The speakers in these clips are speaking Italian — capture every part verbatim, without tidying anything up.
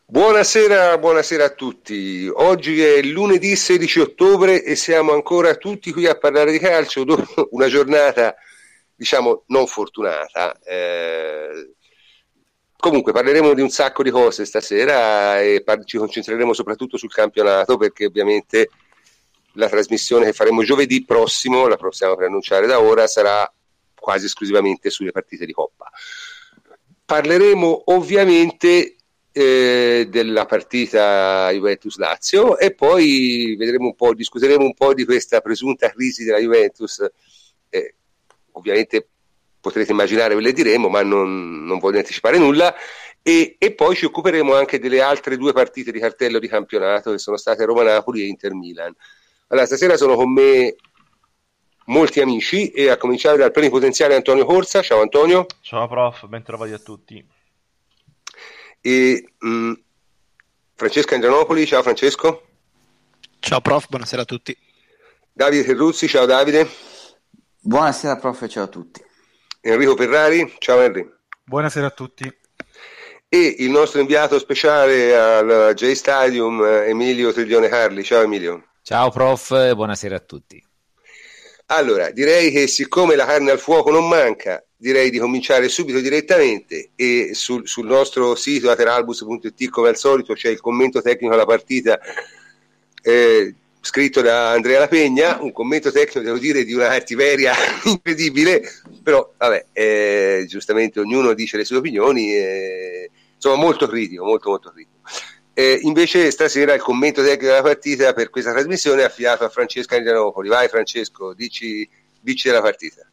Buonasera, buonasera a tutti. Oggi è lunedì sedici ottobre e siamo ancora tutti qui a parlare di calcio dopo una giornata, diciamo, non fortunata. Eh, comunque parleremo di un sacco di cose stasera e par- ci concentreremo soprattutto sul campionato, perché ovviamente la trasmissione che faremo giovedì prossimo, la possiamo preannunciare da ora, sarà quasi esclusivamente sulle partite di Coppa. Parleremo ovviamente eh, della partita Juventus-Lazio e poi vedremo un po', discuteremo un po' di questa presunta crisi della Juventus. Eh, ovviamente potrete immaginare, ve le diremo, ma non, non voglio anticipare nulla. E, e poi ci occuperemo anche delle altre due partite di cartello di campionato che sono state Roma-Napoli e Inter-Milan. Allora, stasera sono con me molti amici e a cominciare dal plenipotenziario Antonio Corsa. Ciao Antonio. Ciao prof, ben trovati a tutti. E mh, Francesco Andrianopoli. Ciao Francesco. Ciao prof, buonasera a tutti. Davide Terruzzi. Ciao Davide. Buonasera prof, ciao a tutti. Enrico Ferrari. Ciao Henry. Buonasera a tutti. E il nostro inviato speciale al J Stadium, Emilio Triglione Carli. Ciao Emilio. Ciao prof, buonasera a tutti. Allora, direi che siccome la carne al fuoco non manca, direi di cominciare subito direttamente e sul, sul nostro sito ateralbus punto it come al solito c'è il commento tecnico alla partita eh, scritto da Andrea Lapegna, un commento tecnico devo dire di una cattiveria incredibile, però vabbè, eh, giustamente ognuno dice le sue opinioni, eh, insomma molto critico, molto molto critico. Eh, invece stasera il commento tecnico della partita per questa trasmissione è affidato a Francesco Andrianopoli. Vai Francesco, dici, dici della partita.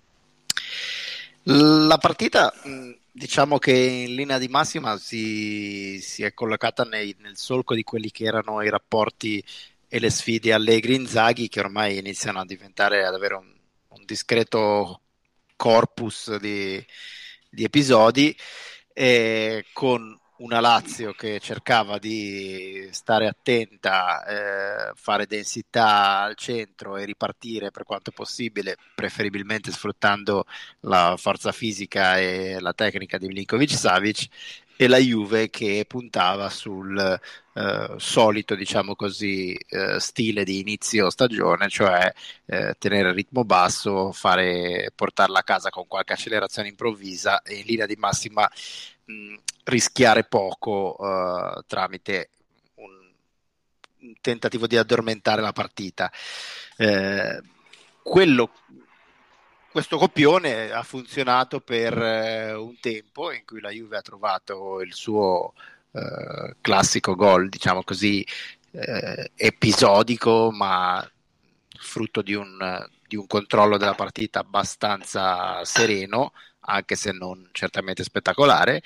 La partita, diciamo che in linea di massima si, si è collocata nei, nel solco di quelli che erano i rapporti e le sfide Allegri-Inzaghi, che ormai iniziano a diventare, ad avere un, un discreto corpus di, di episodi, eh, con una Lazio che cercava di stare attenta, eh, fare densità al centro e ripartire per quanto possibile, preferibilmente sfruttando la forza fisica e la tecnica di Milinkovic-Savic, e la Juve che puntava sul eh, solito, diciamo così, eh, stile di inizio stagione, cioè eh, tenere il ritmo basso, fare, portarla a casa con qualche accelerazione improvvisa e in linea di massima mh, rischiare poco uh, tramite un, un tentativo di addormentare la partita. Eh, quello, questo copione ha funzionato per eh, un tempo in cui la Juve ha trovato il suo eh, classico gol, diciamo così, eh, episodico, ma frutto di un, di un controllo della partita abbastanza sereno, anche se non certamente spettacolare.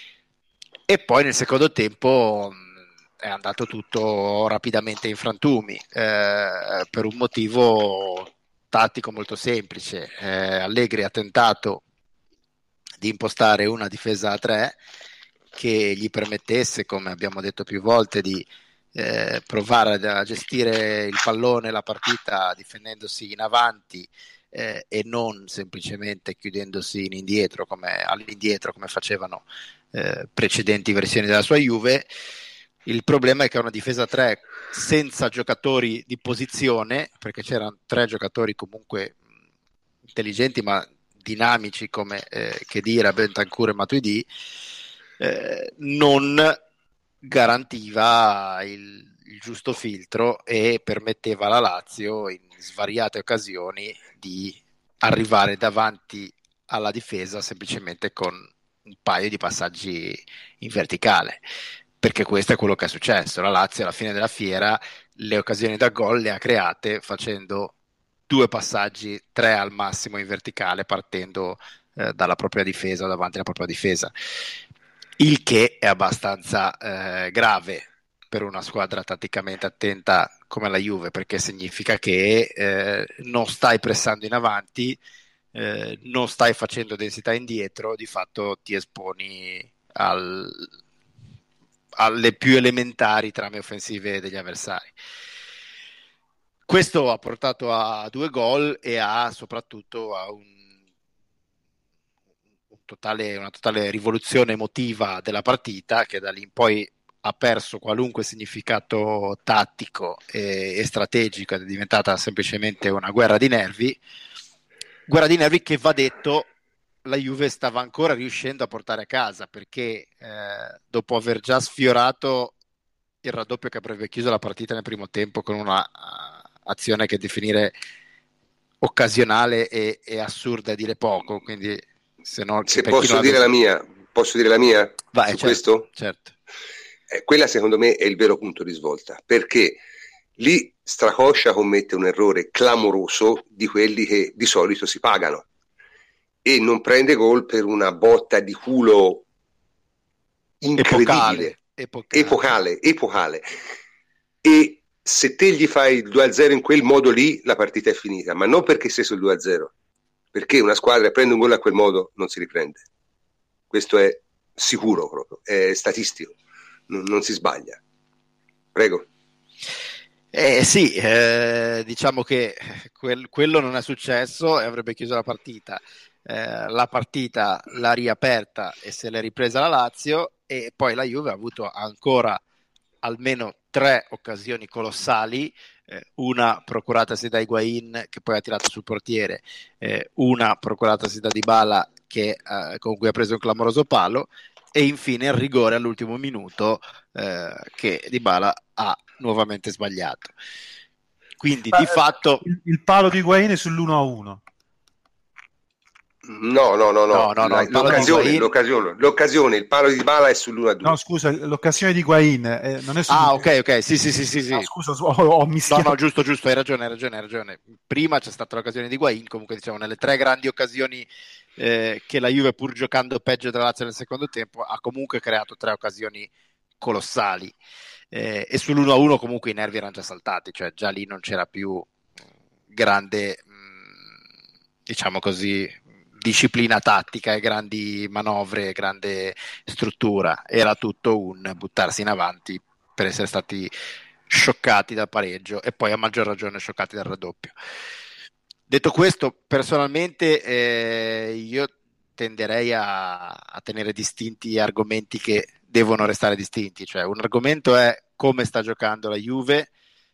E poi nel secondo tempo mh, è andato tutto rapidamente in frantumi, eh, per un motivo tattico molto semplice. Eh, Allegri ha tentato di impostare una difesa a tre che gli permettesse, come abbiamo detto più volte, di eh, provare a gestire il pallone, la partita difendendosi in avanti eh, e non semplicemente chiudendosi in indietro come, all'indietro come facevano eh, precedenti versioni della sua Juve. Il problema è che è una difesa a tre senza giocatori di posizione, perché c'erano tre giocatori comunque intelligenti ma dinamici come eh, Khedira, Bentancur e Matuidi, eh, non garantiva il, il giusto filtro e permetteva alla Lazio in svariate occasioni di arrivare davanti alla difesa semplicemente con un paio di passaggi in verticale, perché questo è quello che è successo. La Lazio alla fine della fiera le occasioni da gol le ha create facendo due passaggi, tre al massimo in verticale, partendo eh, dalla propria difesa o davanti alla propria difesa, il che è abbastanza eh, grave per una squadra tatticamente attenta come la Juve, perché significa che eh, non stai pressando in avanti, eh, non stai facendo densità indietro, di fatto ti esponi al, alle più elementari trame offensive degli avversari. Questo ha portato a due gol e a soprattutto a un, un totale, una totale rivoluzione emotiva della partita, che da lì in poi ha perso qualunque significato tattico e, e strategico, è diventata semplicemente una guerra di nervi, guerra di nervi che, va detto, la Juve stava ancora riuscendo a portare a casa, perché eh, dopo aver già sfiorato il raddoppio che avrebbe chiuso la partita nel primo tempo con una uh, azione che definire occasionale e, e assurda è dire poco, quindi se, no, se posso dire avesse... la mia posso dire la mia Vai, su certo, questo? Certo. Eh, quella secondo me è il vero punto di svolta, perché lì Stracoscia commette un errore clamoroso di quelli che di solito si pagano e non prende gol per una botta di culo incredibile, epocale, epocale, epocale. E se te gli fai il due a zero in quel modo lì, la partita è finita, ma non perché sei sul due a zero, perché una squadra prende un gol a quel modo non si riprende. Questo è sicuro proprio, è statistico, non, non si sbaglia. Prego. Eh sì, eh, diciamo che quel, quello non è successo e avrebbe chiuso la partita. Eh, la partita l'ha riaperta e se l'è ripresa la Lazio, e poi la Juve ha avuto ancora almeno tre occasioni colossali, eh, una procuratasi da Higuain che poi ha tirato sul portiere, eh, una procuratasi da Dybala che, eh, con cui ha preso un clamoroso palo, e infine il rigore all'ultimo minuto eh, che Dybala ha nuovamente sbagliato. Quindi Ma, di fatto il, il palo di Higuain è sull'uno a uno. No, no, no, no, no, no, la, no l'occasione, Higuain... l'occasione, l'occasione, il palo di Dybala è sull'uno a due. No, scusa, l'occasione di Higuain eh, non è su. Ah, ok, ok, sì, sì, sì, sì, sì. Ah, scusa, ho, ho mischiato. No, no, giusto, giusto, hai ragione, hai ragione, hai ragione. Prima c'è stata l'occasione di Higuain, comunque diciamo nelle tre grandi occasioni eh, che la Juve, pur giocando peggio della Lazio nel secondo tempo, ha comunque creato tre occasioni colossali. Eh, e sull'uno a uno comunque i nervi erano già saltati, cioè già lì non c'era più grande, mh, diciamo così, disciplina tattica e grandi manovre, grande struttura, era tutto un buttarsi in avanti per essere stati scioccati dal pareggio e poi a maggior ragione scioccati dal raddoppio. Detto questo, personalmente eh, io tenderei a, a tenere distinti argomenti che devono restare distinti, cioè un argomento è come sta giocando la Juve,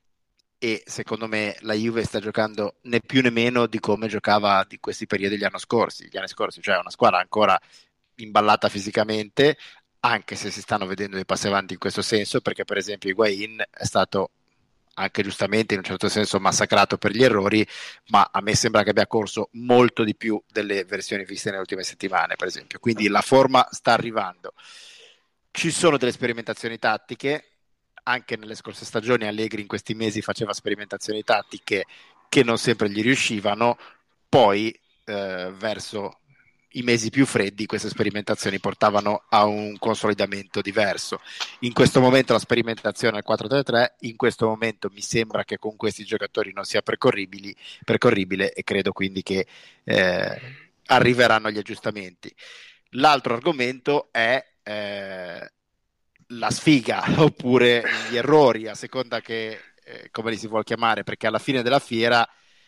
e secondo me la Juve sta giocando né più né meno di come giocava di questi periodi gli anni scorsi, gli anni scorsi, cioè una squadra ancora imballata fisicamente, anche se si stanno vedendo dei passi avanti in questo senso, perché per esempio Higuain è stato anche giustamente in un certo senso massacrato per gli errori, ma a me sembra che abbia corso molto di più delle versioni viste nelle ultime settimane, per esempio, quindi la forma sta arrivando. Ci sono delle sperimentazioni tattiche, anche nelle scorse stagioni Allegri in questi mesi faceva sperimentazioni tattiche che non sempre gli riuscivano, poi eh, verso i mesi più freddi queste sperimentazioni portavano a un consolidamento diverso. In questo momento la sperimentazione è il quattro tre tre, in questo momento mi sembra che con questi giocatori non sia percorribili, percorribile, e credo quindi che eh, arriveranno gli aggiustamenti. L'altro argomento è eh, la sfiga oppure gli errori, a seconda che eh, come li si vuol chiamare, perché alla fine della fiera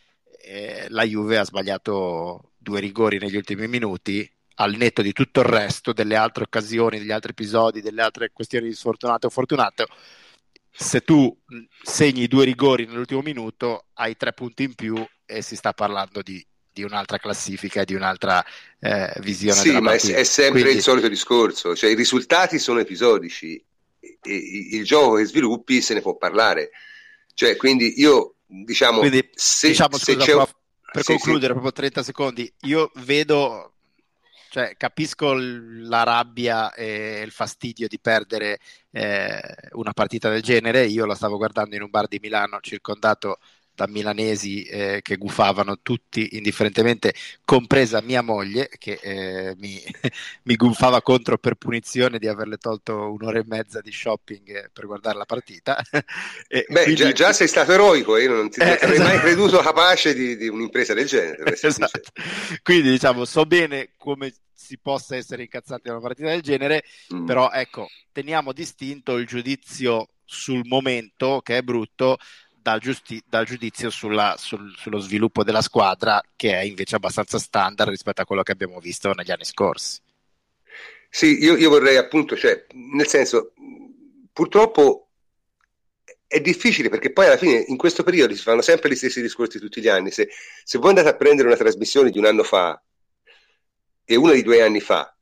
eh, la Juve ha sbagliato due rigori negli ultimi minuti, al netto di tutto il resto, delle altre occasioni, degli altri episodi, delle altre questioni di sfortunato o fortunato. Se tu segni due rigori nell'ultimo minuto hai tre punti in più e si sta parlando di, di un'altra classifica e di un'altra eh, visione sì, della ma partita. è, è sempre Quindi... il solito discorso, cioè i risultati sono episodici e, e il gioco che sviluppi se ne può parlare, cioè quindi io diciamo quindi, se, diciamo se scusa, c'è prof, per sì, concludere sì. proprio trenta secondi, io vedo, cioè capisco la rabbia e il fastidio di perdere eh, una partita del genere. Io la stavo guardando in un bar di Milano circondato da milanesi eh, che gufavano tutti indifferentemente, compresa mia moglie che eh, mi, mi gufava contro per punizione di averle tolto un'ora e mezza di shopping per guardare la partita. E Beh, quindi... già, già sei stato eroico, io non ti, eh, non ti avrei esatto. mai creduto capace di, di un'impresa del genere. Esatto. Quindi diciamo, so bene come si possa essere incazzati da una partita del genere, mm. però ecco, teniamo distinto il giudizio sul momento, che è brutto, dal, giusti- dal giudizio sulla, sul, sullo sviluppo della squadra, che è invece abbastanza standard rispetto a quello che abbiamo visto negli anni scorsi. Sì, io, io vorrei appunto, cioè, nel senso, purtroppo è difficile, perché poi alla fine in questo periodo si fanno sempre gli stessi discorsi tutti gli anni. Se, se voi andate a prendere una trasmissione di un anno fa e una di due anni fa,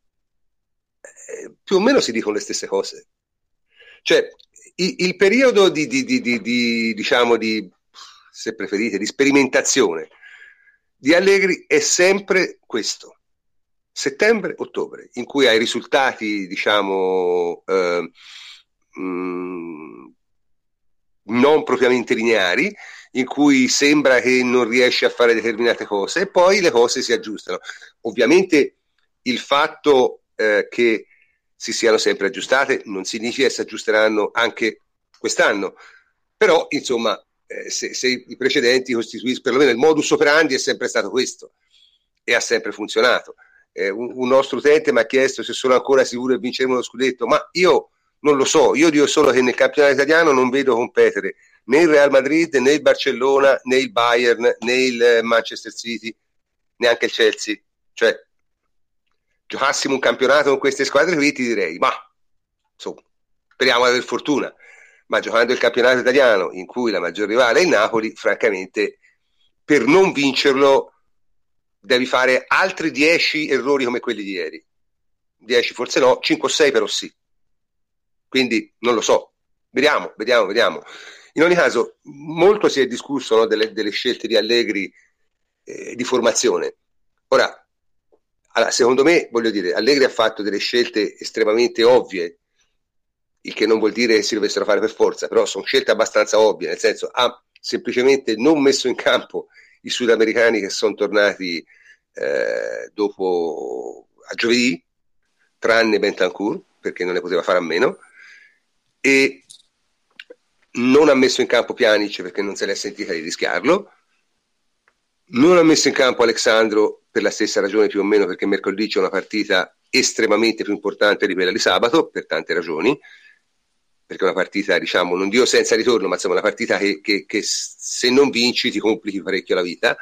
eh, più o meno si dicono le stesse cose. Cioè il, il periodo di, di, di, di, di diciamo di, se preferite, di sperimentazione di Allegri è sempre questo: settembre-ottobre, in cui hai risultati, diciamo, eh, mh, non propriamente lineari, in cui sembra che non riesci a fare determinate cose e poi le cose si aggiustano. Ovviamente il fatto eh, che si siano sempre aggiustate non significa che si aggiusteranno anche quest'anno, però insomma eh, se, se i precedenti costituiscono, perlomeno il modus operandi è sempre stato questo e ha sempre funzionato. Eh, un, un nostro utente mi ha chiesto se sono ancora sicuro che vinceremo lo scudetto, ma io non lo so, io dico solo che nel campionato italiano non vedo competere né il Real Madrid, né il Barcellona, né il Bayern, né il Manchester City, neanche il Chelsea. Cioè, giocassimo un campionato con queste squadre qui, ti direi, ma insomma, speriamo di aver fortuna. Ma giocando il campionato italiano, in cui la maggior rivale è il Napoli, francamente, per non vincerlo devi fare altri dieci errori come quelli di ieri. dieci forse no, cinque o sei però sì. Quindi non lo so, vediamo, vediamo, vediamo. In ogni caso, molto si è discusso, no, delle, delle scelte di Allegri eh, di formazione. Ora, allora, secondo me, voglio dire, Allegri ha fatto delle scelte estremamente ovvie, il che non vuol dire che si dovessero fare per forza, però sono scelte abbastanza ovvie, nel senso ha semplicemente non messo in campo i sudamericani che sono tornati eh, dopo a giovedì, tranne Bentancur, perché non ne poteva fare a meno, e non ha messo in campo Pjanic perché non se l'è sentita di rischiarlo, non ha messo in campo Alexandro per la stessa ragione più o meno, perché mercoledì c'è una partita estremamente più importante di quella di sabato, per tante ragioni, perché è una partita, diciamo, non dico senza ritorno, ma insomma una partita che, che, che se non vinci ti complichi parecchio la vita.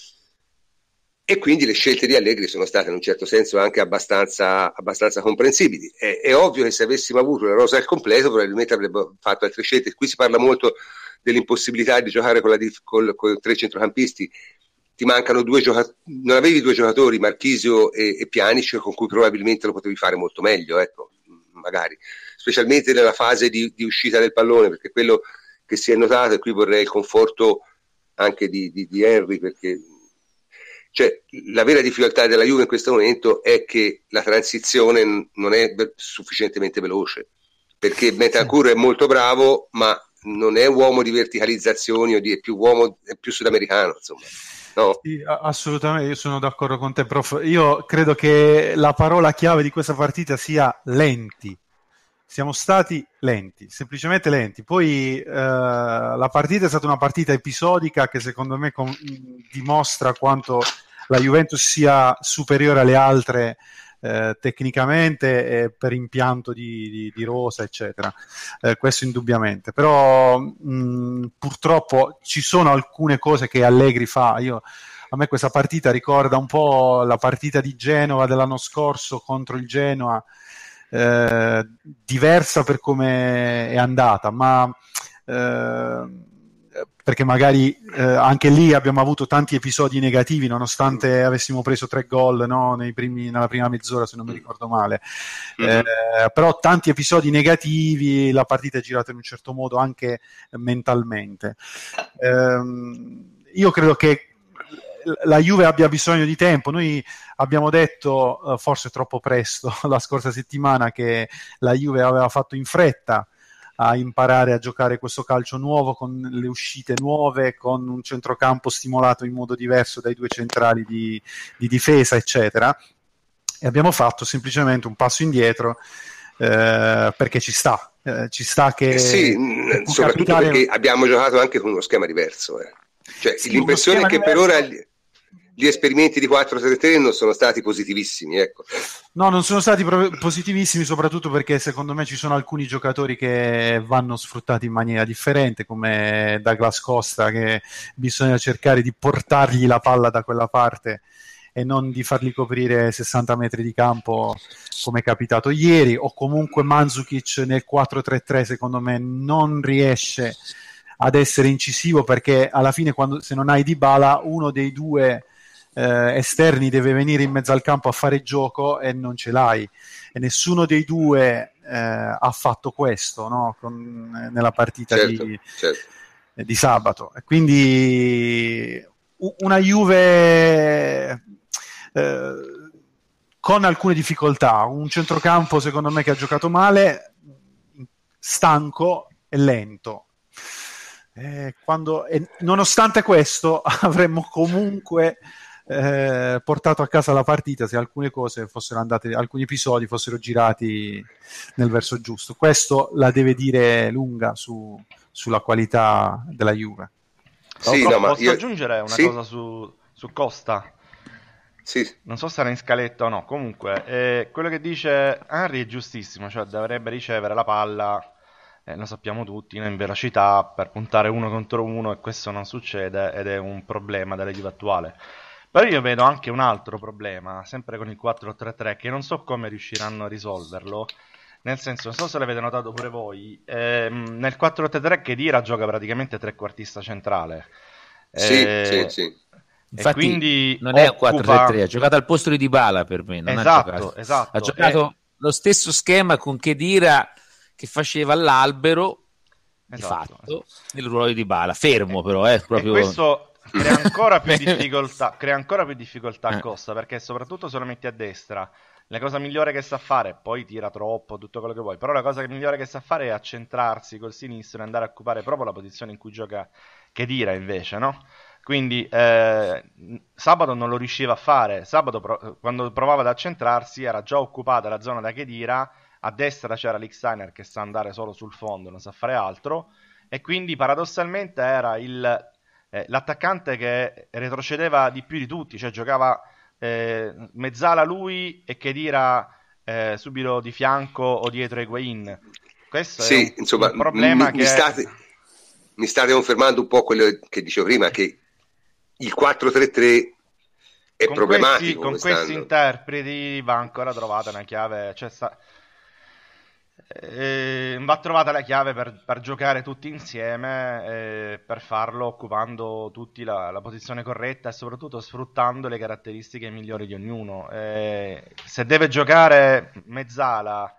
E quindi le scelte di Allegri sono state in un certo senso anche abbastanza, abbastanza comprensibili. È, è ovvio che se avessimo avuto la rosa al completo probabilmente avrebbe fatto altre scelte. Qui si parla molto dell'impossibilità di giocare con, la, con, con tre centrocampisti. Ti mancano due giocatori, non avevi due giocatori, Marchisio e, e Pjanic, con cui probabilmente lo potevi fare molto meglio, ecco, magari, specialmente nella fase di, di uscita del pallone, perché quello che si è notato, e qui vorrei il conforto anche di, di, di Henry, perché cioè, la vera difficoltà della Juve in questo momento è che la transizione non è be- sufficientemente veloce, perché Bentancur è molto bravo, ma non è uomo di verticalizzazioni, o di, è più uomo, è più sudamericano, insomma. No. Sì, assolutamente, io sono d'accordo con te, prof. Io credo che la parola chiave di questa partita sia lenti. Siamo stati lenti, semplicemente lenti. Poi eh, la partita è stata una partita episodica che secondo me com- dimostra quanto la Juventus sia superiore alle altre eh, tecnicamente e per impianto di, di, di rosa, eccetera. Eh, questo indubbiamente. Però mh, purtroppo ci sono alcune cose che Allegri fa. Io, a me questa partita ricorda un po' la partita di Genova dell'anno scorso contro il Genoa. Eh, diversa per come è andata, ma eh, perché magari eh, anche lì abbiamo avuto tanti episodi negativi nonostante avessimo preso tre gol, no, nei primi, nella prima mezz'ora, se non mi ricordo male. Mm-hmm. Eh, però tanti episodi negativi, la partita è girata in un certo modo anche mentalmente. Eh, io credo che la Juve abbia bisogno di tempo. Noi abbiamo detto, uh, forse troppo presto, la scorsa settimana, che la Juve aveva fatto in fretta a imparare a giocare questo calcio nuovo, con le uscite nuove, con un centrocampo stimolato in modo diverso dai due centrali di, di difesa, eccetera. E abbiamo fatto semplicemente un passo indietro eh, perché ci sta. Eh, ci sta che... Eh sì, che soprattutto capitare... perché abbiamo giocato anche con uno schema diverso. Eh. Cioè, sì, l'impressione è che diverso... per ora... Gli esperimenti di quattro tre tre non sono stati positivissimi, ecco. No, non sono stati pro- positivissimi, soprattutto perché secondo me ci sono alcuni giocatori che vanno sfruttati in maniera differente, come Douglas Costa, che bisogna cercare di portargli la palla da quella parte e non di fargli coprire sessanta metri di campo come è capitato ieri, o comunque Mandzukic nel quattro tre tre secondo me non riesce ad essere incisivo, perché alla fine quando, se non hai Dybala, uno dei due eh, esterni deve venire in mezzo al campo a fare gioco e non ce l'hai, e nessuno dei due eh, ha fatto questo, no? Con, eh, nella partita certo, di, certo. eh, di sabato, e quindi una Juve eh, con alcune difficoltà, un centrocampo secondo me che ha giocato male, stanco e lento. Eh, quando, e nonostante questo avremmo comunque eh, portato a casa la partita se alcune cose fossero andate, alcuni episodi fossero girati nel verso giusto. Questo la deve dire lunga su, sulla qualità della Juve. Sì, no, no, ma posso io... aggiungere una sì? cosa su, su Costa? Sì. Non so se era in scaletta o no, comunque eh, quello che dice Henry è giustissimo, cioè dovrebbe ricevere la palla, eh, lo sappiamo tutti, in velocità per puntare uno contro uno, e questo non succede ed è un problema della Juve attuale. Però io vedo anche un altro problema, sempre con il quattro tre tre, che non so come riusciranno a risolverlo, nel senso, non so se l'avete notato pure voi, ehm, nel quattro tre tre Khedira gioca praticamente trequartista centrale. Sì, Eh, sì, sì. Infatti quindi non è un occupa... quattro tre tre, ha giocato al posto di Dybala per me, non esatto, ha giocato. esatto. Ha giocato eh... lo stesso schema con Khedira che faceva l'albero, di esatto, fatto, esatto. nel ruolo di Dybala, fermo però, eh, proprio... E questo crea ancora più difficoltà, crea ancora più difficoltà a Eh. Costa, perché soprattutto se lo metti a destra, la cosa migliore che sa fare, poi tira troppo, tutto quello che vuoi, però la cosa migliore che sa fare è accentrarsi col sinistro e andare a occupare proprio la posizione in cui gioca Khedira invece, no? Quindi eh, sabato non lo riusciva a fare. Sabato pro- quando provava ad accentrarsi era già occupata la zona da Khedira, a destra c'era Lichtsteiner che sa andare solo sul fondo, non sa fare altro, e quindi paradossalmente era il, eh, l'attaccante che retrocedeva di più di tutti, cioè giocava eh, mezzala lui e Khedira eh, subito di fianco o dietro Higuain. Questo Sì, è un, insomma, un problema mi, che mi state, mi state confermando un po' quello che dicevo prima, che il quattro tre tre è con problematico questi, con quest'anno. questi interpreti va ancora trovata una chiave, cioè sta, eh, va trovata la chiave per, per giocare tutti insieme, eh, per farlo occupando tutti la, la posizione corretta e soprattutto sfruttando le caratteristiche migliori di ognuno. Eh, se deve giocare mezzala,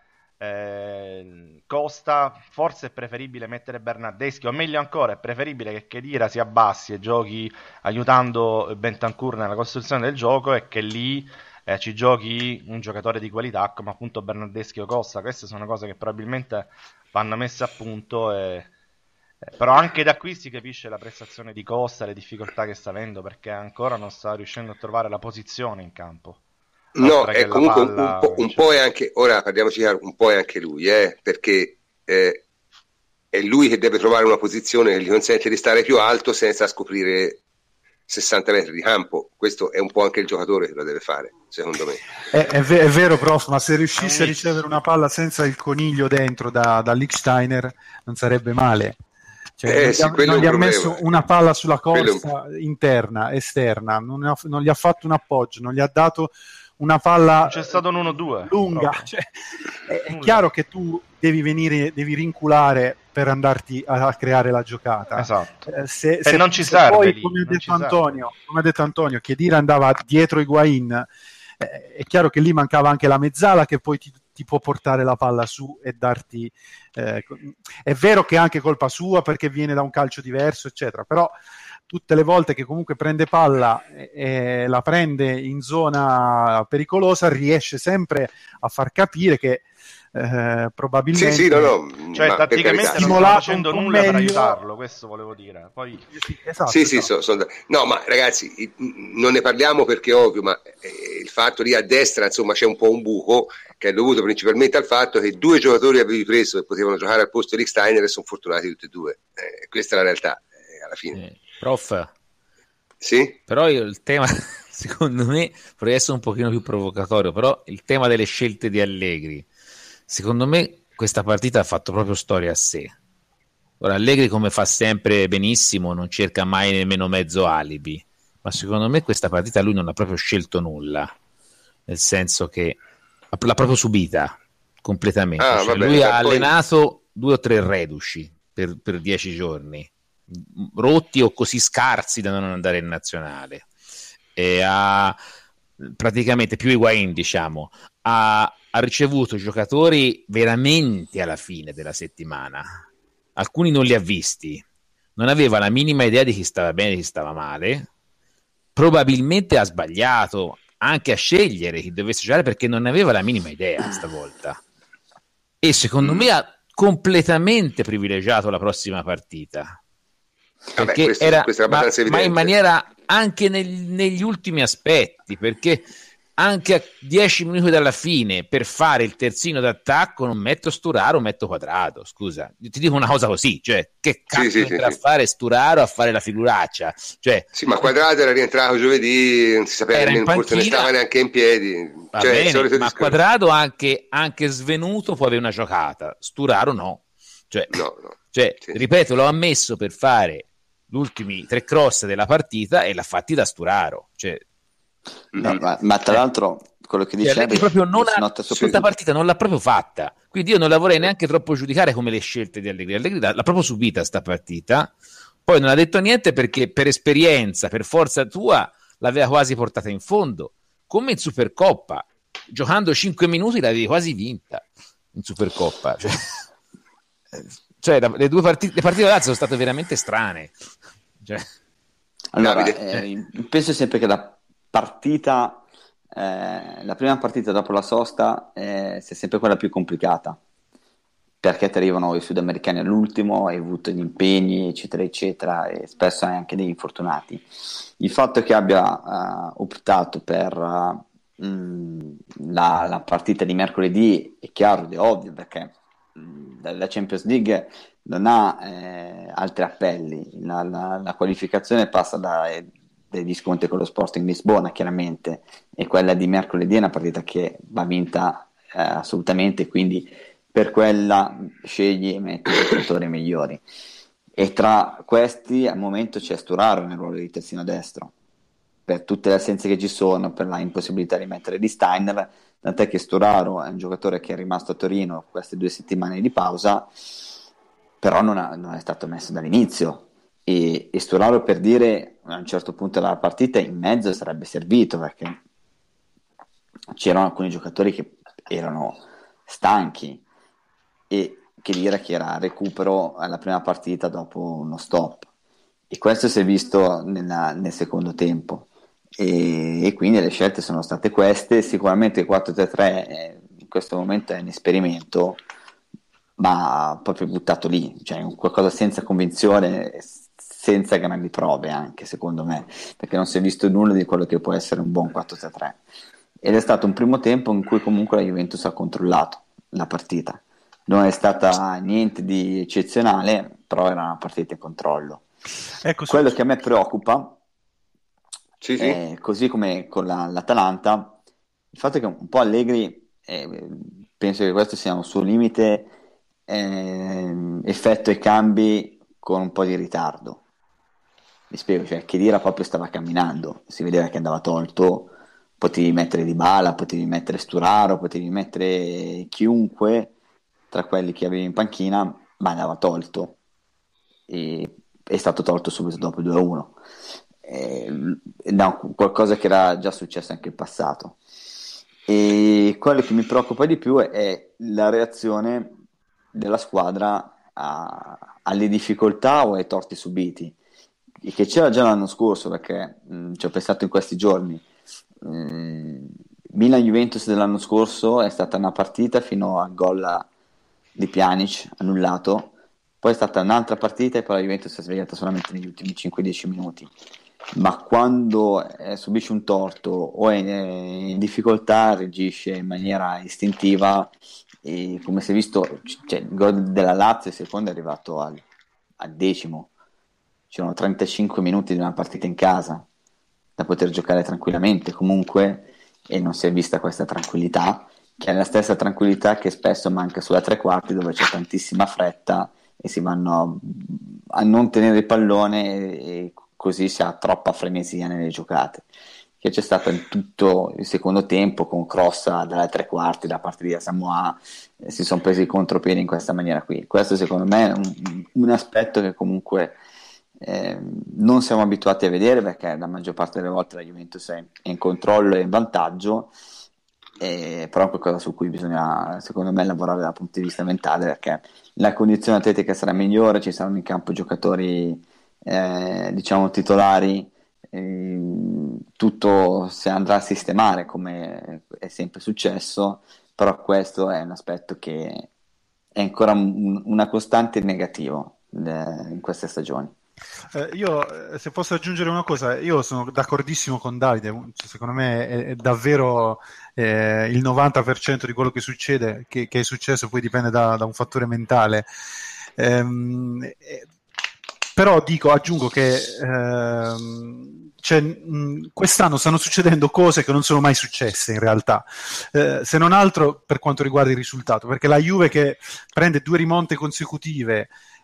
eh, Costa, forse è preferibile mettere Bernardeschi, o meglio ancora è preferibile che Khedira si abbassi e giochi aiutando Bentancur nella costruzione del gioco, e che lì eh, ci giochi un giocatore di qualità come appunto Bernardeschi o Costa. Queste sono cose che probabilmente vanno messe a punto, e... eh, però anche da qui si capisce la prestazione di Costa e le difficoltà che sta avendo, perché ancora non sta riuscendo a trovare la posizione in campo. No, è comunque un, un, po', un po' è anche, ora parliamoci chiaro, un po' è anche lui, eh, perché eh, è lui che deve trovare una posizione che gli consente di stare più alto senza scoprire sessanta metri di campo. Questo è un po' anche il giocatore che lo deve fare, secondo me. È, è, ve- è vero, prof, ma se riuscisse a ricevere una palla senza il coniglio dentro da, da Lichtsteiner non sarebbe male. Cioè, Eh, non, sì, gli ha, quello è non un gli ha problema. messo una palla sulla Quello è corsa interna, esterna, non, ha, non gli ha fatto un appoggio, non gli ha dato una palla, c'è stato un uno due lunga. Cioè, è, è chiaro che tu devi venire, devi rinculare per andarti a, a creare la giocata. Esatto. Eh, se, e se, non ci se serve poi, lì, come ha non detto Antonio, come ha detto Antonio, Khedira andava dietro Higuain, eh, è chiaro che lì mancava anche la mezzala che poi ti, ti può portare la palla su e darti eh, è vero che è anche colpa sua perché viene da un calcio diverso eccetera, però tutte le volte che comunque prende palla e, e la prende in zona pericolosa riesce sempre a far capire che eh, probabilmente sì, sì, no, no, cioè tatticamente non sta facendo nulla meglio per aiutarlo, questo volevo dire. Poi... sì, esatto, sì, esatto. sì, so, so, no, ma ragazzi non ne parliamo perché è ovvio, ma eh, il fatto lì a destra insomma c'è un po' un buco che è dovuto principalmente al fatto che due giocatori avevi preso e potevano giocare al posto di Lichtsteiner e sono fortunati tutti e due, eh, questa è la realtà eh, alla fine. eh, prof, sì? Però io, il tema secondo me vorrei essere un pochino più provocatorio, però il tema delle scelte di Allegri, secondo me questa partita ha fatto proprio storia a sé. Ora Allegri, come fa sempre benissimo, non cerca mai nemmeno mezzo alibi, ma secondo me questa partita lui non ha proprio scelto nulla, nel senso che l'ha proprio subita completamente. Ah, cioè, vabbè, lui ha poi... allenato due o tre reduci per, per dieci giorni, rotti o così scarsi da non andare in nazionale, e ha praticamente più Higuain, diciamo, ha, ha ricevuto giocatori veramente alla fine della settimana, alcuni non li ha visti, non aveva la minima idea di chi stava bene e chi stava male, probabilmente ha sbagliato anche a scegliere chi dovesse giocare perché non ne aveva la minima idea stavolta, e secondo mm. me ha completamente privilegiato la prossima partita. Perché Vabbè, questo, era, questo ma, ma in maniera anche nel, negli ultimi aspetti, perché anche a dieci minuti dalla fine per fare il terzino d'attacco non metto Sturaro, metto Quadrato. Scusa, ti dico una cosa così, cioè che cazzo sì, sì, entra sì, a fare Sturaro a fare la figuraccia, cioè, sì, ma Quadrato era rientrato giovedì, non si sapeva nemmeno, forse non stava neanche in piedi. Va cioè, bene, ma discorso. Quadrato anche, anche svenuto può avere una giocata, Sturaro no, cioè, no, no. cioè sì. ripeto, l'ho ammesso per fare gli ultimi tre cross della partita e l'ha fatti da Sturaro, cioè, no, ma, ma tra l'altro quello che cioè, dicevi proprio non ha, sì. questa partita non l'ha proprio fatta, quindi io non la vorrei neanche troppo giudicare come le scelte di Allegri. Allegri l'ha proprio subita sta partita, poi non ha detto niente perché per esperienza, per forza tua l'aveva quasi portata in fondo, come in Supercoppa, giocando cinque minuti l'avevi quasi vinta in Supercoppa, cioè, cioè le due partite, le partite sono state veramente strane, cioè. Allora eh, penso sempre che la partita Eh, la prima partita dopo la sosta eh, sia sempre quella più complicata, perché ti arrivano i sudamericani all'ultimo, hai avuto gli impegni eccetera eccetera, e spesso hai anche degli infortunati. Il fatto che abbia uh, optato per uh, mh, la, la partita di mercoledì è chiaro ed è ovvio, perché mh, la Champions League non ha eh, altri appelli, la, la, la qualificazione passa da eh, degli scontri con lo Sporting Lisbona chiaramente, e quella di mercoledì è una partita che va vinta eh, assolutamente, quindi per quella scegli e metti i giocatori migliori, e tra questi al momento c'è Sturaro nel ruolo di terzino destro per tutte le assenze che ci sono, per la impossibilità di mettere di Steiner, tant'è che Sturaro è un giocatore che è rimasto a Torino queste due settimane di pausa, però non, ha, non è stato messo dall'inizio. E, e Sturaro, per dire, a un certo punto della partita in mezzo sarebbe servito, perché c'erano alcuni giocatori che erano stanchi, e che dire che era recupero alla prima partita dopo uno stop, e questo si è visto nella, nel secondo tempo, e, e quindi le scelte sono state queste. Sicuramente il quattro tre tre in questo momento è un esperimento, ma proprio buttato lì, cioè qualcosa senza convinzione, senza grandi prove anche secondo me, perché non si è visto nulla di quello che può essere un buon quattro tre tre, ed è stato un primo tempo in cui comunque la Juventus ha controllato la partita, non è stata niente di eccezionale, però era una partita in controllo. Ecco, quello sì. Che a me preoccupa sì, sì. È, così come con la, l'Atalanta, il fatto che un po' Allegri eh, penso che questo sia un suo limite, eh, effettua i cambi con un po' di ritardo. Mi spiego, cioè Khedira proprio stava camminando, si vedeva che andava tolto, potevi mettere Dybala, potevi mettere Sturaro, potevi mettere chiunque tra quelli che avevi in panchina, ma andava tolto, e è stato tolto subito dopo il due a uno. Eh, no, qualcosa che era già successo anche in passato, e quello che mi preoccupa di più è, è la reazione della squadra a, alle difficoltà o ai torti subiti, che c'era già l'anno scorso, perché mh, ci ho pensato in questi giorni. mh, Milan-Juventus dell'anno scorso è stata una partita fino al gol di Pjanic annullato, poi è stata un'altra partita e poi la Juventus si è svegliata solamente negli ultimi cinque dieci minuti, ma quando eh, subisce un torto o è in difficoltà reagisce in maniera istintiva, e come si è visto, cioè, il gol della Lazio secondo è arrivato al, al decimo, c'erano trentacinque minuti di una partita in casa da poter giocare tranquillamente comunque, e non si è vista questa tranquillità, che è la stessa tranquillità che spesso manca sulla tre quarti, dove c'è tantissima fretta e si vanno a, a non tenere il pallone, e, così si ha troppa frenesia nelle giocate, che c'è stato in tutto il secondo tempo con cross dalle tre quarti da parte di Asamoah, eh, si sono presi i contropiedi in questa maniera qui. Questo secondo me è un, un aspetto che comunque eh, non siamo abituati a vedere, perché la maggior parte delle volte la Juventus è in controllo e in vantaggio, eh, però è qualcosa su cui bisogna secondo me lavorare dal punto di vista mentale, perché la condizione atletica sarà migliore, ci saranno in campo giocatori eh, diciamo titolari, tutto si andrà a sistemare come è sempre successo, però questo è un aspetto che è ancora un, una costante negativo in queste stagioni. Eh, io, se posso aggiungere una cosa, io sono d'accordissimo con Davide, secondo me è, è davvero eh, il novanta per cento di quello che succede, che, che è successo, poi dipende da, da un fattore mentale. Ehm, eh, però dico, aggiungo che ehm, cioè, mh, quest'anno stanno succedendo cose che non sono mai successe in realtà, eh, se non altro per quanto riguarda il risultato, perché la Juve che prende due rimonte consecutive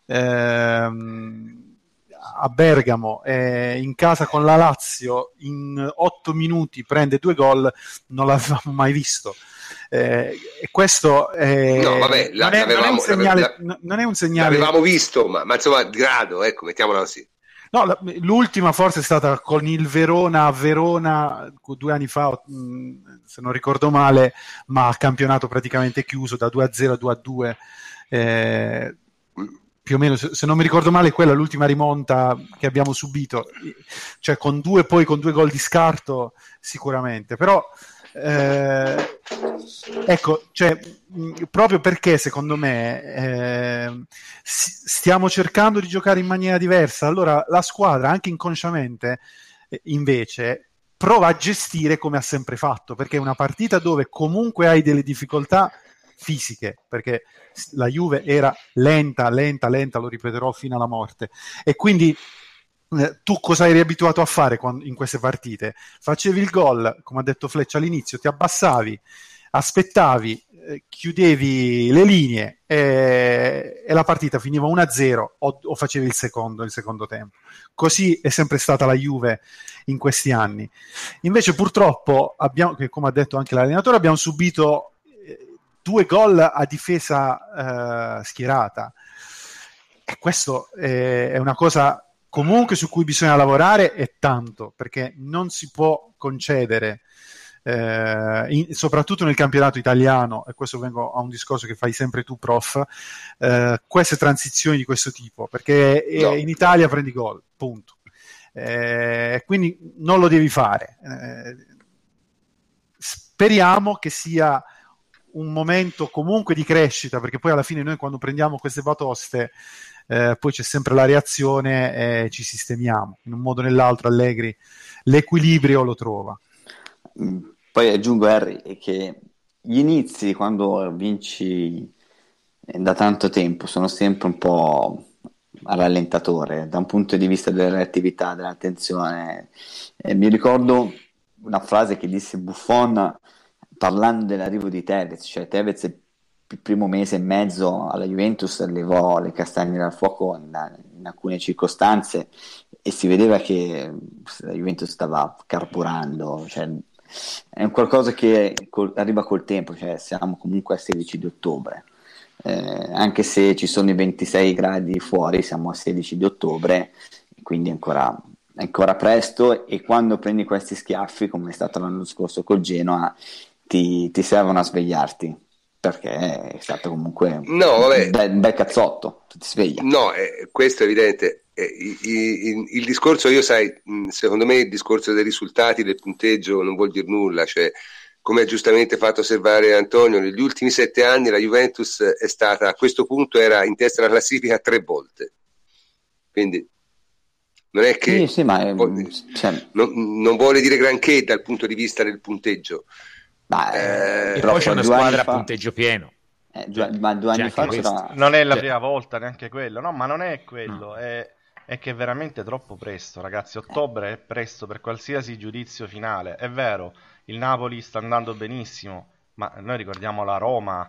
ehm, a Bergamo e in casa con la Lazio in otto minuti prende due gol, non l'avevamo mai visto. Eh, e questo è, no, vabbè, non, è, non è un segnale, la, non è un segnale. L'avevamo visto, ma, ma insomma, di grado, ecco, mettiamola così. No, la, l'ultima forse è stata con il Verona a Verona due anni fa, se non ricordo male, ma campionato praticamente chiuso da due a zero a due a due. Eh, più o meno, se, se non mi ricordo male, quella è l'ultima rimonta che abbiamo subito, cioè con due poi con due gol di scarto sicuramente, però eh, ecco, cioè, mh, proprio perché secondo me eh, stiamo cercando di giocare in maniera diversa, allora la squadra anche inconsciamente eh, invece prova a gestire come ha sempre fatto, perché è una partita dove comunque hai delle difficoltà fisiche, perché la Juve era lenta, lenta, lenta, lo ripeterò fino alla morte, e quindi eh, tu cosa eri abituato a fare quando, in queste partite? Facevi il gol, come ha detto Fleccia all'inizio, ti abbassavi, aspettavi, eh, chiudevi le linee e, e la partita finiva uno a zero o, o facevi il secondo, il secondo tempo. Così è sempre stata la Juve in questi anni. Invece purtroppo abbiamo, che come ha detto anche l'allenatore, abbiamo subito due gol a difesa eh, schierata, e questo è, è una cosa comunque su cui bisogna lavorare, e tanto, perché non si può concedere eh, in, soprattutto nel campionato italiano, e questo vengo a un discorso che fai sempre tu, prof, eh, queste transizioni di questo tipo, perché no. in Italia prendi gol, punto, eh, quindi non lo devi fare. Eh, speriamo che sia un momento comunque di crescita, perché poi alla fine noi quando prendiamo queste batoste eh, poi c'è sempre la reazione e ci sistemiamo in un modo o nell'altro. Allegri l'equilibrio lo trova. Poi aggiungo, Harry, che gli inizi quando vinci da tanto tempo sono sempre un po' a rallentatore da un punto di vista della reattività, dell'attenzione. Eh, mi ricordo una frase che disse Buffon parlando dell'arrivo di Tevez, cioè Tevez il primo mese e mezzo alla Juventus levò le castagne dal fuoco in, in alcune circostanze e si vedeva che la Juventus stava carburando, cioè, è un qualcosa che col, arriva col tempo, cioè siamo comunque a sedici di ottobre, eh, anche se ci sono i ventisei gradi fuori, siamo a sedici di ottobre, quindi ancora è ancora presto, e quando prendi questi schiaffi come è stato l'anno scorso col Genoa Ti, ti servono a svegliarti, perché è stato comunque no, vabbè. un, bel, un bel cazzotto, ti sveglia. No, eh, questo è evidente. Eh, il, il, il discorso, io sai, secondo me il discorso dei risultati, del punteggio non vuol dire nulla, cioè, come ha giustamente fatto osservare Antonio, negli ultimi sette anni la Juventus è stata, a questo punto era in testa alla classifica tre volte, quindi non è che sì, sì, ma è, cioè, non, non vuole dire granché dal punto di vista del punteggio. Ma, eh, e poi c'è una squadra a punteggio pieno, eh, due, ma due anni fa c'era... non è la cioè... prima volta neanche quello, no, ma non è quello, no. è, è che è veramente troppo presto, ragazzi. Ottobre è presto per qualsiasi giudizio finale. È vero, il Napoli sta andando benissimo, ma noi ricordiamo la Roma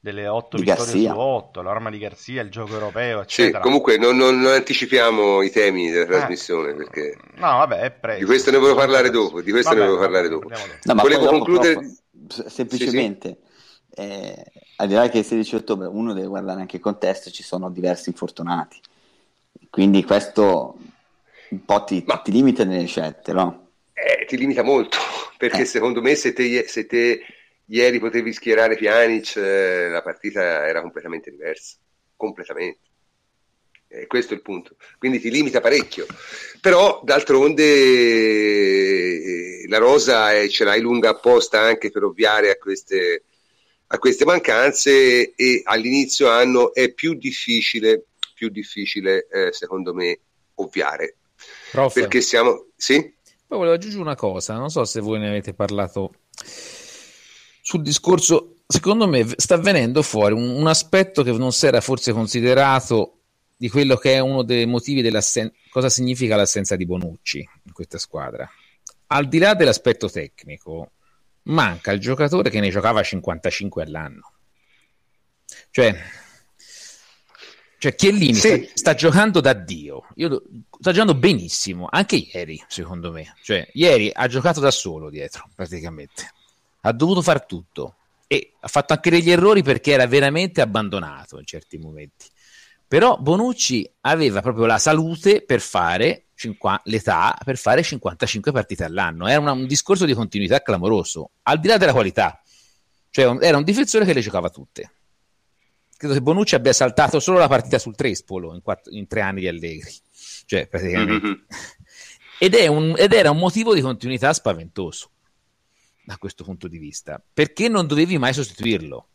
delle otto Di vittorie Garcia. su otto, l'arma di Garcia, il gioco europeo, eccetera. Sì, comunque non, non, non anticipiamo i temi della trasmissione, Eh, perché no, vabbè, è presto. di questo ne volevo parlare Presto. dopo, di questo Vabbè, ne volevo vabbè, parlare ne dopo. parliamo dopo. No, ma Volevo poi dopo, concludere... prof, s- semplicemente, eh, al di là che il sedici ottobre uno deve guardare anche il contesto, ci sono diversi infortunati, quindi questo un po' ti, Ma- ti limita nelle scelte, no? Eh, ti limita molto, perché Eh. secondo me se te, se te ieri potevi schierare Pjanic, eh, la partita era completamente diversa, completamente. Eh, questo è il punto. Quindi ti limita parecchio. Però d'altronde eh, la rosa eh, ce l'hai lunga apposta anche per ovviare a queste, a queste mancanze, e all'inizio anno è più difficile, più difficile eh, secondo me ovviare. Prof, Perché siamo... Sì? poi volevo aggiungere una cosa, non so se voi ne avete parlato sul discorso, secondo me sta venendo fuori un, un aspetto che non si era forse considerato di quello che è uno dei motivi dell'assenza, cosa significa l'assenza di Bonucci in questa squadra. Al di là dell'aspetto tecnico, manca il giocatore che ne giocava cinquantacinque all'anno. Cioè, cioè Chiellini Sì. sta, sta giocando da Dio. Io, sta giocando benissimo, anche ieri, secondo me. Cioè, ieri ha giocato da solo dietro, praticamente. Ha dovuto far tutto. E ha fatto anche degli errori perché era veramente abbandonato in certi momenti. Però Bonucci aveva proprio la salute per fare cinquanta, l'età per fare cinquantacinque partite all'anno. Era una, un discorso di continuità clamoroso, al di là della qualità. Cioè un, era un difensore che le giocava tutte. Credo che Bonucci abbia saltato solo la partita sul Trespolo in, quattro, in tre anni di Allegri. Cioè, praticamente. Mm-hmm. Ed, è un, ed era un motivo di continuità spaventoso da questo punto di vista, perché non dovevi mai sostituirlo.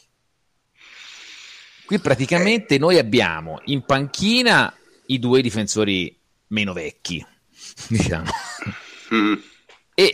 Qui praticamente noi abbiamo in panchina i due difensori meno vecchi, diciamo, mm. e,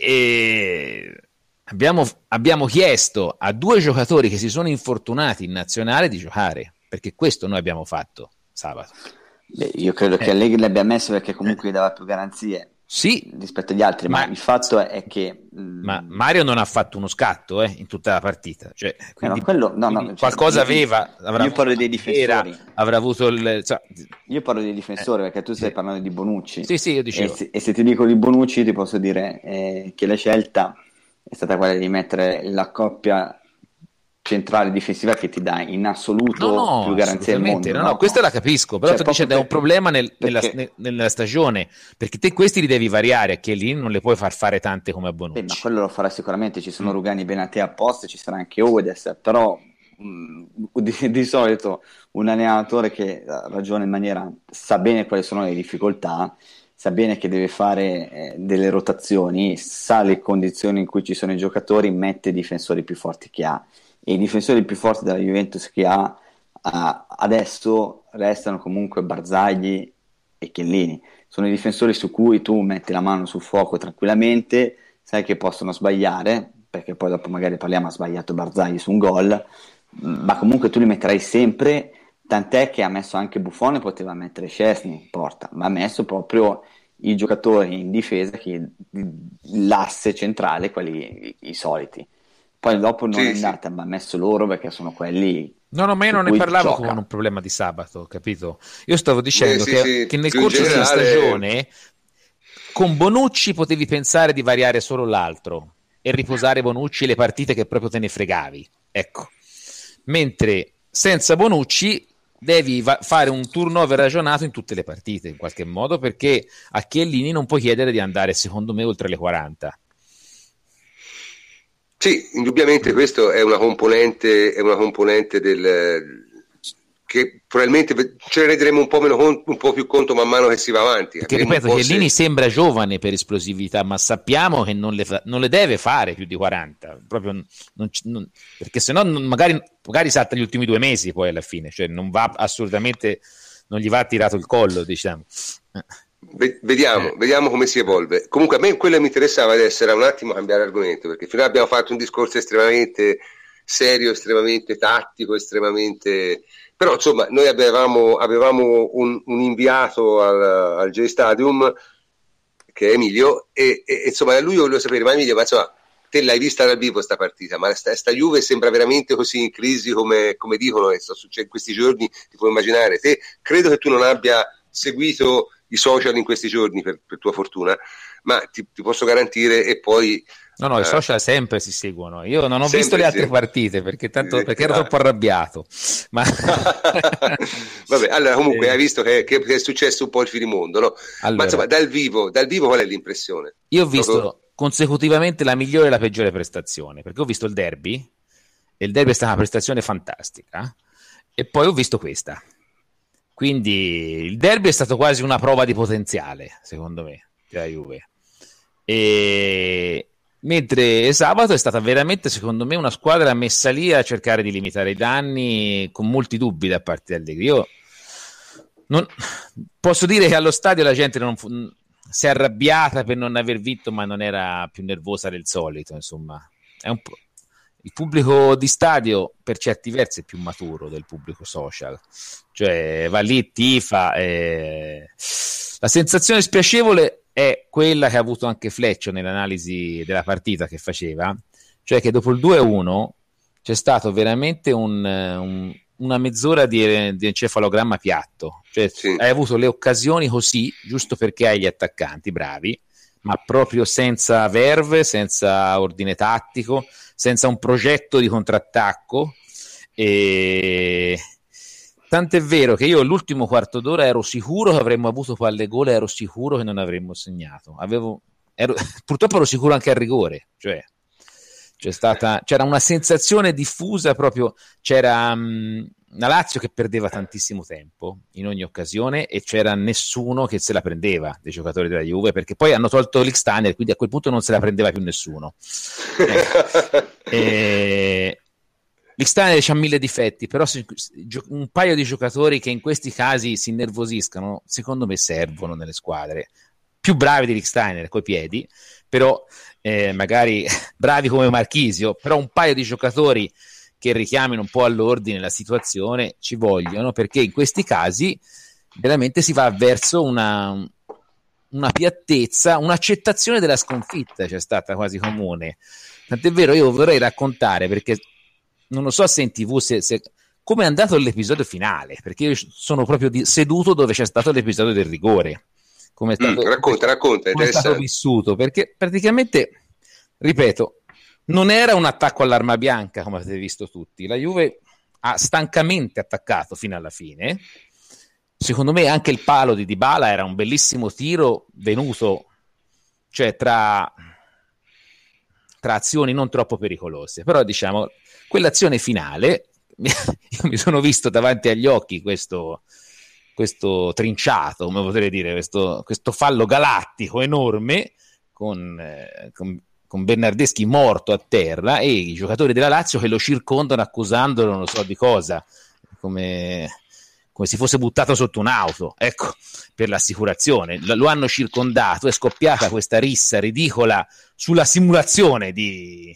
e abbiamo, abbiamo chiesto a due giocatori che si sono infortunati in nazionale di giocare, perché questo noi abbiamo fatto sabato. Beh, io credo eh. che Allegri l'abbia messo perché comunque gli dava più garanzie. Sì, rispetto agli altri, ma, ma il fatto è che mh... ma Mario non ha fatto uno scatto eh, in tutta la partita, cioè, quindi, no, quello, no, no, quindi qualcosa cioè, aveva, avrà io parlo dei difensori, era, avrà avuto il, cioè, io parlo dei difensori eh, perché tu stai sì. parlando di Bonucci, sì sì io dicevo, e se, e se ti dico di Bonucci ti posso dire eh, che la scelta è stata quella di mettere la coppia centrale difensiva che ti dà in assoluto no, no, più garanzie al mondo. No, no, no, questa la capisco, però cioè, tu dici che è un problema nel, perché... nella, nella stagione, perché te questi li devi variare, che lì non le puoi far fare tante come a Bonucci. Beh, ma quello lo farà sicuramente, ci sono mm. Rugani e Benaté a posto, ci sarà anche Odes, però mh, di, di solito un allenatore che ragiona in maniera, sa bene quali sono le difficoltà, sa bene che deve fare eh, delle rotazioni, sa le condizioni in cui ci sono i giocatori, mette i difensori più forti che ha. E i difensori più forti della Juventus che ha uh, adesso restano comunque Barzagli e Chiellini. Sono i difensori su cui tu metti la mano sul fuoco tranquillamente, sai che possono sbagliare, perché poi dopo magari parliamo, ha sbagliato Barzagli su un gol, ma comunque tu li metterai sempre, tant'è che ha messo anche Buffon, poteva mettere Szczesny in porta, ma ha messo proprio i giocatori in difesa, che, l'asse centrale, quelli i, i soliti. Poi dopo non sì, è andata, sì. ma ha messo loro perché sono quelli. No, no, ma io non ne parlavo gioca. come un problema di sabato, capito? Io stavo dicendo eh, sì, che, sì, che nel corso generale... della stagione con Bonucci potevi pensare di variare solo l'altro e riposare Bonucci le partite che proprio te ne fregavi, ecco. Mentre senza Bonucci devi va- fare un turnover ragionato in tutte le partite, in qualche modo, perché a Chiellini non puoi chiedere di andare, secondo me, oltre le quaranta. Sì, indubbiamente questo è una componente, è una componente del che probabilmente ce ne renderemo un po' meno conto, un po' più conto man mano che si va avanti. Perché ripeto, Chiellini se... sembra giovane per esplosività, ma sappiamo che non le, fa, non le deve fare più di quaranta, proprio non, non, perché sennò non, magari, magari salta gli ultimi due mesi poi alla fine, cioè non va assolutamente, non gli va tirato il collo, diciamo. Vediamo, eh. vediamo come si evolve. Comunque a me quello che mi interessava adesso era un attimo cambiare argomento, perché finora abbiamo fatto un discorso estremamente serio, estremamente tattico, estremamente... Però insomma noi avevamo, avevamo un, un inviato al, al J-Stadium che è Emilio e, e insomma da lui volevo sapere, ma Emilio, ma insomma te l'hai vista dal vivo sta partita, ma sta, sta Juve sembra veramente così in crisi come, come dicono e sta succedendo in questi giorni, ti puoi immaginare. Te credo che tu non abbia seguito i social in questi giorni per, per tua fortuna, ma ti, ti posso garantire e poi no no, i social sempre si seguono. Io non ho sempre visto le altre sì. partite perché tanto perché ero troppo arrabbiato. Ma vabbè, allora comunque eh. hai visto che, che è successo un po' il finimondo, no? Allora, ma insomma, dal vivo, dal vivo qual è l'impressione? Io ho visto Proprio... consecutivamente la migliore e la peggiore prestazione, perché ho visto il derby e il derby è stata una prestazione fantastica e poi ho visto questa. Quindi il derby è stato quasi una prova di potenziale, secondo me, della Juve. E mentre sabato è stata veramente, secondo me, una squadra messa lì a cercare di limitare i danni con molti dubbi da parte di Allegri. Io non, posso dire che allo stadio la gente non fu, si è arrabbiata per non aver vinto, ma non era più nervosa del solito, insomma. È un po'... Il pubblico di stadio per certi versi è più maturo del pubblico social, cioè va lì, tifa. E... La sensazione spiacevole è quella che ha avuto anche Fleccio nell'analisi della partita che faceva, cioè che dopo il due a uno c'è stato veramente un, un, una mezz'ora di, di encefalogramma piatto, cioè sì. Hai avuto le occasioni così, giusto perché hai gli attaccanti bravi, ma proprio senza verve, senza ordine tattico, senza un progetto di contrattacco. E... tant'è vero che io l'ultimo quarto d'ora ero sicuro che avremmo avuto palle gol, ero sicuro che non avremmo segnato. Avevo, ero, purtroppo ero sicuro anche al rigore, cioè c'è stata, c'era una sensazione diffusa proprio, c'era um, una Lazio che perdeva tantissimo tempo in ogni occasione e c'era nessuno che se la prendeva dei giocatori della Juve, perché poi hanno tolto Lichtsteiner, quindi a quel punto non se la prendeva più nessuno. eh, e... Lichtsteiner c'ha mille difetti, però se, un paio di giocatori che in questi casi si innervosiscano, secondo me servono nelle squadre. Più bravi di Lichtsteiner coi piedi, però eh, magari bravi come Marchisio, però un paio di giocatori che richiamino un po' all'ordine la situazione ci vogliono, perché in questi casi veramente si va verso una, una piattezza, un'accettazione della sconfitta, c'è stata quasi comune. Tant'è vero, io vorrei raccontare, perché non lo so se in tv se, se, come è andato l'episodio finale, perché io sono proprio di, seduto dove c'è stato l'episodio del rigore, come è stato, mm, racconta, racconta, come è stato vissuto, perché praticamente, ripeto, non era un attacco all'arma bianca come avete visto tutti, la Juve ha stancamente attaccato fino alla fine. Secondo me anche il palo di Dybala era un bellissimo tiro venuto, cioè tra tra azioni non troppo pericolose, però diciamo quell'azione finale, io mi sono visto davanti agli occhi questo, questo trinciato, come potrei dire, questo, questo fallo galattico enorme con, eh, con, con Bernardeschi morto a terra e i giocatori della Lazio che lo circondano accusandolo non so di cosa, come, come se fosse buttato sotto un'auto, ecco, per l'assicurazione. Lo, lo hanno circondato, è scoppiata questa rissa ridicola sulla simulazione di...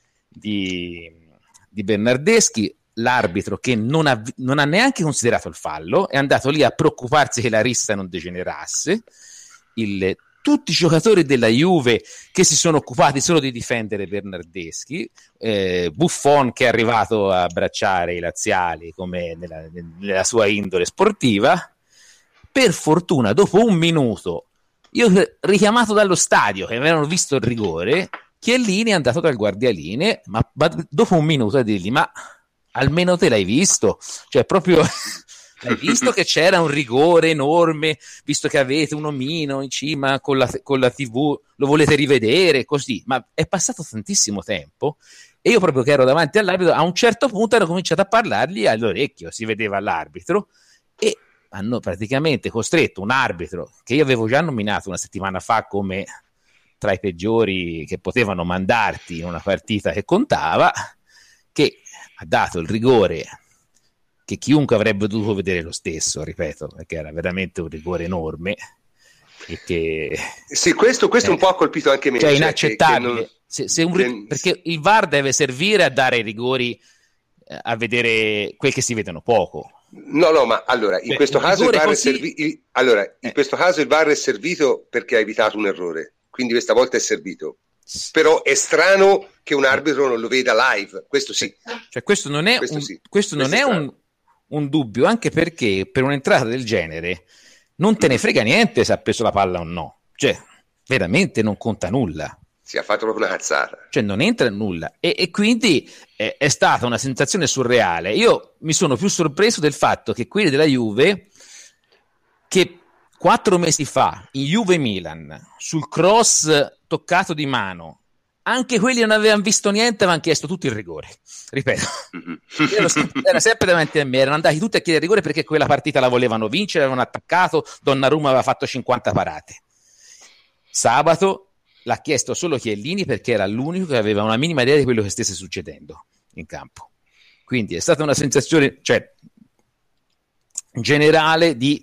di di Bernardeschi, l'arbitro che non ha, non ha neanche considerato il fallo, è andato lì a preoccuparsi che la rissa non degenerasse, il, tutti i giocatori della Juve che si sono occupati solo di difendere Bernardeschi, eh, Buffon che è arrivato a abbracciare i laziali come nella, nella sua indole sportiva. Per fortuna dopo un minuto, io richiamato dallo stadio che avevano visto il rigore, Chiellini è andato dal guardialine, ma, ma dopo un minuto a dirgli: ma almeno te l'hai visto? Cioè proprio hai visto che c'era un rigore enorme, visto che avete un omino in cima con la, con la tivù, lo volete rivedere così? Ma è passato tantissimo tempo e io proprio che ero davanti all'arbitro, a un certo punto hanno cominciato a parlargli all'orecchio, si vedeva l'arbitro e hanno praticamente costretto un arbitro che io avevo già nominato una settimana fa come tra i peggiori che potevano mandarti in una partita che contava, che ha dato il rigore che chiunque avrebbe dovuto vedere lo stesso, ripeto, perché era veramente un rigore enorme e che sì, questo, questo eh, un po' ha colpito anche me, cioè inaccettabile, che, che non... se, se un, che... perché il V A R deve servire a dare i rigori, eh, a vedere quel che si vedono poco. No, no, ma allora in Beh, questo caso il V A R così... è servi... il... allora, in eh. questo caso il V A R è servito perché ha evitato un errore. Quindi questa volta è servito. però è strano che un arbitro non lo veda live, questo sì. Cioè, questo non è, questo un, sì. questo non questo è, è un, un dubbio, anche perché per un'entrata del genere non te ne frega niente se ha preso la palla o no, cioè veramente non conta nulla. Si è fatto proprio una cazzata. Cioè non entra in nulla e, e quindi eh, è stata una sensazione surreale. Io mi sono più sorpreso del fatto che quelli della Juve, che quattro mesi fa in Juve-Milan sul cross toccato di mano, anche quelli non avevano visto niente, avevano chiesto tutto il rigore. Ripeto, era sempre, era sempre davanti a me, erano andati tutti a chiedere rigore perché quella partita la volevano vincere, avevano attaccato, Donnarumma aveva fatto cinquanta parate. Sabato l'ha chiesto solo Chiellini perché era l'unico che aveva una minima idea di quello che stesse succedendo in campo. Quindi è stata una sensazione, cioè, generale di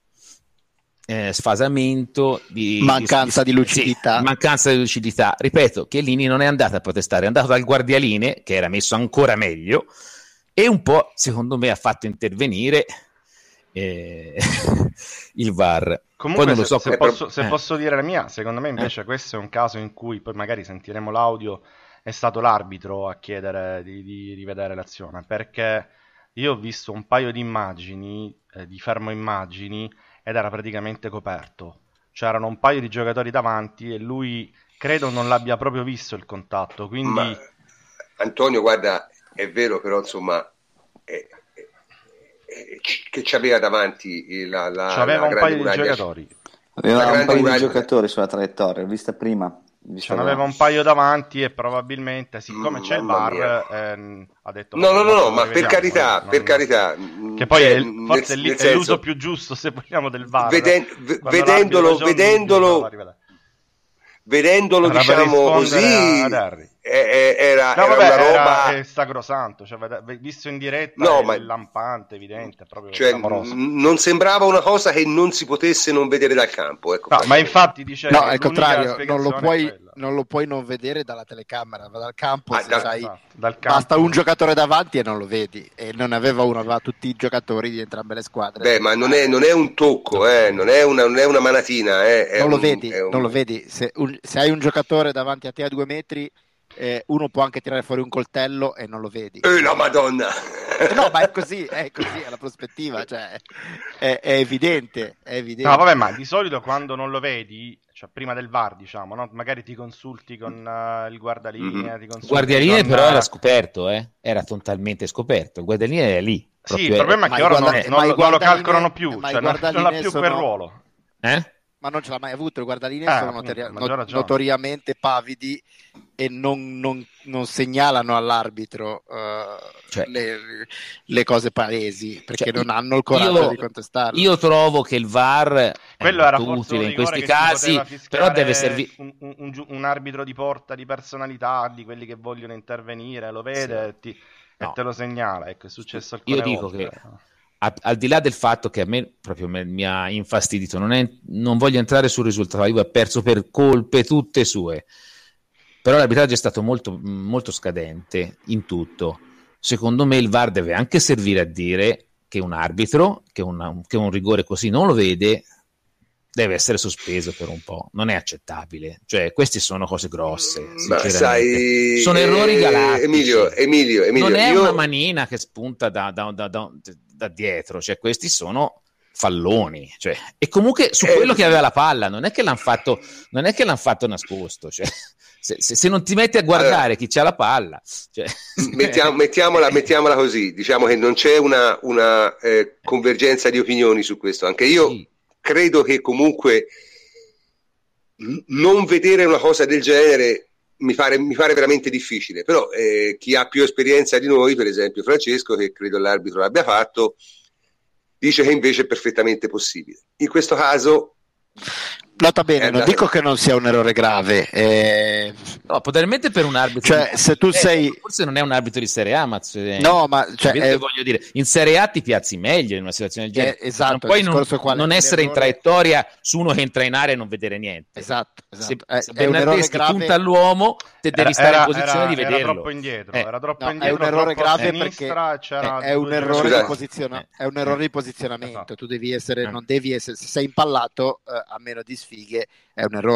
eh, sfasamento, di mancanza di, di lucidità. Sì, mancanza di lucidità. Ripeto, Chiellini non è andato a protestare, è andato dal guardialine, che era messo ancora meglio, e un po', secondo me, ha fatto intervenire eh, il V A R. Comunque, poi non lo so se, se, posso, se eh. posso dire la mia, secondo me invece eh. questo è un caso in cui, poi magari sentiremo l'audio, è stato l'arbitro a chiedere di, di rivedere l'azione, perché io ho visto un paio di immagini, eh, di fermo immagini, ed era praticamente coperto. C'erano un paio di giocatori davanti e lui credo non l'abbia proprio visto il contatto, quindi... Ma, Antonio, guarda, è vero, però insomma... È... che c'aveva davanti la, la, c'aveva la un paio muraglia. Di giocatori aveva un paio muraglia. Di giocatori sulla traiettoria, l'ho vista prima, ce n'aveva un paio davanti e probabilmente siccome mm, c'è il V A R ehm, ha detto no no no, no ma per carità non, per carità che poi cioè, è, forse nel, è, nel è l'uso più giusto se vogliamo del V A R veden, v- vedendolo vedendolo vedendolo era diciamo così era, no, era vabbè, una roba era, è sacrosanto, cioè, visto in diretta no, è ma... lampante, evidente, proprio cioè, n- non sembrava una cosa che non si potesse non vedere dal campo, ecco, no, ma infatti dice no, al contrario, non lo, puoi, non lo puoi non vedere dalla telecamera, ma dal campo, ah, se dal... sai, esatto, dal campo. Basta un giocatore davanti e non lo vedi, e non aveva uno, aveva tutti i giocatori di entrambe le squadre. Beh, ma non è, non è un tocco, eh, non, è una, non è una manatina, eh, è non un, lo vedi, un... non lo vedi, se, un, se hai un giocatore davanti a te a due metri Eh, uno può anche tirare fuori un coltello e non lo vedi. Eh, la Madonna! No, ma è così, è così, è la prospettiva, cioè è, è evidente, è evidente. No, vabbè, ma di solito quando non lo vedi, cioè prima del V A R, diciamo, no? Magari ti consulti con uh, il guardalinea, mm-hmm. ti consulti guardalinea con... però era scoperto, eh? Era totalmente scoperto, il guardalinea era lì. Sì, il problema è che ora guarda... non, non, non lo calcolano più, cioè non, non ha più sono... quel ruolo. Eh? Ma non ce l'ha mai avuto, i guardalinee eh, sono notori- not- notoriamente pavidi e non, non, non segnalano all'arbitro uh, cioè, le, le cose palesi perché cioè, non hanno il coraggio io, di contestarlo. Io trovo che il V A R quello è era utile in questi casi, però deve servire un, un, un arbitro di porta di personalità, di quelli che vogliono intervenire, lo vede sì. e, ti, no. e te lo segnala. Ecco, è successo alcune io dico volte. che A, al di là del fatto che a me proprio me, mi ha infastidito, non, è, non voglio entrare sul risultato, io ha perso per colpe tutte sue, però l'arbitraggio è stato molto, molto scadente in tutto. Secondo me il V A R deve anche servire a dire che un arbitro che, una, che un rigore così non lo vede deve essere sospeso per un po', non è accettabile, cioè queste sono cose grosse, ma sai, sono errori galattici. Emilio, Emilio, Emilio non è io... una manina che spunta da, da, da, da, da dietro, cioè questi sono falloni, cioè, e comunque su quello eh, che aveva la palla, non è che l'hanno fatto, non è che l'hanno fatto nascosto, cioè, se, se, se non ti metti a guardare allora, chi c'ha la palla, cioè... mettiamo, mettiamola, mettiamola così, diciamo che non c'è una, una eh, convergenza di opinioni su questo, anche io sì. Credo che comunque non vedere una cosa del genere mi pare, mi pare veramente difficile, però eh, chi ha più esperienza di noi, per esempio Francesco, che credo l'arbitro l'abbia fatto, dice che invece è perfettamente possibile. In questo caso nota bene, non dico che non sia un errore grave, eh... no, probabilmente per un arbitro, cioè di... se tu eh, sei forse non è un arbitro di Serie A, ma se... no, ma cioè, eh... voglio dire, in Serie A ti piazzi meglio in una situazione del genere, eh, esatto, non puoi non, non essere in traiettoria su uno che entra in area e non vedere niente. Esatto, esatto. Se, se Bernardeschi punta all'uomo, te devi era, stare era, in posizione era, di vederlo. Era troppo indietro, eh. era troppo no, indietro, è un errore grave perché è, è un errore di posiziona- è un errore di posizionamento. Tu devi essere, non devi essere, se sei impallato, eh, a meno di sfighe, è un errore.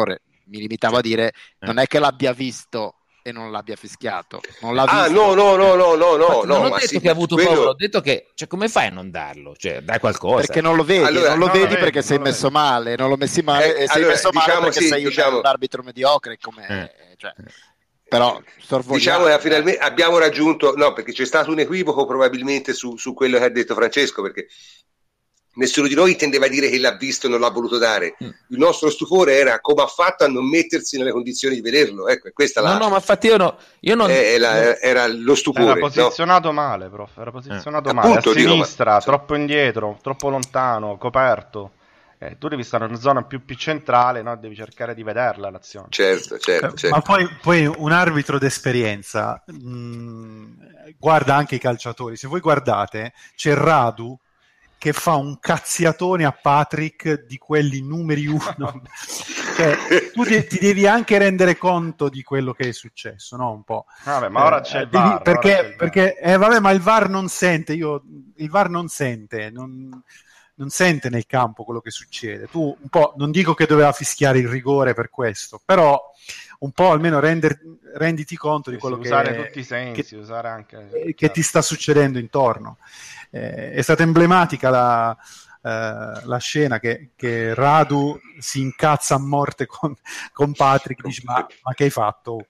mi limitavo a dire, non è che l'abbia visto e non l'abbia fischiato, non l'ha Ah, visto. no, no, no, no, no, no, non no, ho ma detto sì, che ha avuto quello... paura, ho detto che, cioè, come fai a non darlo? Cioè, dai qualcosa. Perché non lo vedi, Allora, non lo non vedi lo vedi, perché non sei lo messo vedi. male, non lo messi male Eh, e sei allora, messo male diciamo, perché sì, sei un, diciamo- un arbitro mediocre come Eh. cioè, però sorvoliamo, Diciamo che eh. finalmente abbiamo raggiunto, no, perché c'è stato un equivoco probabilmente su, su quello che ha detto Francesco, perché nessuno di noi tendeva a dire che l'ha visto e non l'ha voluto dare. Mm. Il nostro stupore era come ha fatto a non mettersi nelle condizioni di vederlo. Ecco, e questa No, la, no, ma infatti io, no, io non... è la- non- era lo stupore. Era no? posizionato male, prof. Era posizionato Eh. male. Appunto, a dico, ma- sinistra, insomma. troppo indietro, troppo lontano, coperto. Eh, tu devi stare in una zona più, più centrale, no? Devi cercare di vederla l'azione. Certo, certo, Eh, certo. Ma poi, poi un arbitro d'esperienza mh, guarda anche i calciatori. Se voi guardate, c'è Radu che fa un cazziatone a Patrick di quelli numeri uno. Cioè, tu de- ti devi anche rendere conto di quello che è successo, no? Un po'. Vabbè, ma ora c'è il devi- VAR, perché, ora c'è il VAR. perché eh, vabbè, ma il VAR non sente. Io, il VAR non sente, non, non sente nel campo quello che succede. Tu un po', non dico che doveva fischiare il rigore per questo, però un po' almeno render, renditi conto di Sì, quello sì, che, usare tutti i sensi, che, usare anche... che certo. ti sta succedendo intorno. Eh, è stata emblematica la, eh, la scena che, che Radu si incazza a morte con, con Patrick, dice ma, ma che hai fatto?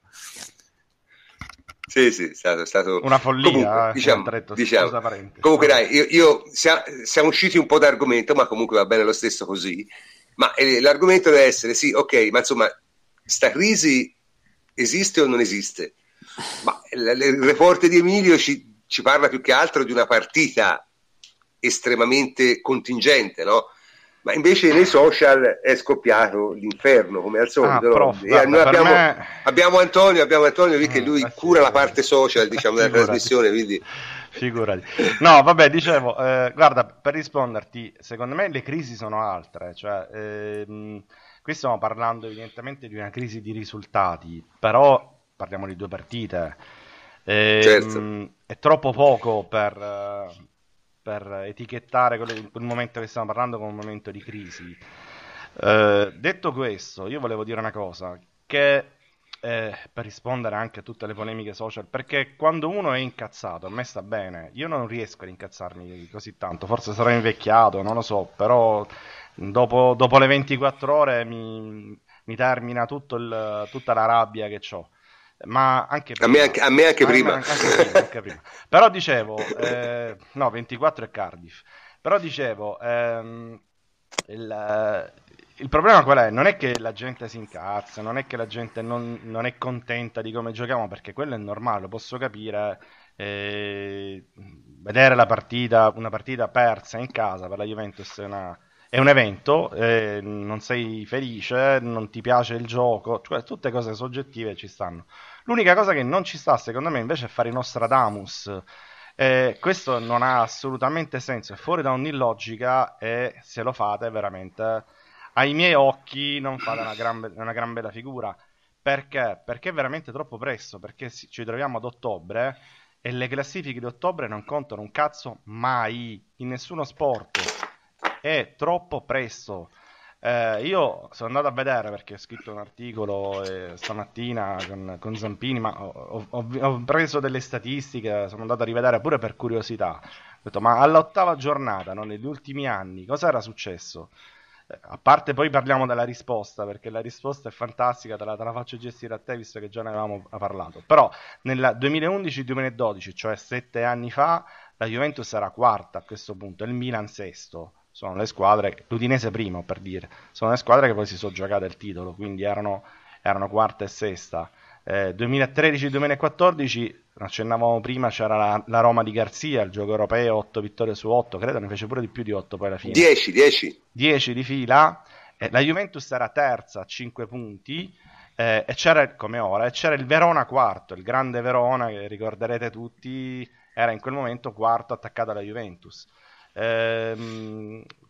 Sì, sì, è stato, è stato... Una follia, Comunque, eh, diciamo, Andretto, diciamo. scusa, parente. Comunque dai, io, io sia- siamo usciti un po' da argomento, ma comunque va bene lo stesso così. Ma eh, l'argomento deve essere, sì, ok, ma insomma, sta crisi esiste o non esiste? Ma il, il report di Emilio ci, ci parla più che altro di una partita estremamente contingente, no? Ma invece nei social è scoppiato l'inferno, come al solito. Ah, no? prof, E guarda, noi per abbiamo, me- abbiamo Antonio, abbiamo Antonio lì che Mm, lui eh sì, cura la figurati. parte social, diciamo, della Figurati. trasmissione, quindi... Figurati. No, vabbè, dicevo, eh, guarda, per risponderti, secondo me le crisi sono altre, cioè, ehm, qui stiamo parlando evidentemente di una crisi di risultati, però parliamo di due partite. Ehm, Certo. È troppo poco per, eh, per etichettare quello- quel momento che stiamo parlando come un momento di crisi. Eh, detto questo, io volevo dire una cosa, che eh, per rispondere anche a tutte le polemiche social, perché quando uno è incazzato, a me sta bene, io non riesco ad incazzarmi così tanto, forse sarò invecchiato, non lo so, però dopo, dopo le ventiquattro ore mi, mi termina tutto il- tutta la rabbia che ho. Ma anche A prima. me anche, a me anche Ah, prima. anche prima, anche prima. Però dicevo, eh, no, ventiquattro è Cardiff. Però dicevo, ehm, il, il problema qual è? Non è che la gente si incazza, non è che la gente non, non è contenta di come giochiamo, perché quello è normale, lo posso capire. eh, vedere la partita, una partita persa in casa per la Juventus è, una- è un evento, eh, non sei felice, non ti piace il gioco, cioè tutte cose soggettive ci stanno. L'unica cosa che non ci sta, secondo me, invece è fare i Nostradamus. Eh, questo non ha assolutamente senso, è fuori da ogni logica e se lo fate veramente, ai miei occhi, non fate una gran, be- una gran bella figura. Perché? Perché è veramente troppo presto, perché si- ci troviamo ad ottobre e le classifiche di ottobre non contano un cazzo mai, in nessuno sport. È troppo presto. Eh, io sono andato a vedere perché ho scritto un articolo eh, stamattina con, con Zampini, ma ho, ho- ho preso delle statistiche, sono andato a rivedere pure per curiosità. Ho detto, ma all'ottava giornata, no, negli ultimi anni, cosa era successo? Eh, A parte poi parliamo della risposta, perché la risposta è fantastica, te la, te la faccio gestire a te visto che già ne avevamo parlato. Però nel duemilaundici duemiladodici, cioè sette anni fa, la Juventus era quarta a questo punto, e il Milan sesto. Sono le squadre, l'Udinese primo per dire, sono le squadre che poi si sono giocate il titolo, quindi erano, erano quarta e sesta. Eh, duemilatredici duemilaquattordici, accennavamo prima, c'era la, la Roma di Garzia, il gioco europeo, otto vittorie su otto, credo ne fece pure di più di otto poi alla fine. dieci, dieci. dieci di fila, eh, la Juventus era terza a cinque punti, eh, e c'era, come ora, e c'era il Verona quarto, il grande Verona che ricorderete tutti, era in quel momento quarto attaccato alla Juventus. Ehm,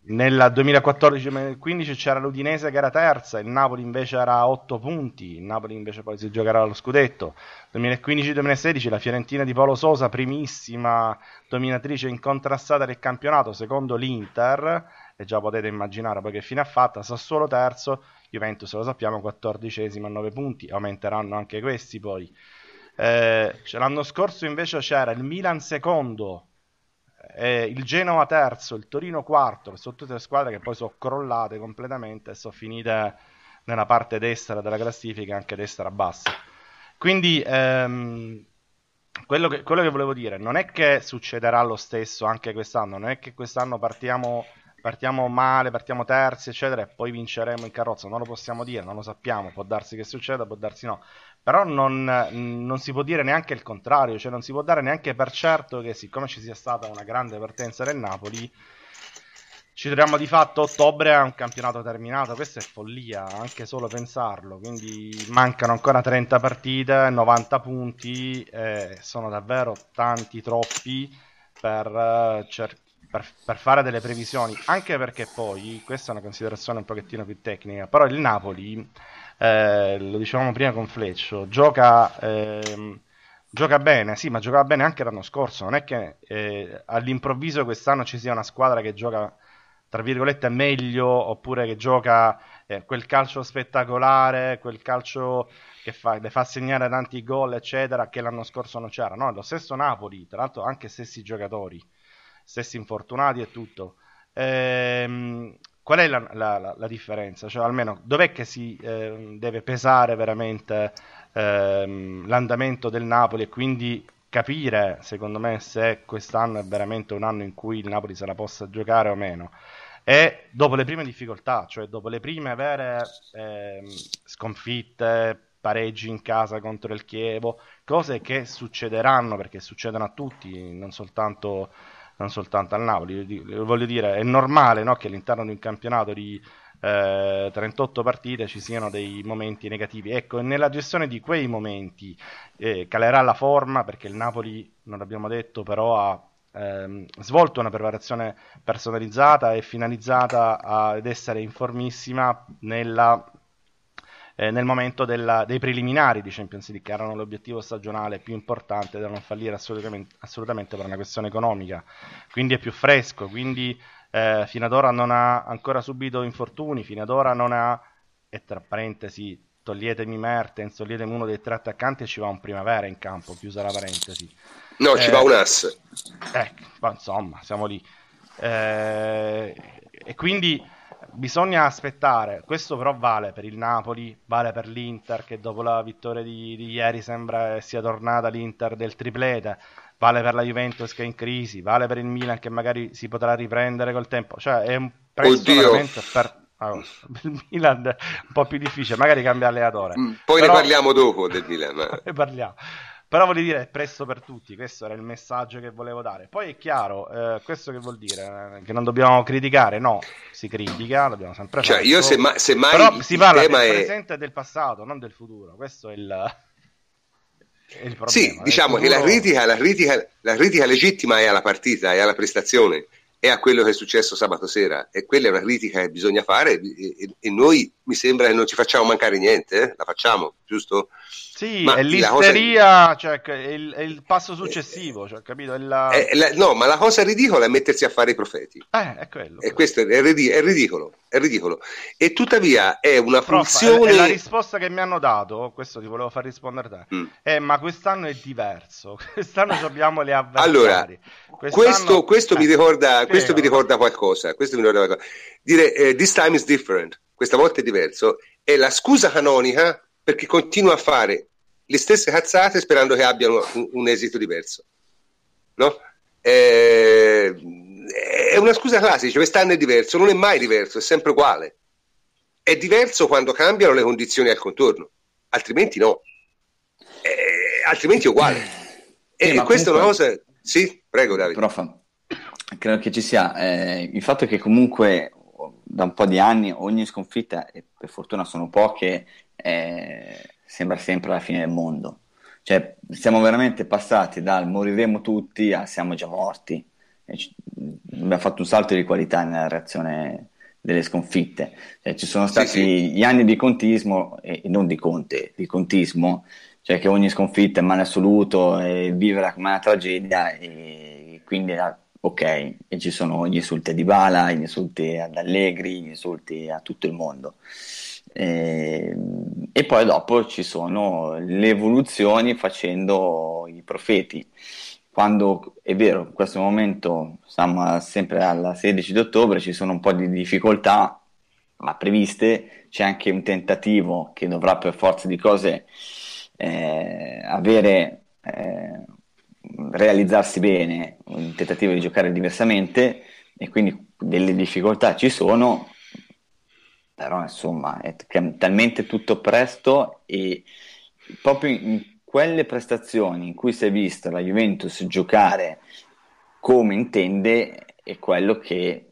nel duemilaquattordici duemilaquindici c'era l'Udinese che era terza, il Napoli invece era a otto punti, il Napoli invece poi si giocherà allo scudetto. duemilaquindici duemilasedici la Fiorentina di Paolo Sosa, primissima dominatrice incontrastata del campionato, secondo l'Inter, e già potete immaginare poi che fine ha fatta. Sassuolo terzo, Juventus lo sappiamo quattordicesima a nove punti, aumenteranno anche questi poi. Eh, l'anno scorso invece c'era il Milan secondo, eh, il Genoa terzo, il Torino quarto, sono tutte le squadre che poi sono crollate completamente e sono finite nella parte destra della classifica, anche destra bassa. Quindi ehm, quello, che, quello che volevo dire non è che succederà lo stesso anche quest'anno, non è che quest'anno partiamo, partiamo male, partiamo terzi eccetera e poi vinceremo in carrozza, non lo possiamo dire, non lo sappiamo, può darsi che succeda, può darsi no. Però non, non si può dire neanche il contrario, cioè non si può dare neanche per certo che siccome ci sia stata una grande partenza del Napoli, ci troviamo di fatto ottobre a un campionato terminato. Questa è follia, anche solo pensarlo. Quindi mancano ancora trenta partite, novanta punti, eh, sono davvero tanti, troppi per, uh, cer- per, per fare delle previsioni, anche perché poi, questa è una considerazione un pochettino più tecnica, però il Napoli... Eh, lo dicevamo prima con Fleccio, gioca, ehm, gioca bene, sì, ma giocava bene anche l'anno scorso. Non è che eh, all'improvviso quest'anno ci sia una squadra che gioca, tra virgolette, meglio, oppure che gioca eh, quel calcio spettacolare, quel calcio che fa, le fa segnare tanti gol, eccetera, che l'anno scorso non c'era. No, lo stesso Napoli, tra l'altro anche stessi giocatori, stessi infortunati e tutto. Ehm, Qual è la, la, la differenza? Cioè, almeno, dov'è che si eh, deve pesare veramente ehm, l'andamento del Napoli e quindi capire, secondo me, se quest'anno è veramente un anno in cui il Napoli se la possa giocare o meno? E dopo le prime difficoltà, cioè dopo le prime vere ehm, sconfitte, pareggi in casa contro il Chievo, cose che succederanno perché succedono a tutti, non soltanto... non soltanto al Napoli, voglio dire, è normale, no, che all'interno di un campionato di eh, trentotto partite ci siano dei momenti negativi. Ecco, e nella gestione di quei momenti eh, calerà la forma, perché il Napoli, non l'abbiamo detto, però ha ehm, svolto una preparazione personalizzata e finalizzata ad essere in formissima nella Eh, nel momento della, dei preliminari di Champions League, che erano l'obiettivo stagionale più importante da non fallire assolutamente, assolutamente per una questione economica. Quindi è più fresco, quindi eh, fino ad ora non ha ancora subito infortuni, fino ad ora non ha, e tra parentesi, toglietemi Mertens, toglietemi uno dei tre attaccanti e ci va un Primavera in campo, chiusa la parentesi. No, eh, ci va un ass. Ecco, ma insomma, siamo lì. Eh, e quindi bisogna aspettare. Questo però vale per il Napoli, vale per l'Inter, che dopo la vittoria di, di ieri sembra sia tornata l'Inter del triplete, vale per la Juventus che è in crisi, vale per il Milan che magari si potrà riprendere col tempo. Cioè è un presto veramente per... Allora, il Milan è un po' più difficile, magari cambia allenatore. Mm, poi però... ne parliamo dopo del Milan. ne parliamo. Però voglio dire, è presto per tutti, questo era il messaggio che volevo dare. Poi è chiaro, eh, questo che vuol dire? Eh, che non dobbiamo criticare? No, si critica, dobbiamo sempre cioè, farlo. Io se ma, se mai però si parla del è... presente e del passato, non del futuro. Questo è il, è il problema. Sì, diciamo futuro... che la critica, la, critica, la critica legittima è alla partita, è alla prestazione, è a quello che è successo sabato sera. E quella è una critica che bisogna fare e, e, e noi mi sembra che non ci facciamo mancare niente, eh? La facciamo, giusto? Sì, ma è l'isteria, cosa... cioè, è, il, è il passo successivo, cioè, capito? È la... È la... No, ma la cosa ridicola è mettersi a fare i profeti. Eh, è quello. E questo è, ridi- è ridicolo, è ridicolo. E tuttavia è una Prof, funzione... È, è la risposta che mi hanno dato, questo ti volevo far rispondere te, mm. eh, ma quest'anno è diverso, quest'anno abbiamo le avversari. Allora, quest'anno... questo, questo, eh, mi ricorda, questo mi ricorda no? qualcosa, questo mi ricorda qualcosa. Dire eh, this time is different, questa volta è diverso, è la scusa canonica perché continua a fare le stesse cazzate sperando che abbiano un, un esito diverso, no? Eh, è una scusa classica, quest'anno è diverso, non è mai diverso, è sempre uguale. È diverso quando cambiano le condizioni al contorno, altrimenti no, eh, altrimenti è uguale. E, eh, e questa comunque... è una cosa... Sì, prego Davide. Prof, credo che ci sia eh, il fatto che comunque da un po' di anni ogni sconfitta, e per fortuna sono poche, eh, sembra sempre la fine del mondo. Cioè siamo veramente passati dal moriremo tutti a siamo già morti. abbiamo fatto un salto di qualità nella reazione delle sconfitte. Cioè, ci sono stati sì, sì. gli anni di contismo, e non di Conte, di contismo, cioè che ogni sconfitta è male assoluto e vivere come una tragedia, e quindi ok, e ci sono gli insulti a Dybala, gli insulti ad Allegri, gli insulti a tutto il mondo. E, e poi dopo ci sono le evoluzioni facendo i profeti. Quando è vero, in questo momento siamo sempre alla sedici di ottobre, ci sono un po' di difficoltà, ma previste, c'è anche un tentativo che dovrà per forza di cose eh, avere, eh, realizzarsi bene, un tentativo di giocare diversamente, e quindi delle difficoltà ci sono, però insomma è t- talmente tutto presto, e proprio in quelle prestazioni in cui si è vista la Juventus giocare come intende è quello che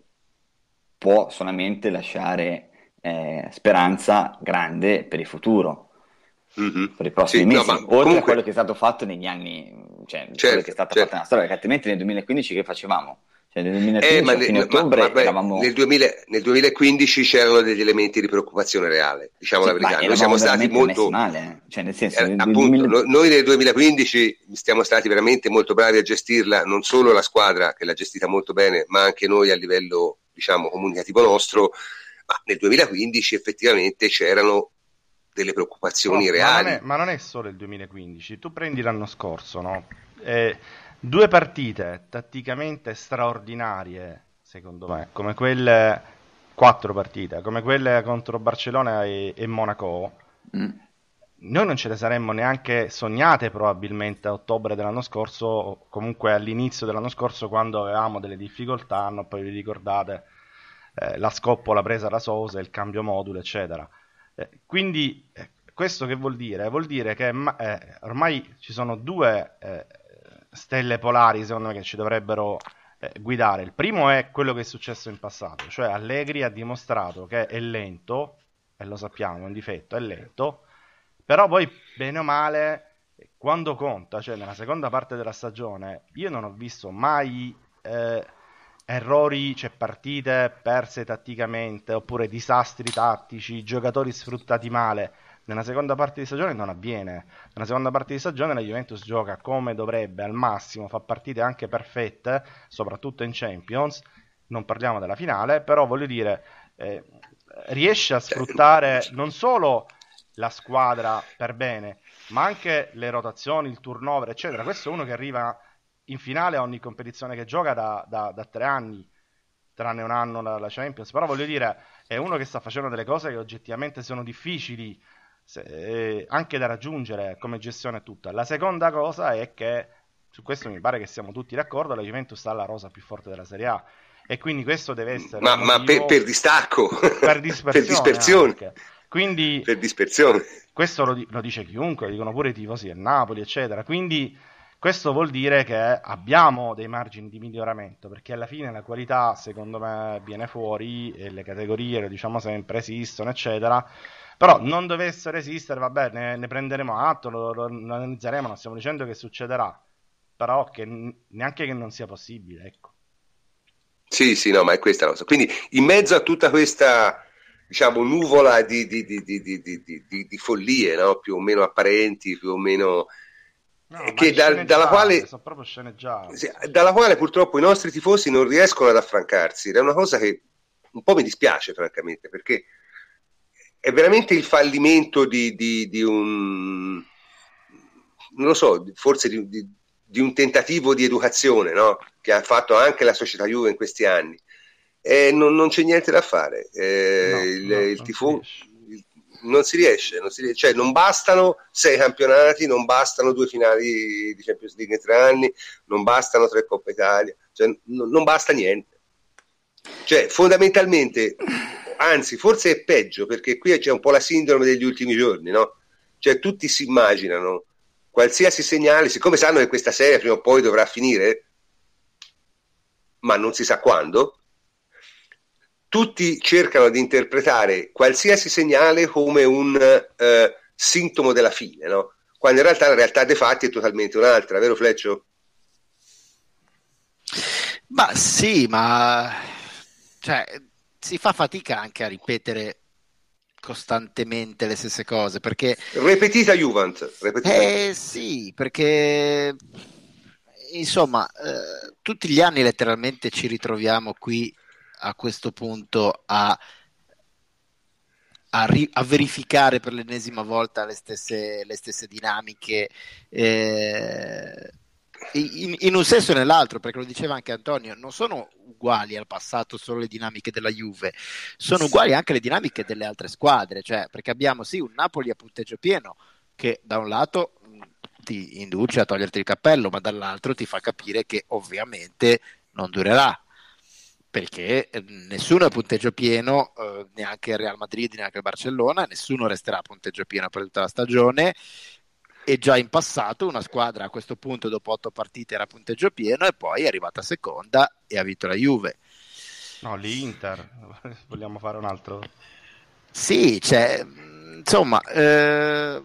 può solamente lasciare eh, speranza grande per il futuro, mm-hmm. per i prossimi sì, mesi, no, oltre comunque... a quello che è stato fatto negli anni, cioè certo, quello che è stata certo. fatta nella storia, perché altrimenti nel duemilaquindici che facevamo? Cioè nel duemilaquindici eh, ma a fine ne, ottobre ma, ma, eravamo... nel, duemila, nel duemilaquindici c'erano degli elementi di preoccupazione reale, diciamo sì, la verità. Noi siamo stati molto male, cioè nel senso, eh, nel appunto, duemila... noi nel duemilaquindici siamo stati veramente molto bravi a gestirla, non solo la squadra che l'ha gestita molto bene, ma anche noi a livello diciamo comunicativo nostro. Ma nel duemilaquindici effettivamente c'erano delle preoccupazioni no, reali. Ma non, è, ma non è solo il duemilaquindici, tu prendi l'anno scorso, no? Eh, due partite tatticamente straordinarie, secondo me, come quelle, quattro partite, come quelle contro Barcellona e, e Monaco, mm. noi non ce le saremmo neanche sognate probabilmente a ottobre dell'anno scorso, o comunque all'inizio dell'anno scorso, quando avevamo delle difficoltà, no? Poi vi ricordate eh, la scoppola presa da Sousa, il cambio modulo, eccetera. Eh, quindi eh, questo che vuol dire? Vuol dire che eh, ormai ci sono due eh, stelle polari, secondo me, che ci dovrebbero eh, guidare. Il primo è quello che è successo in passato, cioè Allegri ha dimostrato che è lento, e lo sappiamo, è un difetto, è lento, però poi bene o male quando conta, cioè nella seconda parte della stagione, io non ho visto mai eh, errori, cioè partite perse tatticamente oppure disastri tattici, giocatori sfruttati male. Nella seconda parte di stagione non avviene. Nella seconda parte di stagione la Juventus gioca come dovrebbe, al massimo, fa partite anche perfette, soprattutto in Champions, non parliamo della finale, però voglio dire, eh, riesce a sfruttare non solo la squadra per bene, ma anche le rotazioni, il turnover, eccetera. Questo è uno che arriva in finale a ogni competizione che gioca da, da, da tre anni, tranne un anno la, la Champions, però voglio dire, è uno che sta facendo delle cose che oggettivamente sono difficili, se, eh, anche da raggiungere come gestione tutta. La seconda cosa è che, su questo mi pare che siamo tutti d'accordo, la Juventus ha la rosa più forte della Serie A, e quindi questo deve essere ma, ma per, per distacco, per dispersione, per dispersione. Anche. Quindi per dispersione. Questo lo, lo dice chiunque, lo dicono pure i tifosi del Napoli, eccetera. Quindi questo vuol dire che abbiamo dei margini di miglioramento, perché alla fine la qualità, secondo me, viene fuori, e le categorie, lo diciamo sempre, esistono, eccetera. Però non dovessero esistere, vabbè, ne, ne prenderemo atto, lo, lo, lo analizzeremo, non stiamo dicendo che succederà, però che neanche che non sia possibile, ecco. Sì, sì, no, ma è questa la cosa. Quindi in mezzo a tutta questa, diciamo, nuvola di, di, di, di, di, di, di, di follie, no? Più o meno apparenti, più o meno... No, che da, dalla quale sono proprio sceneggiate. Sì, dalla quale purtroppo i nostri tifosi non riescono ad affrancarsi. È una cosa che un po' mi dispiace, francamente, perché è veramente il fallimento di, di, di un, non lo so, forse di, di, di un tentativo di educazione, no? Che ha fatto anche la società Juve in questi anni, e non, non c'è niente da fare. Eh, no, il, no, il tifo non si riesce, non si riesce, cioè non bastano sei campionati, non bastano due finali di Champions League in tre anni, non bastano tre Coppa Italia, cioè non, non basta niente. Cioè fondamentalmente, anzi forse è peggio, perché qui c'è un po' la sindrome degli ultimi giorni, no? Cioè tutti si immaginano qualsiasi segnale, siccome sanno che questa serie prima o poi dovrà finire, ma non si sa quando, tutti cercano di interpretare qualsiasi segnale come un eh, sintomo della fine, no? Quando in realtà la realtà dei fatti è totalmente un'altra, vero Fleccio? Ma sì, ma cioè, si fa fatica anche a ripetere costantemente le stesse cose, perché Repetita Juvent, repetita eh Juvent. sì, perché insomma, eh, tutti gli anni letteralmente ci ritroviamo qui a questo punto a A, ri- a verificare per l'ennesima volta le stesse, le stesse dinamiche, eh, in, in un senso e nell'altro, perché lo diceva anche Antonio, non sono uguali al passato solo le dinamiche della Juve, sono uguali anche le dinamiche delle altre squadre, cioè, perché abbiamo sì un Napoli a punteggio pieno che da un lato mh, ti induce a toglierti il cappello, ma dall'altro ti fa capire che ovviamente non durerà, perché nessuno è a punteggio pieno, eh, neanche il Real Madrid, neanche il Barcellona, nessuno resterà a punteggio pieno per tutta la stagione, e già in passato una squadra a questo punto dopo otto partite era a punteggio pieno e poi è arrivata seconda e ha vinto la Juve. No, l'Inter, vogliamo fare un altro? Sì, cioè, insomma, eh,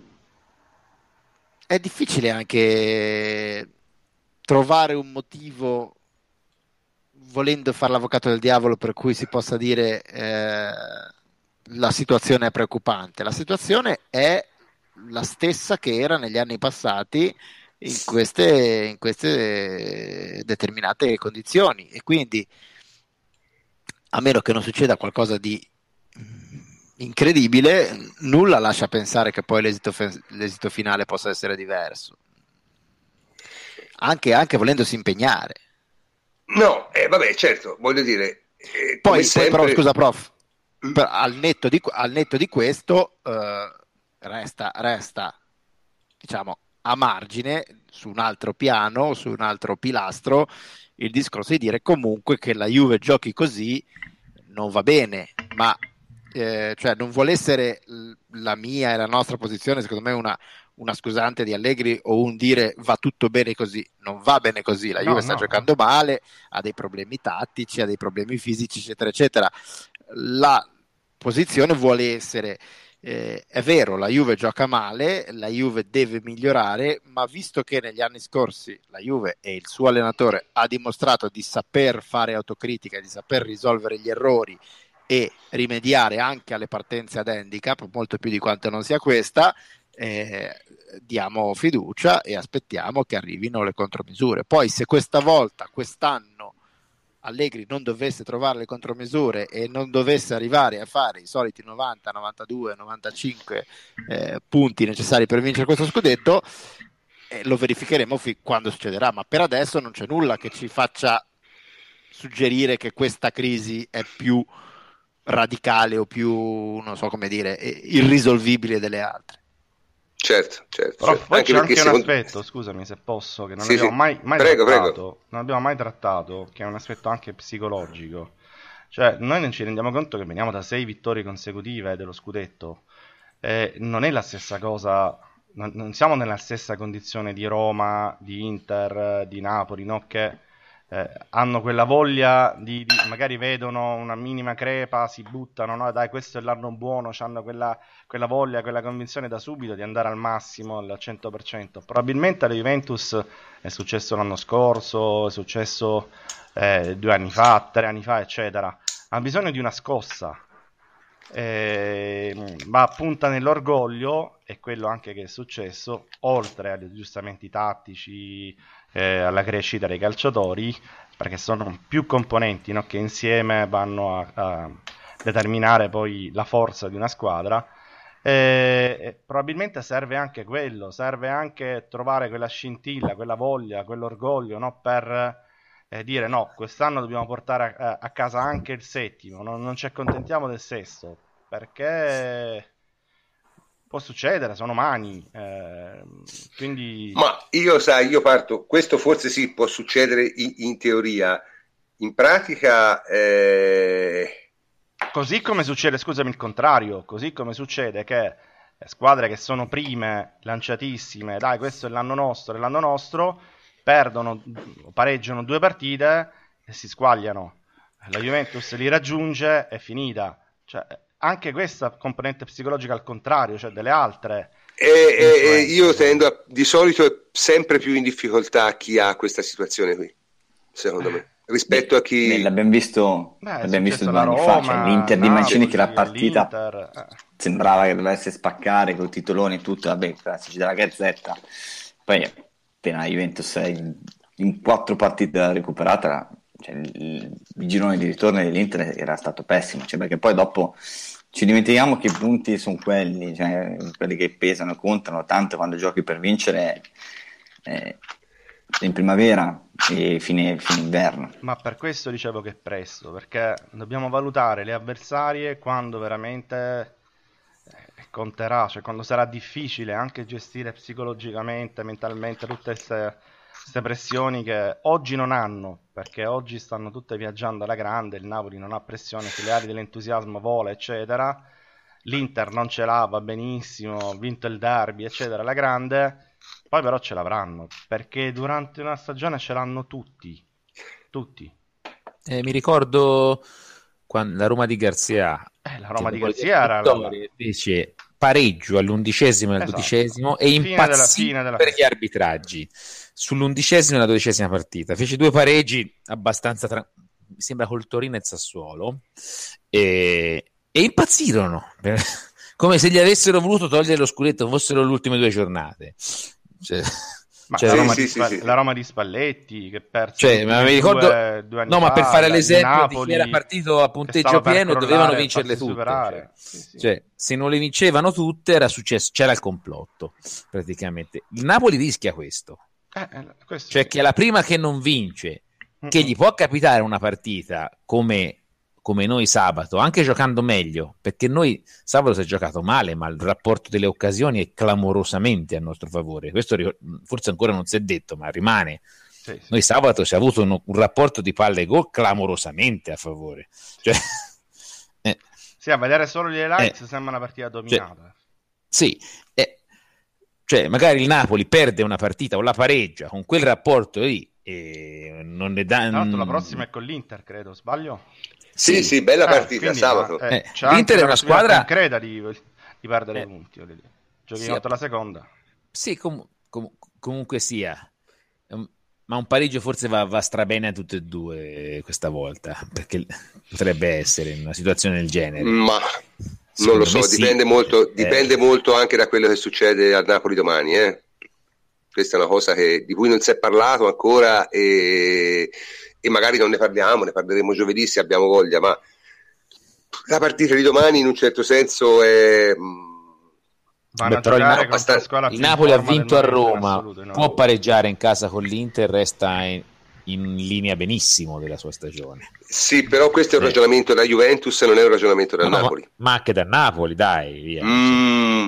è difficile anche trovare un motivo, volendo fare l'avvocato del diavolo, per cui si possa dire eh, la situazione è preoccupante. La situazione è la stessa che era negli anni passati in queste, in queste determinate condizioni, e quindi a meno che non succeda qualcosa di incredibile, nulla lascia pensare che poi l'esito, l'esito finale possa essere diverso, anche, anche volendosi impegnare. No, eh, vabbè, certo, voglio dire, eh, come Poi, sempre... poi però, scusa prof, però, al, netto di, al netto di questo eh, resta, resta, diciamo, a margine, su un altro piano, su un altro pilastro, il discorso di dire comunque che la Juve giochi così non va bene, ma eh, cioè non vuole essere la mia e la nostra posizione, secondo me, una, una scusante di Allegri o un dire va tutto bene così. Non va bene così, la Juve No, sta no. giocando male, ha dei problemi tattici, ha dei problemi fisici, eccetera, eccetera. La posizione vuole essere, eh, è vero, la Juve gioca male, la Juve deve migliorare, ma visto che negli anni scorsi la Juve e il suo allenatore ha dimostrato di saper fare autocritica, di saper risolvere gli errori e rimediare anche alle partenze ad handicap, molto più di quanto non sia questa, eh, diamo fiducia e aspettiamo che arrivino le contromisure. Poi se questa volta, quest'anno, Allegri non dovesse trovare le contromisure e non dovesse arrivare a fare i soliti novanta, novantadue, novantacinque eh, punti necessari per vincere questo scudetto, eh, lo verificheremo fi- quando succederà, ma per adesso non c'è nulla che ci faccia suggerire che questa crisi è più radicale o più, non so come dire, irrisolvibile delle altre. Certo, certo. Però certo. poi Anche c'è anche un secondo... aspetto, scusami se posso, che non Sì, abbiamo sì. mai, mai Prego, trattato, prego. non abbiamo mai trattato, che è un aspetto anche psicologico. Cioè, noi non ci rendiamo conto che veniamo da sei vittorie consecutive dello scudetto. Eh, non è la stessa cosa, non, non siamo nella stessa condizione di Roma, di Inter, di Napoli, no? Che eh, hanno quella voglia di, di, magari vedono una minima crepa, si buttano, no? Dai, questo è l'anno buono, hanno quella, quella voglia, quella convinzione da subito di andare al massimo, al cento per cento. Probabilmente alla Juventus è successo l'anno scorso, è successo eh, due anni fa, tre anni fa, eccetera. Ha bisogno di una scossa. Eh, ma punta nell'orgoglio, e quello anche che è successo, oltre agli aggiustamenti tattici, eh, alla crescita dei calciatori, perché sono più componenti, no, che insieme vanno a, a determinare poi la forza di una squadra. Eh, e probabilmente serve anche quello, serve anche trovare quella scintilla, quella voglia, quell'orgoglio, no, per eh, dire no, quest'anno dobbiamo portare a, a casa anche il settimo, non, non ci accontentiamo del sesto, perché può succedere, sono umani, eh, quindi... Ma io, sai, io parto, questo forse sì, può succedere in, in teoria, in pratica... Eh... Così come succede, scusami, il contrario, così come succede che squadre che sono prime, lanciatissime, dai, questo è l'anno nostro, è l'anno nostro, perdono, pareggiano due partite e si squagliano. La Juventus li raggiunge, è finita. Cioè, anche questa componente psicologica al contrario, cioè delle altre. E, e, io tendo a, di solito è sempre più in difficoltà chi ha questa situazione qui, secondo me. rispetto a chi... L'abbiamo visto, Beh, l'abbiamo visto due la anni Roma, fa, cioè l'Inter di Mancini che la partita l'Inter, eh. sembrava che dovesse spaccare con i titoloni e tutto, vabbè, classici della Gazzetta. Poi appena la Juventus è in, in quattro partite recuperata, cioè, il, il girone di ritorno dell'Inter era stato pessimo, cioè, perché poi dopo ci dimentichiamo che i punti sono quelli, cioè, quelli che pesano e contano tanto quando giochi per vincere eh, in primavera e fine, fine inverno. Ma per questo dicevo che è presto, perché dobbiamo valutare le avversarie quando veramente eh, conterà, cioè quando sarà difficile anche gestire psicologicamente, mentalmente tutte queste pressioni che oggi non hanno, perché oggi stanno tutte viaggiando alla grande, il Napoli non ha pressione sulle ali dell'entusiasmo, vola eccetera, l'Inter non ce l'ha, va benissimo, ha vinto il derby eccetera, alla grande. Poi però ce l'avranno, perché durante una stagione ce l'hanno tutti, tutti. Eh, mi ricordo quando la Roma di Garzia, Eh, la Roma di Garzia era la... dice pareggio all'undicesimo e al Esatto. dodicesimo e Fine impazzì della- fine della- per gli arbitraggi. Sull'undicesima e la dodicesima partita fece due pareggi abbastanza, tra... mi sembra col Torino e il Sassuolo, e, e impazzirono, come se gli avessero voluto togliere lo scudetto, fossero le ultime due giornate. Cioè, Ma cioè, la, sì, Roma sì, di sì, Spa- sì. la Roma di Spalletti che perse Cioè, ma mi ricordo, due, due anni no, ma per fa, fare la- l'esempio il di Napoli chi era partito a che punteggio stava per pieno e crollare dovevano e vincerle farsi tutte. superare. Cioè, Sì, sì. cioè, se non le vincevano tutte era successo, c'era il complotto praticamente. Il Napoli rischia questo, Eh, eh, questo cioè sì. che è la prima che non vince, che Mm-mm. gli può capitare una partita come, come noi sabato, anche giocando meglio, perché noi sabato si è giocato male, ma il rapporto delle occasioni è clamorosamente a nostro favore. Questo ri- forse ancora non si è detto, ma rimane. Sì, sì. Noi sabato si è avuto un, un rapporto di palle e gol clamorosamente a favore. Cioè, eh, Sì, a vedere solo gli highlights Eh. sembra una partita dominata. sì, eh, cioè magari il Napoli perde una partita o la pareggia con quel rapporto lì e non ne dà. Tra l'altro la prossima è con l'Inter, credo, sbaglio? Sì, sì, bella Eh, partita, quindi, sabato. ma, eh, Eh, c'è l'Inter anche è una possibilità squadra- concreta di, di perdere Eh. punti, voglio dire. Giochi Sì, contro la seconda. Sì, com- com- comunque sia. Um, Ma un pareggio forse va, va strabene a tutte e due questa volta, perché potrebbe essere in una situazione del genere. Ma non Secondo lo so, me sì. dipende, molto, Eh. dipende molto anche da quello che succede al Napoli domani. Eh. Questa è una cosa che, di cui non si è parlato ancora e, e magari non ne parliamo, ne parleremo giovedì se abbiamo voglia, ma la partita di domani in un certo senso è... Vanno Beh, a però il, giocare Na- contro la squadra il più in Napoli ha forma del vinto a momento in Roma, assoluto, in può Europa. pareggiare in casa con l'Inter, resta in, in linea benissimo della sua stagione. Sì, però questo è un Eh. ragionamento da Juventus, non è un ragionamento da No, no, Napoli. ma, ma anche da Napoli, dai, via. Mm,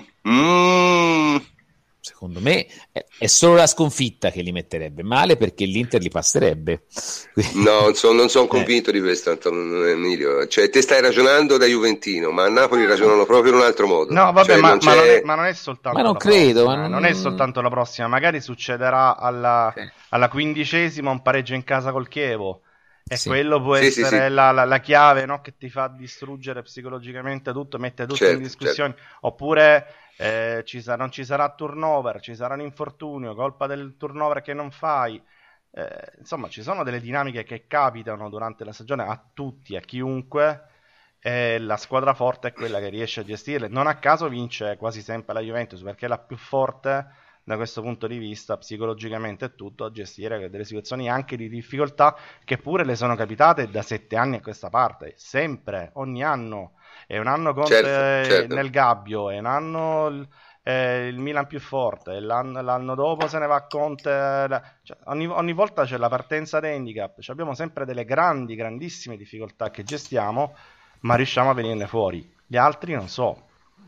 mm. Secondo me è, è solo la sconfitta che li metterebbe male, perché l'Inter li passerebbe. No, non sono, non sono Eh. convinto di questo, Antonio Emilio. Cioè, te stai ragionando da Juventino, ma a Napoli ragionano proprio in un altro modo. No, vabbè, Cioè, ma, non ma non c'è- è, ma non è soltanto Ma non la credo, prossima, ma eh, non- non è soltanto la prossima, magari succederà alla, Sì. alla quindicesima un pareggio in casa col Chievo e Sì. quello può Sì, sì, essere sì. La, la- la chiave, no, che ti fa distruggere psicologicamente tutto, mette tutto Certo, in discussione, oppure eh, ci sarà- non ci sarà turnover, ci sarà un infortunio, colpa del turnover che non fai. Eh, insomma, ci sono delle dinamiche che capitano durante la stagione a tutti, a chiunque, e la squadra forte è quella che riesce a gestirle. Non a caso vince quasi sempre la Juventus, perché è la più forte da questo punto di vista, psicologicamente e tutto, a gestire delle situazioni anche di difficoltà che pure le sono capitate da sette anni a questa parte, sempre, ogni anno. È un anno Conte Certo, certo. nel gabbio, è un anno il, eh, il Milan più forte, e l'anno, l'anno dopo se ne va a Conte. la- cioè, ogni, ogni volta c'è la partenza da handicap, cioè, abbiamo sempre delle grandi, grandissime difficoltà che gestiamo, ma riusciamo a venirne fuori. Gli altri non so.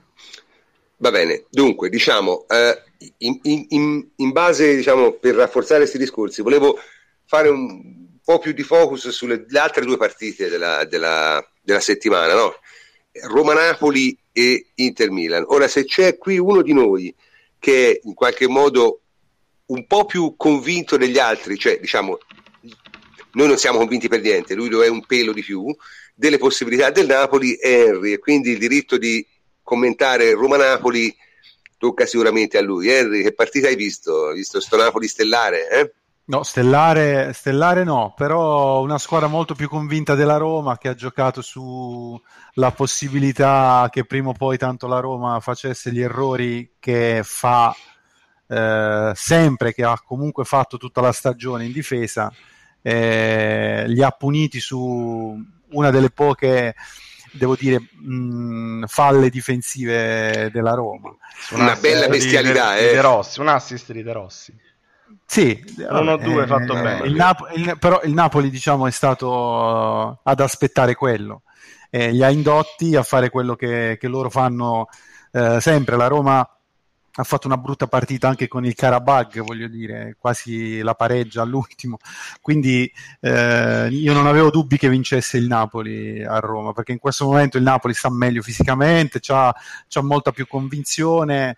Va bene, dunque, diciamo, eh, in, in- in- in base, diciamo, per rafforzare questi discorsi, volevo fare un po' più di focus sulle le altre due partite della, della- della settimana, no? Roma-Napoli e Inter-Milan. Ora, se c'è qui uno di noi che è in qualche modo un po' più convinto degli altri, cioè, diciamo, noi non siamo convinti per niente, lui lo è un pelo di più, delle possibilità del Napoli è Henry, e quindi il diritto di commentare Roma-Napoli tocca sicuramente a lui. Henry, che partita hai visto? Hai visto sto Napoli stellare? Eh? No, stellare, stellare no, però una squadra molto più convinta della Roma, che ha giocato sulla possibilità che prima o poi tanto la Roma facesse gli errori che fa eh, sempre, che ha comunque fatto tutta la stagione in difesa, eh, li ha puniti su una delle poche, devo dire, mh, falle difensive della Roma. Una bella bestialità, di, eh. di De Rossi, un assist di De Rossi. Sì, uno due eh, fatto eh, bene. Il Nap- il, però il Napoli, diciamo, è stato ad aspettare quello, eh, li ha indotti a fare quello che, che loro fanno eh, sempre. La Roma ha fatto una brutta partita anche con il Karabag, voglio dire, quasi la pareggia all'ultimo, quindi eh, io non avevo dubbi che vincesse il Napoli a Roma, perché in questo momento il Napoli sta meglio fisicamente, c'ha, c'ha molta più convinzione,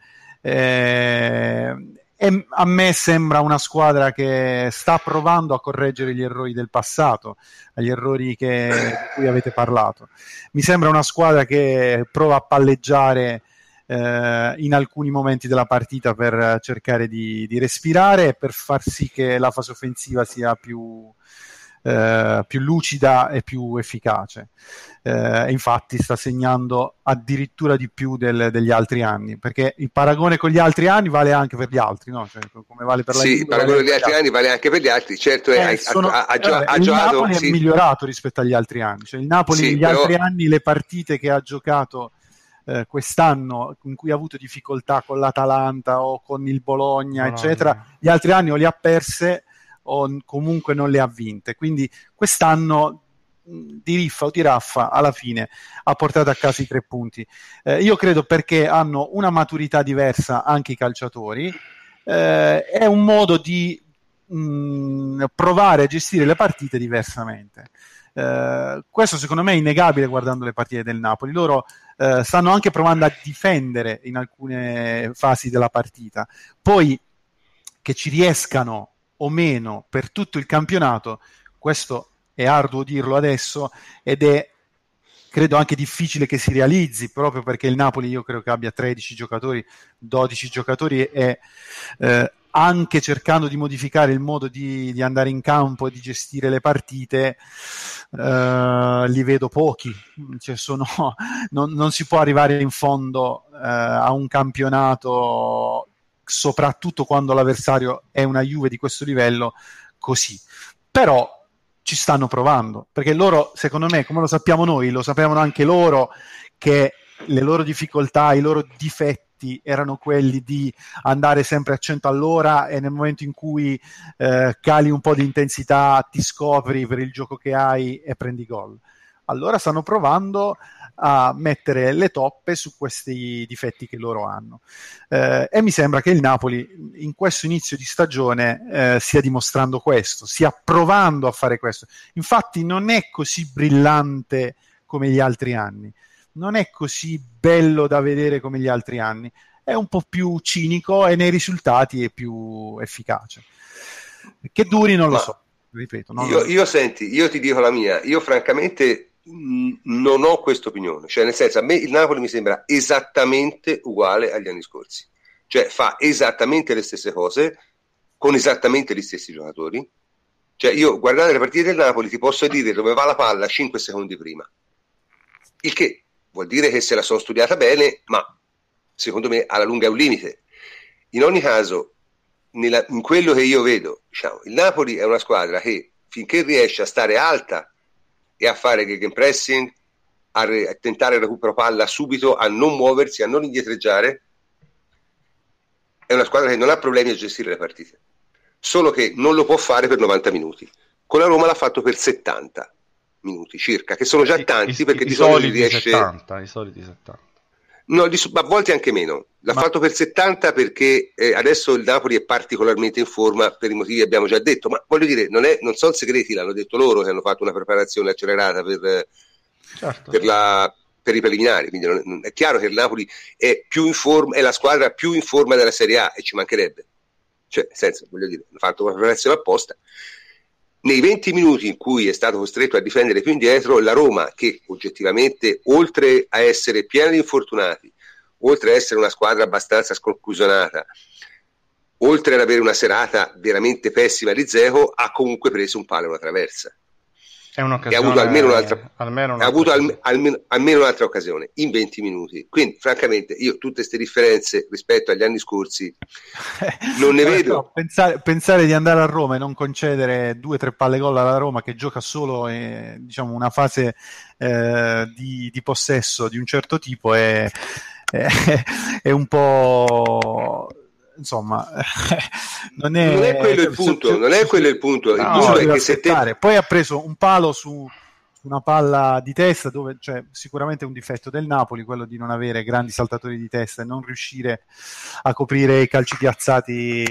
eh, e a me sembra una squadra che sta provando a correggere gli errori del passato, gli errori che, di cui avete parlato. Mi sembra una squadra che prova a palleggiare eh, in alcuni momenti della partita per cercare di, di respirare e per far sì che la fase offensiva sia più, eh, più lucida e più efficace. Eh, infatti sta segnando addirittura di più del, degli altri anni, perché il paragone con gli altri anni vale anche per gli altri, no? Cioè, come vale per la sì, Juve, il paragone vale con gli altri anni vale anche per gli altri, certo, eh, è, sono, ha, ha, eh, ha il giocato, Napoli sì. è migliorato rispetto agli altri anni, cioè il Napoli Sì, negli però... altri anni, le partite che ha giocato eh, quest'anno, in cui ha avuto difficoltà con l'Atalanta o con il Bologna, Bologna. eccetera, gli altri anni o le ha perse o comunque non le ha vinte, quindi quest'anno di riffa o di raffa alla fine ha portato a casa i tre punti. Eh, io credo perché hanno una maturità diversa anche i calciatori, eh, è un modo di mh, provare a gestire le partite diversamente. Eh, questo secondo me è innegabile guardando le partite del Napoli. Loro eh, stanno anche provando a difendere in alcune fasi della partita. Poi che ci riescano o meno per tutto il campionato, questo è arduo dirlo adesso ed è credo anche difficile che si realizzi, proprio perché il Napoli io credo che abbia tredici giocatori, dodici giocatori e eh, anche cercando di modificare il modo di, di andare in campo e di gestire le partite, eh, li vedo pochi, cioè sono, non, non si può arrivare in fondo eh, a un campionato, soprattutto quando l'avversario è una Juve di questo livello, così. Però ci stanno provando, perché loro, secondo me, come lo sappiamo noi, lo sapevano anche loro, che le loro difficoltà, i loro difetti erano quelli di andare sempre a cento all'ora e nel momento in cui eh, cali un po' di intensità ti scopri per il gioco che hai e prendi gol. Allora stanno provando a mettere le toppe su questi difetti che loro hanno, eh, e mi sembra che il Napoli in questo inizio di stagione eh, stia dimostrando questo, stia provando a fare questo. Infatti non è così brillante come gli altri anni, non è così bello da vedere come gli altri anni, è un po' più cinico e nei risultati è più efficace. Che duri non lo Ma so, ripeto. Non io, lo... io senti, io ti dico la mia, io francamente non ho questa opinione, cioè nel senso, a me il Napoli mi sembra esattamente uguale agli anni scorsi, cioè fa esattamente le stesse cose con esattamente gli stessi giocatori, cioè io guardando le partite del Napoli ti posso dire dove va la palla cinque secondi prima, il che vuol dire che se la sono studiata bene, ma secondo me alla lunga è un limite. In ogni caso, nella, in quello che io vedo, diciamo, il Napoli è una squadra che finché riesce a stare alta e a fare gegenpressing, a, re, a tentare il recupero palla subito, a non muoversi, a non indietreggiare, è una squadra che non ha problemi a gestire le partite, solo che non lo può fare per novanta minuti. Con la Roma l'ha fatto per settanta minuti circa, che sono già I, tanti i, perché i di solito riesce settanta, i soliti settanta. No, di, a volte anche meno. L'ha ma... fatto per settanta perché eh, adesso il Napoli è particolarmente in forma per i motivi che abbiamo già detto, ma voglio dire, non, è, non sono segreti, l'hanno detto loro che hanno fatto una preparazione accelerata per, certo. per, la, per i preliminari, quindi non, non, è chiaro che il Napoli è più in forma, è la squadra più in forma della Serie A e ci mancherebbe, cioè senza, voglio dire, hanno fatto una preparazione apposta. Nei venti minuti in cui è stato costretto a difendere più indietro, la Roma, che oggettivamente, oltre a essere piena di infortunati, oltre a essere una squadra abbastanza sconclusionata, oltre ad avere una serata veramente pessima di Dzeko, ha comunque preso un palo e una traversa. È un'occasione, e ha avuto almeno un'altra, almeno ha avuto al, almeno, almeno un'altra occasione in venti minuti. Quindi, francamente, io tutte queste differenze rispetto agli anni scorsi non ne vedo. No, pensare, pensare di andare a Roma e non concedere due o tre palle gol alla Roma, che gioca solo eh, diciamo una fase eh, di, di possesso di un certo tipo, è, è, è un po'. Insomma, non è, non è quello il punto, non è quello il punto. Il no, punto è che se te... Poi ha preso un palo su una palla di testa, dove cioè, sicuramente è un difetto del Napoli, quello di non avere grandi saltatori di testa e non riuscire a coprire i calci piazzati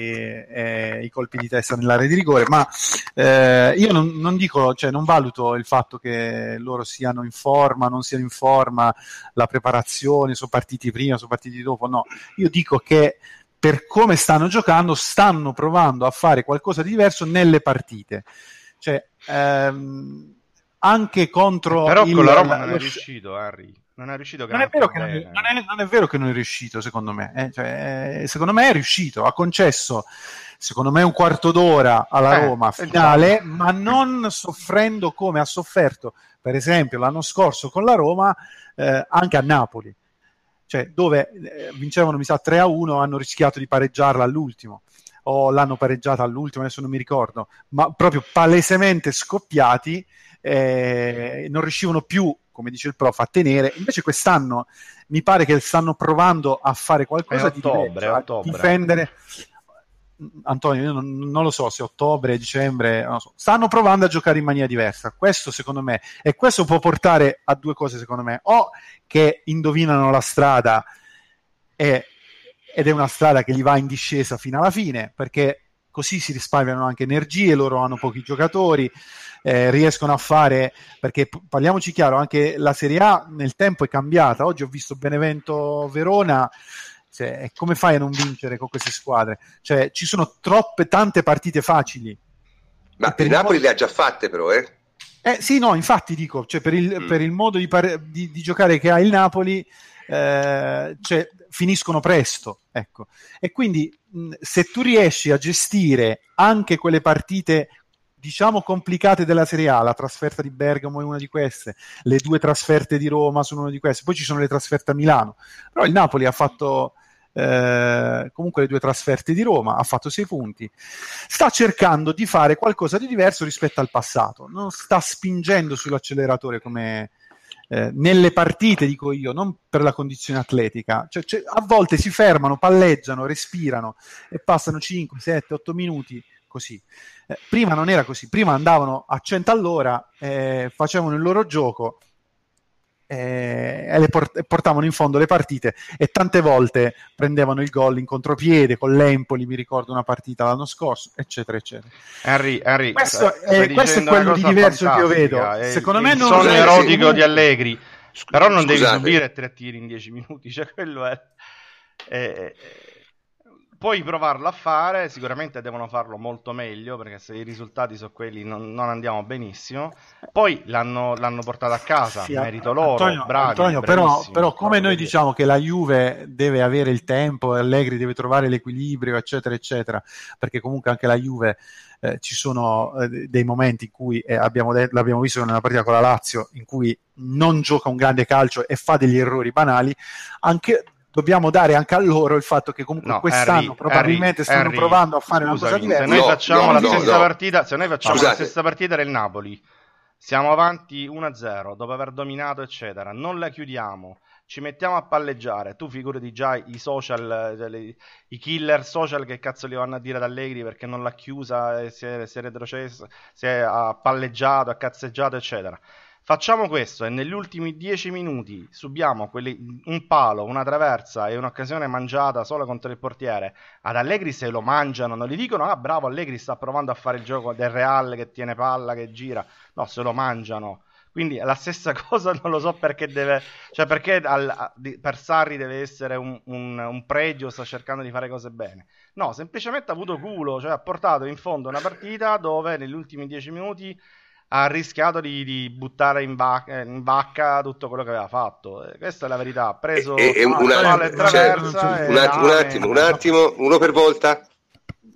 e i colpi di testa nell'area di rigore. Ma eh, io non, non dico, cioè non valuto il fatto che loro siano in forma, non siano in forma, la preparazione, sono partiti prima, sono partiti dopo. No, io dico che per come stanno giocando, stanno provando a fare qualcosa di diverso nelle partite. Cioè, ehm, anche contro però il, con la Roma non lo, è riuscito, Harry. Non è riuscito non è, vero che non, è, non, è, non è vero che non è riuscito, secondo me. Eh? Cioè, secondo me è riuscito. Ha concesso, secondo me, un quarto d'ora alla Roma eh, finale, esatto. Ma non soffrendo come ha sofferto, per esempio, l'anno scorso con la Roma, eh, anche a Napoli. Cioè, dove eh, vincevano, mi sa, tre a uno, hanno rischiato di pareggiarla all'ultimo, o l'hanno pareggiata all'ultimo, adesso non mi ricordo, ma proprio palesemente scoppiati, eh, non riuscivano più, come dice il prof, a tenere. Invece quest'anno mi pare che stanno provando a fare qualcosa è ottobre, di diverso, a ottobre. difendere. Antonio, io non, non lo so se ottobre, dicembre, non lo so. Stanno provando a giocare in maniera diversa. Questo secondo me, e questo può portare a due cose secondo me: o che indovinano la strada e, ed è una strada che gli va in discesa fino alla fine, perché così si risparmiano anche energie, loro hanno pochi giocatori, eh, riescono a fare, perché parliamoci chiaro, anche la Serie A nel tempo è cambiata. Oggi ho visto Benevento Verona. Cioè, come fai a non vincere con queste squadre? Cioè, ci sono troppe, tante partite facili. Ma il Napoli modo... le ha già fatte, però, eh? Eh sì, no, infatti dico, cioè, per, il, mm. per il modo di, pare... di, di giocare che ha il Napoli, eh, cioè, finiscono presto, ecco. E quindi, mh, se tu riesci a gestire anche quelle partite, diciamo, complicate della Serie A, la trasferta di Bergamo è una di queste, le due trasferte di Roma sono una di queste, poi ci sono le trasferte a Milano, però il Napoli ha fatto eh, comunque le due trasferte di Roma, ha fatto sei punti, sta cercando di fare qualcosa di diverso rispetto al passato, non sta spingendo sull'acceleratore come eh, nelle partite, dico io, non per la condizione atletica, cioè, cioè, a volte si fermano, palleggiano, respirano e passano cinque, sette, otto minuti così. Eh, prima non era così, prima andavano a cento all'ora, eh, facevano il loro gioco eh, e le port- portavano in fondo le partite, e tante volte prendevano il gol in contropiede con l'Empoli, mi ricordo una partita l'anno scorso, eccetera eccetera. Henry, Henry, questo, è, questo è quello di diverso che io vedo, secondo il, me il non sogno erotico sì, di Allegri, però non Scusate. devi subire tre tiri in dieci minuti, cioè quello è eh, puoi provarlo a fare, sicuramente devono farlo molto meglio, perché se i risultati sono quelli non, non andiamo benissimo. Poi l'hanno, l'hanno portato a casa, sì, merito loro, Antonio, bravi, Antonio, però, però come noi diciamo che la Juve deve avere il tempo, Allegri deve trovare l'equilibrio, eccetera eccetera, perché comunque anche la Juve eh, ci sono eh, dei momenti in cui eh, abbiamo de- l'abbiamo visto nella partita con la Lazio, in cui non gioca un grande calcio e fa degli errori banali, anche dobbiamo dare anche a loro il fatto che comunque no, quest'anno Harry, Harry, probabilmente stanno Harry, provando a fare scusami, una cosa diversa. Se noi no, facciamo no, la no, stessa no. partita, se noi facciamo Scusate. la stessa partita del Napoli, siamo avanti uno a zero dopo aver dominato, eccetera, non la chiudiamo, ci mettiamo a palleggiare, tu figurati già i social, le, i killer social che cazzo li vanno a dire ad Allegri perché non l'ha chiusa, si è, si è retrocesso, si è ha palleggiato, ha cazzeggiato, eccetera. Facciamo questo e negli ultimi dieci minuti subiamo quelli, un palo, una traversa e un'occasione mangiata solo contro il portiere. Ad Allegri se lo mangiano, non gli dicono ah bravo Allegri sta provando a fare il gioco del Real che tiene palla, che gira. No, se lo mangiano. Quindi è la stessa cosa, non lo so perché deve, cioè perché al, per Sarri deve essere un, un, un pregio, sta cercando di fare cose bene. No, semplicemente ha avuto culo, cioè ha portato in fondo una partita dove negli ultimi dieci minuti ha rischiato di, di buttare in, va- in vacca tutto quello che aveva fatto. Eh, questa è la verità. Ha preso e, e una un, palla e traversa. Cioè, un, attimo, un attimo, un attimo, uno per volta.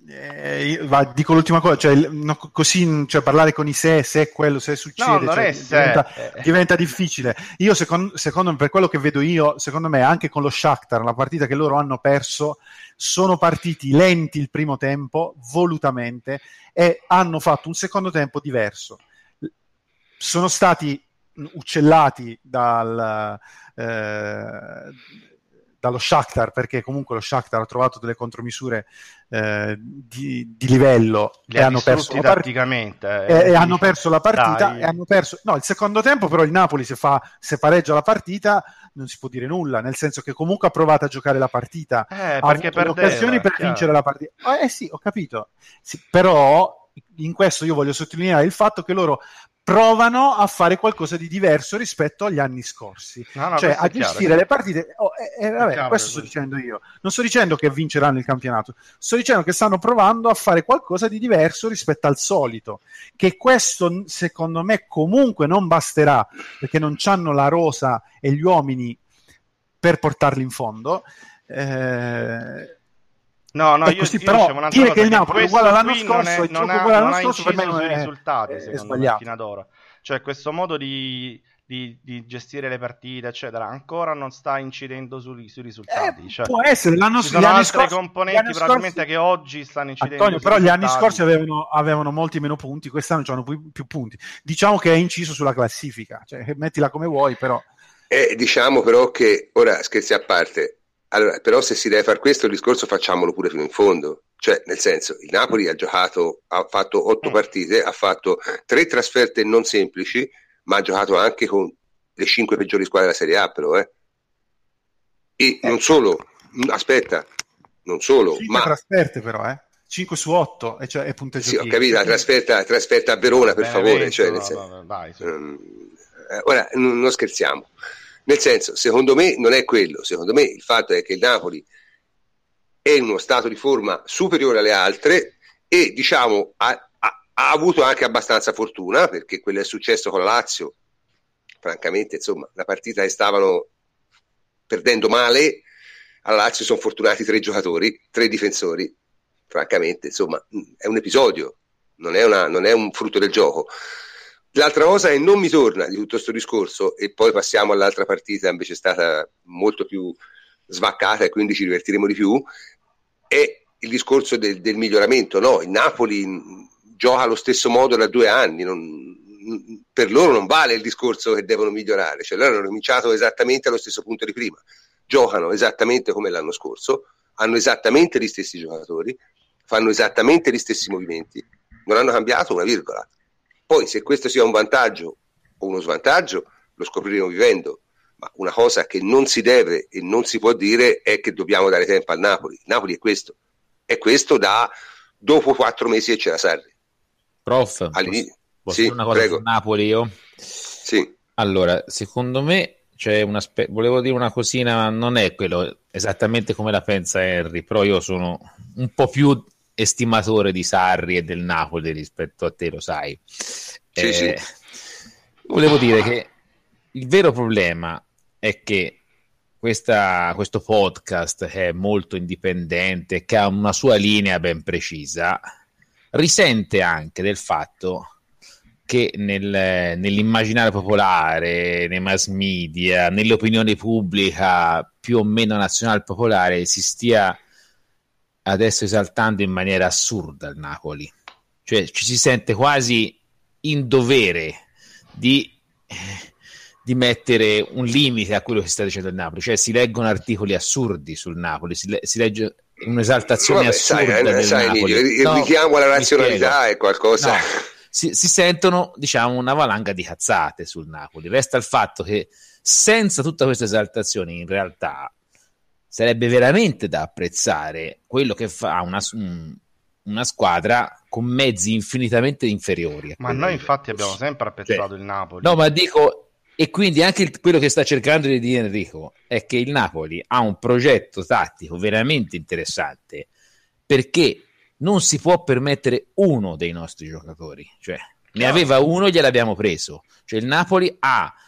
Eh, va, dico l'ultima cosa, cioè, no, così, cioè, parlare con i se, se quello, se succede, no, non cioè, è se. diventa, diventa difficile. Io, secondo, secondo me, per quello che vedo io, secondo me, anche con lo Shakhtar, la partita che loro hanno perso, sono partiti lenti il primo tempo, volutamente, e hanno fatto un secondo tempo diverso. Sono stati uccellati dal... Eh, dallo Shakhtar, perché comunque lo Shakhtar ha trovato delle contromisure eh, di, di livello li e ha hanno perso la partita eh, e, e hanno perso la partita e hanno perso no il secondo tempo, però il Napoli se fa se pareggia la partita non si può dire nulla, nel senso che comunque ha provato a giocare la partita, eh, ha perché avuto le occasioni per chiaro. vincere la partita. Eh sì, ho capito, sì, però in questo io voglio sottolineare il fatto che loro provano a fare qualcosa di diverso rispetto agli anni scorsi, no, no, cioè a gestire chiaro, le partite. Oh, eh, eh, vabbè, questo sto dicendo io, non sto dicendo che vinceranno il campionato, sto dicendo che stanno provando a fare qualcosa di diverso rispetto al solito, che questo secondo me comunque non basterà, perché non c'hanno la rosa e gli uomini per portarli in fondo. eh, No, no, io, così, io però dire che il Napoli è uguale all'anno scorso, non, il non gioco ha, uguale non all'anno ha scorso per me inciso non sui è, risultati, è, secondo è sbagliato. me, fino ad ora. Cioè questo modo di, di, di gestire le partite, eccetera, ancora non sta incidendo sui, sui risultati. Eh, Cioè, può essere, l'anno, ci sono gli anni altre scorsi, componenti gli anni probabilmente scorsi, che oggi stanno incidendo Antonio, sui però risultati. gli anni scorsi avevano, avevano molti meno punti, quest'anno hanno più, più punti. Diciamo che è inciso sulla classifica, cioè, mettila come vuoi, però. Eh, diciamo però che, ora scherzi a parte, allora, però se si deve fare questo il discorso facciamolo pure fino in fondo, cioè nel senso il Napoli ha giocato, ha fatto otto mm. partite, ha fatto tre trasferte non semplici, ma ha giocato anche con le cinque peggiori squadre della Serie A, però eh. e eh. non solo, aspetta, non solo, cinque ma trasferte però, eh cinque su otto, e cioè è punteggio. Sì, ho capito, la trasferta, la trasferta a Verona, no, per favore, cioè, nel senso, no, vai, sì. um, ora non, non scherziamo. Nel senso, secondo me non è quello, secondo me il fatto è che il Napoli è in uno stato di forma superiore alle altre e diciamo ha, ha, ha avuto anche abbastanza fortuna, perché quello è successo con la Lazio, francamente insomma la partita che stavano perdendo male, alla Lazio sono fortunati tre giocatori, tre difensori, francamente insomma è un episodio, non è, una, non è un frutto del gioco. L'altra cosa è, non mi torna di tutto questo discorso, e poi passiamo all'altra partita, invece è stata molto più svaccata e quindi ci divertiremo di più, è il discorso del, del miglioramento. No, il Napoli gioca allo stesso modo da due anni, non, per loro non vale il discorso che devono migliorare, cioè loro hanno cominciato esattamente allo stesso punto di prima, giocano esattamente come l'anno scorso, hanno esattamente gli stessi giocatori, fanno esattamente gli stessi movimenti, non hanno cambiato una virgola. Poi se questo sia un vantaggio o uno svantaggio lo scopriremo vivendo, ma una cosa che non si deve e non si può dire è che dobbiamo dare tempo al Napoli. Napoli è questo, è questo da dopo quattro mesi che c'era Sarri. Prof, All'inizio. posso Sì, dire una cosa prego. su Napoli io? Sì. Allora, secondo me c'è una spe- volevo dire una cosina, non è quello esattamente come la pensa Henry, però io sono un po' più estimatore di Sarri e del Napoli rispetto a te, lo sai. Sì, eh, sì. Volevo dire che il vero problema è che questa, questo podcast, che è molto indipendente, che ha una sua linea ben precisa, risente anche del fatto che nel, nell'immaginario popolare, nei mass media, nell'opinione pubblica più o meno nazionale popolare si stia adesso esaltando in maniera assurda il Napoli, cioè ci si sente quasi in dovere di, di mettere un limite a quello che sta dicendo il Napoli, cioè si leggono articoli assurdi sul Napoli, si, le, si legge un'esaltazione Vabbè, assurda sai, del sai, Napoli. Il No, richiamo alla razionalità è qualcosa. No, si, si sentono, diciamo, una valanga di cazzate sul Napoli. Resta il fatto che senza tutta questa esaltazione in realtà sarebbe veramente da apprezzare quello che fa una, una squadra con mezzi infinitamente inferiori. Ma noi infatti abbiamo sempre apprezzato cioè, il Napoli. No, ma dico, e quindi anche il, quello che sta cercando di dire Enrico è che il Napoli ha un progetto tattico veramente interessante, perché non si può permettere uno dei nostri giocatori, cioè ne aveva uno e gliel'abbiamo preso, cioè il Napoli ha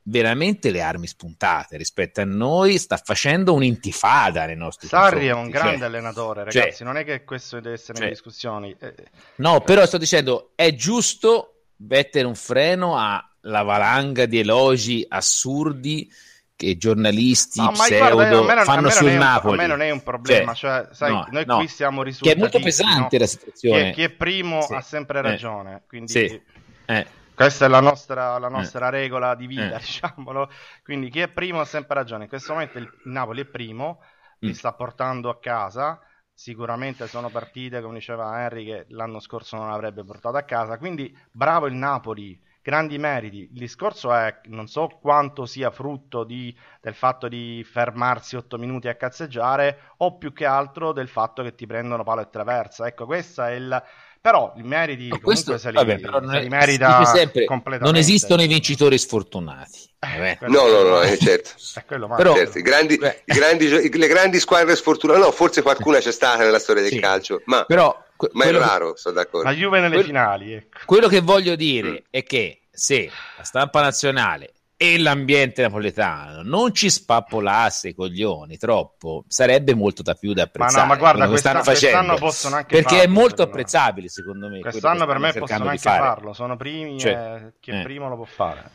veramente le armi spuntate rispetto a noi, sta facendo un'intifada nei nostri Sarri confronti. è un grande cioè, allenatore, ragazzi, cioè, non è che questo deve essere cioè, in discussioni. Eh, no, però sto dicendo, è giusto mettere un freno alla valanga di elogi assurdi che giornalisti no, ma pseudo guarda, a me non, fanno a me sul non è un, Napoli. a me non è un problema, Cioè, cioè, sai, no, noi no, qui siamo che risultati è molto pesante, no? la situazione. Chi è, chi è primo sì. ha sempre ragione, eh. quindi sì. eh. questa è la nostra, la nostra eh. regola di vita, eh. diciamolo. Quindi chi è primo ha sempre ragione. In questo momento il Napoli è primo, li Mm. sta portando a casa. Sicuramente sono partite, come diceva Henry, che l'anno scorso non avrebbe portato a casa. Quindi bravo il Napoli, grandi meriti. Il discorso è, non so quanto sia frutto di, del fatto di fermarsi otto minuti a cazzeggiare o più che altro del fatto che ti prendono palo e traversa. Ecco, questa è il... Però i meriti No, comunque questo, se li, vabbè, però non se è- li si merita dice sempre, completamente. non esistono i vincitori sfortunati. vabbè. Quello No, è no, quello no, male. eh, certo. È quello male. Però- Certo, i grandi, Beh. i grandi gio- i- le grandi squadre sfortunate, no, forse qualcuna c'è stata nella storia del Sì. calcio, ma, Però que- ma è quello che- raro, sono d'accordo. La Juve nelle Quello- finali, ecco. Quello che voglio dire Mm. è che se la stampa nazionale e l'ambiente napoletano non ci spappolasse i coglioni troppo, sarebbe molto da più da Ma apprezzare. no, ma guarda, quello che stanno quest'anno, facendo, quest'anno possono anche perché farlo, è molto secondo me. apprezzabile, secondo me. Quest'anno per me quello che stanno possono anche cercando di fare. farlo, sono primi Cioè, e chi è eh. primo lo può fare.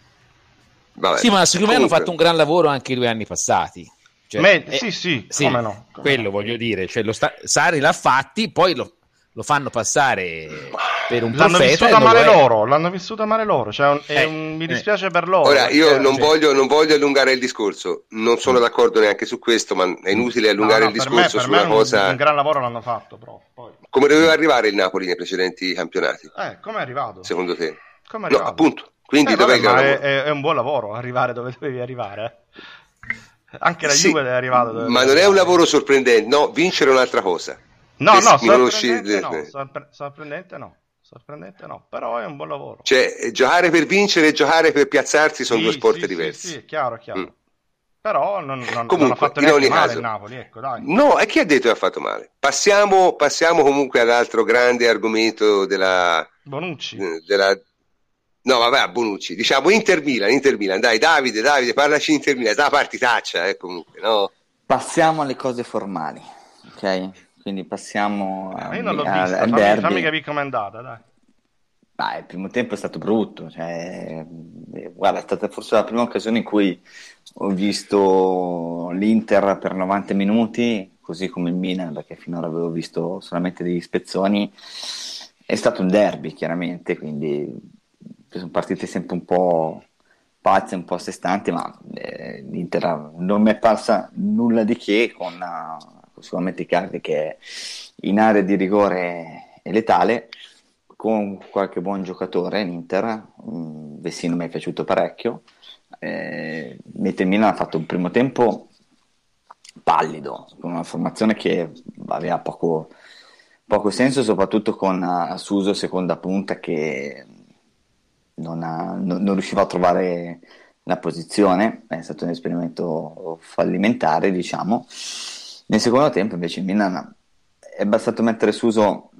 Vabbè, Sì, ma secondo me hanno comunque, fatto un gran lavoro anche i due anni passati. Cioè, Me- eh, sì, sì, sì, come no. come quello no. voglio dire. Cioè, lo sta- Sarri l'ha fatti, poi lo, lo fanno passare per un L'hanno profeta e vissuta non male lo è. loro, l'hanno vissuta male loro, cioè un- è Eh, un- mi eh. dispiace per loro. ora io perché- non, cioè- voglio, non voglio allungare il discorso, non sono d'accordo neanche su questo, ma è inutile No, allungare no, il per me, discorso per su me una un, cosa un gran lavoro l'hanno fatto, però. Poi... come doveva arrivare il Napoli nei precedenti campionati, Eh, come è arrivato? secondo te? Come è No, arrivato? appunto, quindi Eh, dov'è vabbè, il gran ma è, lavoro? è- è un buon lavoro arrivare dove dovevi arrivare. eh. Anche la Sì, Juve è arrivata dove ma doveva non è un arrivare. lavoro sorprendente, no, vincere è un'altra cosa. No, Che no, mi conosci- sorprendente no, sorpre- sorprendente no, sorprendente no, però è un buon lavoro. Cioè, eh, giocare per vincere e giocare per piazzarsi sono Sì, due sport sì, diversi. Sì, sì, è chiaro, è chiaro. Mm. Però non, non, non Comunque, ha fatto in neanche ogni male caso- il Napoli, ecco, dai. No, e chi ha detto che ha fatto male? Passiamo, passiamo comunque all'altro grande argomento della, Bonucci. eh, della... No, vabbè, a Bonucci. Diciamo Inter Milan, Inter Milan. Dai, Davide, Davide, parlaci di Inter Milan. Sta partitaccia, eh, comunque, no? Passiamo alle cose formali, ok? Quindi passiamo Ma a- io non l'ho al- vista, al fammi, derby. fammi capire com'è andata, dai. Ah, il primo tempo è stato brutto, cioè, eh, guarda, è stata forse la prima occasione in cui ho visto l'Inter per novanta minuti, così come il Milan, perché finora avevo visto solamente degli spezzoni. È stato un derby, chiaramente, quindi sono partite sempre un po' pazze, un po' a sé stanti, ma eh, l'Inter non mi è parsa nulla di che, con uh, sicuramente Icardi che in area di rigore è letale, con qualche buon giocatore in Inter. um, Vessino mi è piaciuto parecchio, eh, mentre il Milan ha fatto un primo tempo pallido, con una formazione che aveva poco, poco senso, soprattutto con uh, Suso seconda punta che non, ha, non, non riusciva a trovare la posizione. È stato un esperimento fallimentare, diciamo. Nel secondo tempo invece il Milan è bastato mettere Suso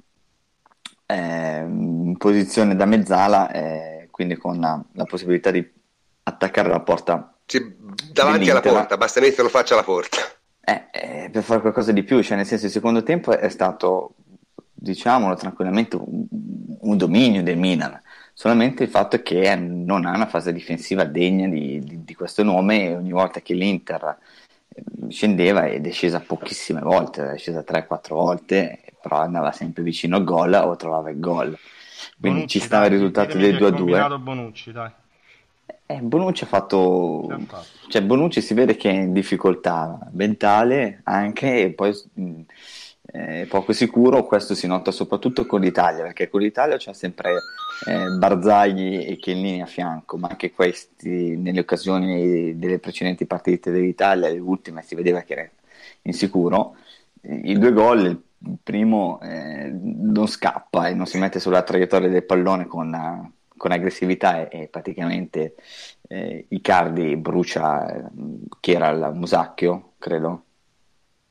eh, in posizione da mezzala, eh, quindi con la, la possibilità di attaccare la porta Sì, davanti alla dell'Inter. porta, basta metterlo faccia alla porta. Eh, eh, per fare qualcosa di più, cioè nel senso il secondo tempo è stato, diciamolo tranquillamente, un, un dominio del Milan, solamente il fatto è che non ha una fase difensiva degna di, di, di questo nome, e ogni volta che l'Inter scendeva ed è scesa pochissime volte, è scesa tre quattro volte, però andava sempre vicino al gol o trovava il gol, quindi Bonucci, ci stava dai, il risultato ditemi del che due a ha due. combinato Bonucci, dai. Eh, Bonucci ha fatto, Che ha fatto? cioè Bonucci si vede che è in difficoltà mentale anche, e poi mh, è poco sicuro. Questo si nota soprattutto con l'Italia, perché con l'Italia c'è sempre eh, Barzagli e Chiellini a fianco, ma anche questi nelle occasioni delle precedenti partite dell'Italia, le ultime, si vedeva che era insicuro. I due gol, il primo eh, non scappa e non si mette sulla traiettoria del pallone con, con aggressività, e, e praticamente eh, Icardi brucia, eh, che era il Musacchio, credo,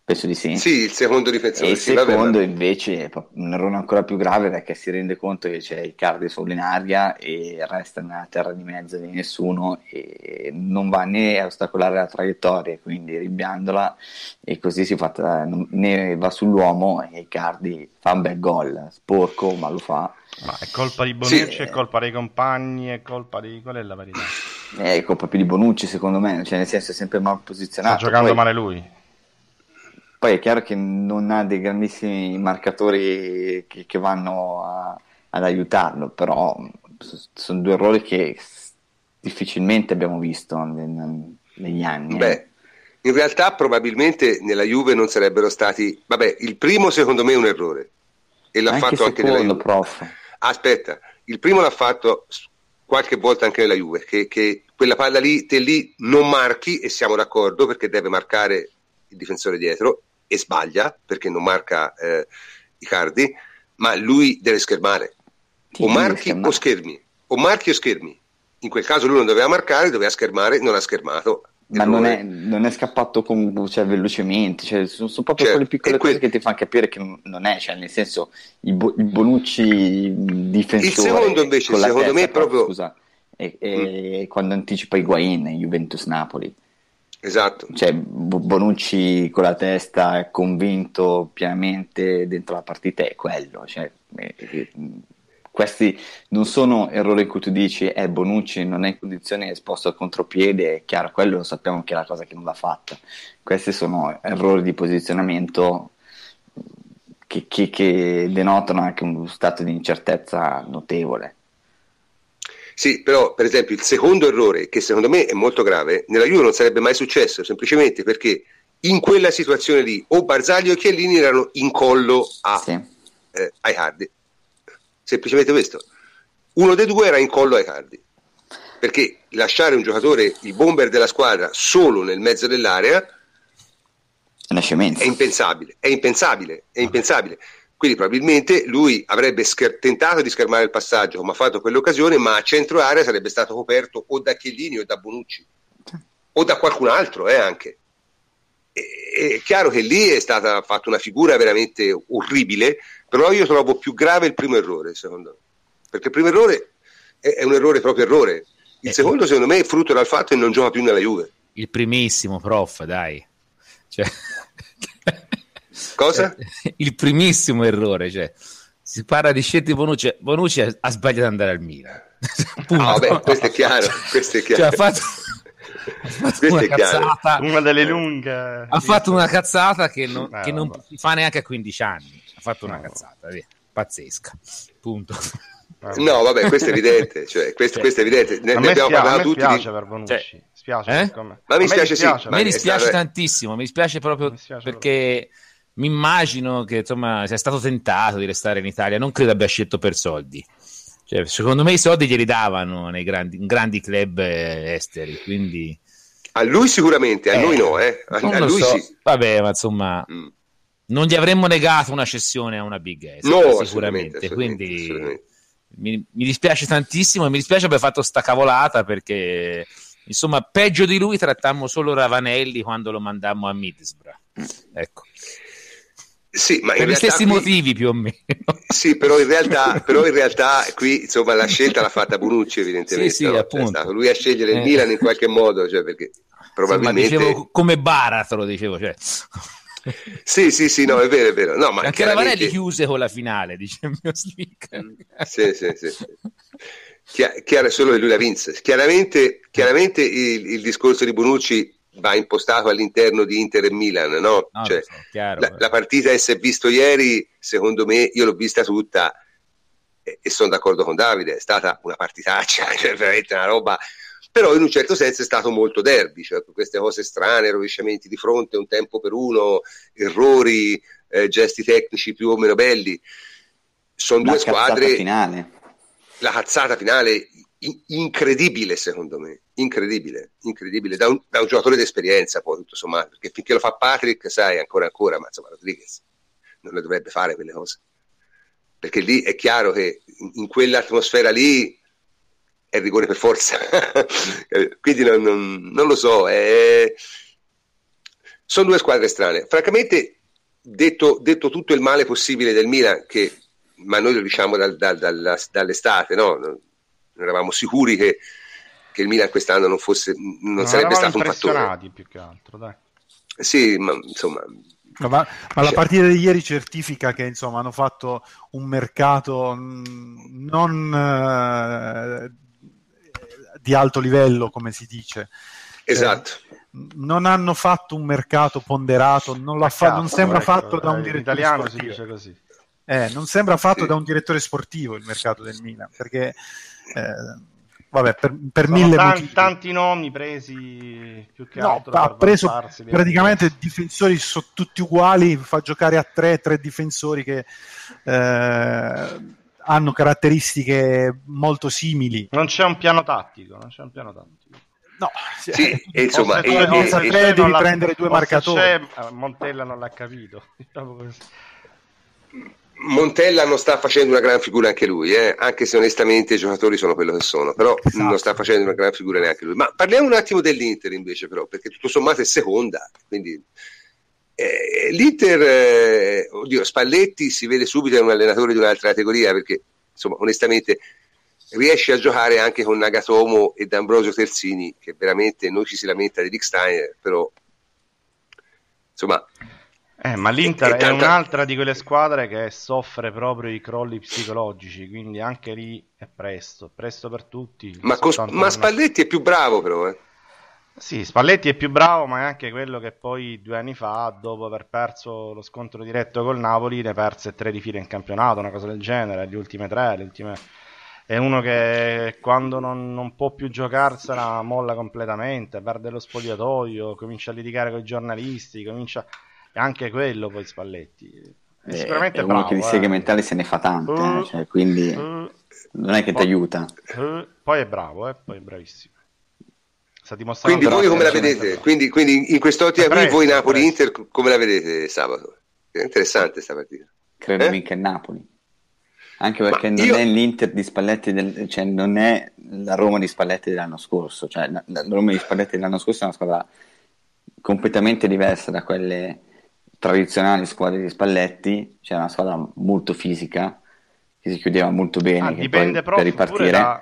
Penso di sì. Sì, il secondo difensore. E il sì, secondo vabbè, invece è un errore ancora più grave, perché si rende conto che c'è Icardi solo in aria e resta nella terra di mezzo di nessuno e non va né a ostacolare la traiettoria, quindi rimbiandola, e così si fa, ne va sull'uomo e Icardi fa un bel gol, sporco ma lo fa. Ma è colpa di Bonucci, Sì. è colpa dei compagni, è colpa di... qual è la verità? È colpa più di Bonucci secondo me, cioè nel senso è sempre mal posizionato. Sta giocando Poi, male lui. poi è chiaro che non ha dei grandissimi marcatori che, che vanno a, ad aiutarlo, però sono due errori che difficilmente abbiamo visto neg- negli anni. Beh, eh. in realtà probabilmente nella Juve non sarebbero stati... Vabbè, il primo secondo me è un errore. E l'ha Anche fatto anche nella secondo, Juve. prof. Aspetta, il primo l'ha fatto qualche volta anche nella Juve, che, che quella palla lì, te lì non marchi, e siamo d'accordo, perché deve marcare il difensore dietro, e sbaglia, perché non marca eh, Icardi, ma lui deve schermare. Sì, o lui deve marchi schermare. o schermi, o marchi o schermi. In quel caso lui non doveva marcare, doveva schermare, non ha schermato. Ma Errore. non è, non è scappato con, cioè, velocemente, cioè, sono, sono proprio Certo, quelle piccole e que- cose che ti fanno capire che non è, cioè, nel senso, il, Bo- il Bonucci difensore Il secondo invece, con la secondo testa, me, però, proprio... scusa, è, è quando anticipa Higuain in Juventus-Napoli, Esatto. cioè Bo- Bonucci con la testa è convinto pienamente dentro la partita, è quello, cioè, è- è- questi non sono errori in cui tu dici eh, Bonucci non è in condizione, è esposto al contropiede, è chiaro, quello lo sappiamo che è la cosa che non va fatta. Questi sono errori di posizionamento che, che, che denotano anche uno stato di incertezza notevole. Sì, però per esempio il secondo errore, che secondo me è molto grave, nella Juve non sarebbe mai successo, semplicemente perché in quella situazione lì o Barzagli o Chiellini erano in collo a, Sì. eh, ai Icardi. Semplicemente questo. Uno dei due era in collo ai Icardi. Perché lasciare un giocatore, il bomber della squadra, solo nel mezzo dell'area È una scemenza. è impensabile, è impensabile, è impensabile. Quindi probabilmente lui avrebbe scher- tentato di schermare il passaggio, come ha fatto quell'occasione, ma a centro area sarebbe stato coperto o da Chiellini o da Bonucci o da qualcun altro, eh, anche. E- è chiaro che lì è stata fatta una figura veramente orribile, però io trovo più grave il primo errore, secondo me, perché il primo errore è, è un errore proprio errore. Il Eh, secondo, secondo me, è frutto dal fatto che non gioca più nella Juve. Il primissimo, prof, dai. Cioè... Cosa? Il primissimo errore, cioè si parla di scelte di Bonucci. Bonucci ha, ha sbagliato ad andare al Milan. Punto. Ah, vabbè, questo è chiaro, questo è chiaro. Cioè, ha fatto, ha fatto Questo una è chiaro. cazzata, Una delle lunghe. ha fatto una cazzata che non, Eh, che non vabbè. si fa neanche a quindici anni. Ha fatto una No. cazzata, via. Pazzesca. Punto. No, vabbè, questo è evidente, cioè, questo, Cioè, questo è evidente. Ne, A ne me, abbiamo spia- a parlato me tutti. spiace Di... per Bonucci. Cioè, Spiace, eh? secondo me. Ma mi A me spiace, sì. dispiace, A Ma me è dispiace stato- tantissimo, mi dispiace proprio Mi dispiace perché mi immagino che insomma sia stato tentato di restare in Italia, non credo abbia scelto per soldi. Cioè, secondo me i soldi glieli davano nei grandi, in grandi club eh, esteri, quindi A lui sicuramente, a Eh, noi no, eh. A, non a lo lui so. sì. Vabbè, ma insomma Mm. non gli avremmo negato una cessione a una big estera, No, sicuramente, assolutamente, assolutamente, quindi assolutamente. Mi, mi dispiace tantissimo e mi dispiace aver fatto sta cavolata perché insomma peggio di lui trattammo solo Ravanelli quando lo mandammo a Middlesbrough, ecco, Sì, ma in per gli realtà stessi qui- motivi più o meno. Sì, però in realtà, però in realtà qui insomma la scelta l'ha fatta Bonucci, evidentemente. Sì, sì, no? Cioè, appunto. è stato lui a scegliere il Eh. Milan in qualche modo, cioè perché Sì, ma probabilmente. dicevo come Baratro, dicevo, cioè. Sì, sì, sì, no, è vero, è vero. No, ma Anche Ravanelli chiaramente. chiuse con la finale, dice il mio speaker. Sì, sì, sì. Chia- chiaro, solo che lui la vinse. Chiaramente, chiaramente il, il discorso di Bonucci va impostato all'interno di Inter e Milan, no? No, Cioè, lo so, chiaro, la, la partita che si è visto ieri, secondo me, io l'ho vista tutta e, e sono d'accordo con Davide, è stata una partitaccia, cioè veramente una roba, però in un certo senso è stato molto derby, cioè con queste cose strane, rovesciamenti di fronte, un tempo per uno, errori, eh, gesti tecnici più o meno belli. Sono La due cazzata squadre. finale. La cazzata finale in- incredibile, secondo me, incredibile, incredibile da un, da un giocatore d'esperienza, poi tutto sommato, perché finché lo fa Patrick, sai, ancora ancora, ma insomma Rodriguez non le dovrebbe fare quelle cose, perché lì è chiaro che in, in quell'atmosfera lì è rigore per forza. Quindi non, non, non lo so, è... sono due squadre strane. Francamente, detto, detto tutto il male possibile del Milan, che, ma noi lo diciamo dal, dal, dal, dall'estate, no? Non eravamo sicuri che, che il Milan quest'anno non fosse, non, non sarebbe stato un fattore. Impressionati più che altro, dai. Sì, ma insomma... Ma, ma la partita di ieri certifica che insomma hanno fatto un mercato non eh, di alto livello, come si dice. Esatto. Eh, non hanno fatto un mercato ponderato, non, l'ha fa- non sembra ecco, fatto da un direttore italiano sportivo. si dice così. Eh, non sembra fatto sì. da un direttore sportivo il mercato del Milan, perché eh, vabbè, per, per Sono mille tanti, motivi. tanti nomi presi più che No, altro ha per preso vantarsi di- praticamente difensori sono tutti uguali, fa giocare a tre, tre difensori che eh, hanno caratteristiche molto simili. Non c'è un piano tattico, non c'è un piano tattico. No, Sì, e insomma, O se e- c'è- e- o se e- c'è, devi non l'ha- prendere due o se marcatori. c'è, eh, Montella non l'ha capito. Diciamo così. Montella non sta facendo una gran figura anche lui, eh? Anche se onestamente i giocatori sono quello che sono, però Esatto. non sta facendo una gran figura neanche lui. Ma parliamo un attimo dell'Inter invece, però, perché tutto sommato è seconda, quindi eh, l'Inter, eh, oddio, Spalletti si vede subito è un allenatore di un'altra categoria, perché insomma onestamente riesce a giocare anche con Nagatomo e D'Ambrosio Terzini, che veramente noi ci si lamenta di Rick Steiner, però insomma... Eh, ma l'Inter E- e è tanta- un'altra di quelle squadre che soffre proprio di crolli psicologici, quindi anche lì è presto, presto per tutti. Ma, cos- soltanto ma per- Spalletti è più bravo però, eh. Sì, Spalletti è più bravo, ma è anche quello che poi due anni fa, dopo aver perso lo scontro diretto col Napoli, ne perse tre di fila in campionato, una cosa del genere, le ultime tre, le ultime... È uno che quando non, non può più giocarsela molla completamente, perde lo spogliatoio, comincia a litigare con i giornalisti, comincia... È anche quello poi Spalletti. È Eh, sicuramente è uno bravo, che di eh. seghe mentali se ne fa tante, Uh, eh, cioè, quindi uh, non è che ti poi- aiuta. uh, poi è bravo, eh, poi è bravissimo. Sta dimostrando Quindi voi però come la che è vedete? bravo. Quindi, quindi in quest'ottica È qui presto, voi è Napoli-Inter come la vedete sabato? È interessante sta partita. Credo Eh? vinca il Napoli. Anche perché Ma non io- è l'Inter di Spalletti, del, cioè non è la Roma di Spalletti dell'anno scorso. Cioè, la, la Roma di Spalletti dell'anno scorso è una squadra completamente diversa da quelle tradizionali squadre di Spalletti. C'era una squadra molto fisica che si chiudeva molto bene, Ah, che dipende poi per proprio pure ripartire da...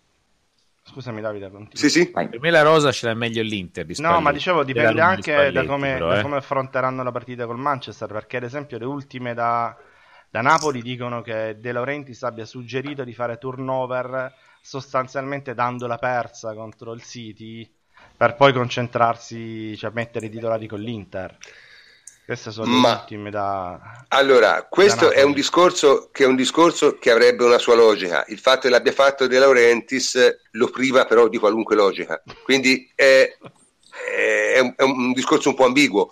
Scusami Davide, continua. Sì, sì. vai. Per me la rosa ce l'ha meglio l'Inter di No, Spalletti. ma dicevo dipende Della Roma di anche Spalletti, da come, però, da eh. come affronteranno la partita col Manchester, perché ad esempio le ultime da, da Napoli dicono che De Laurentiis abbia suggerito di fare turnover sostanzialmente dandola persa contro il City per poi concentrarsi, cioè mettere i titolari con l'Inter. Queste sono le Ma- ultime da... Allora, questo Da è un Napoli. discorso che è un discorso che avrebbe una sua logica. Il fatto che l'abbia fatto De Laurentiis lo priva però di qualunque logica. Quindi è, è un, è un discorso un po' ambiguo.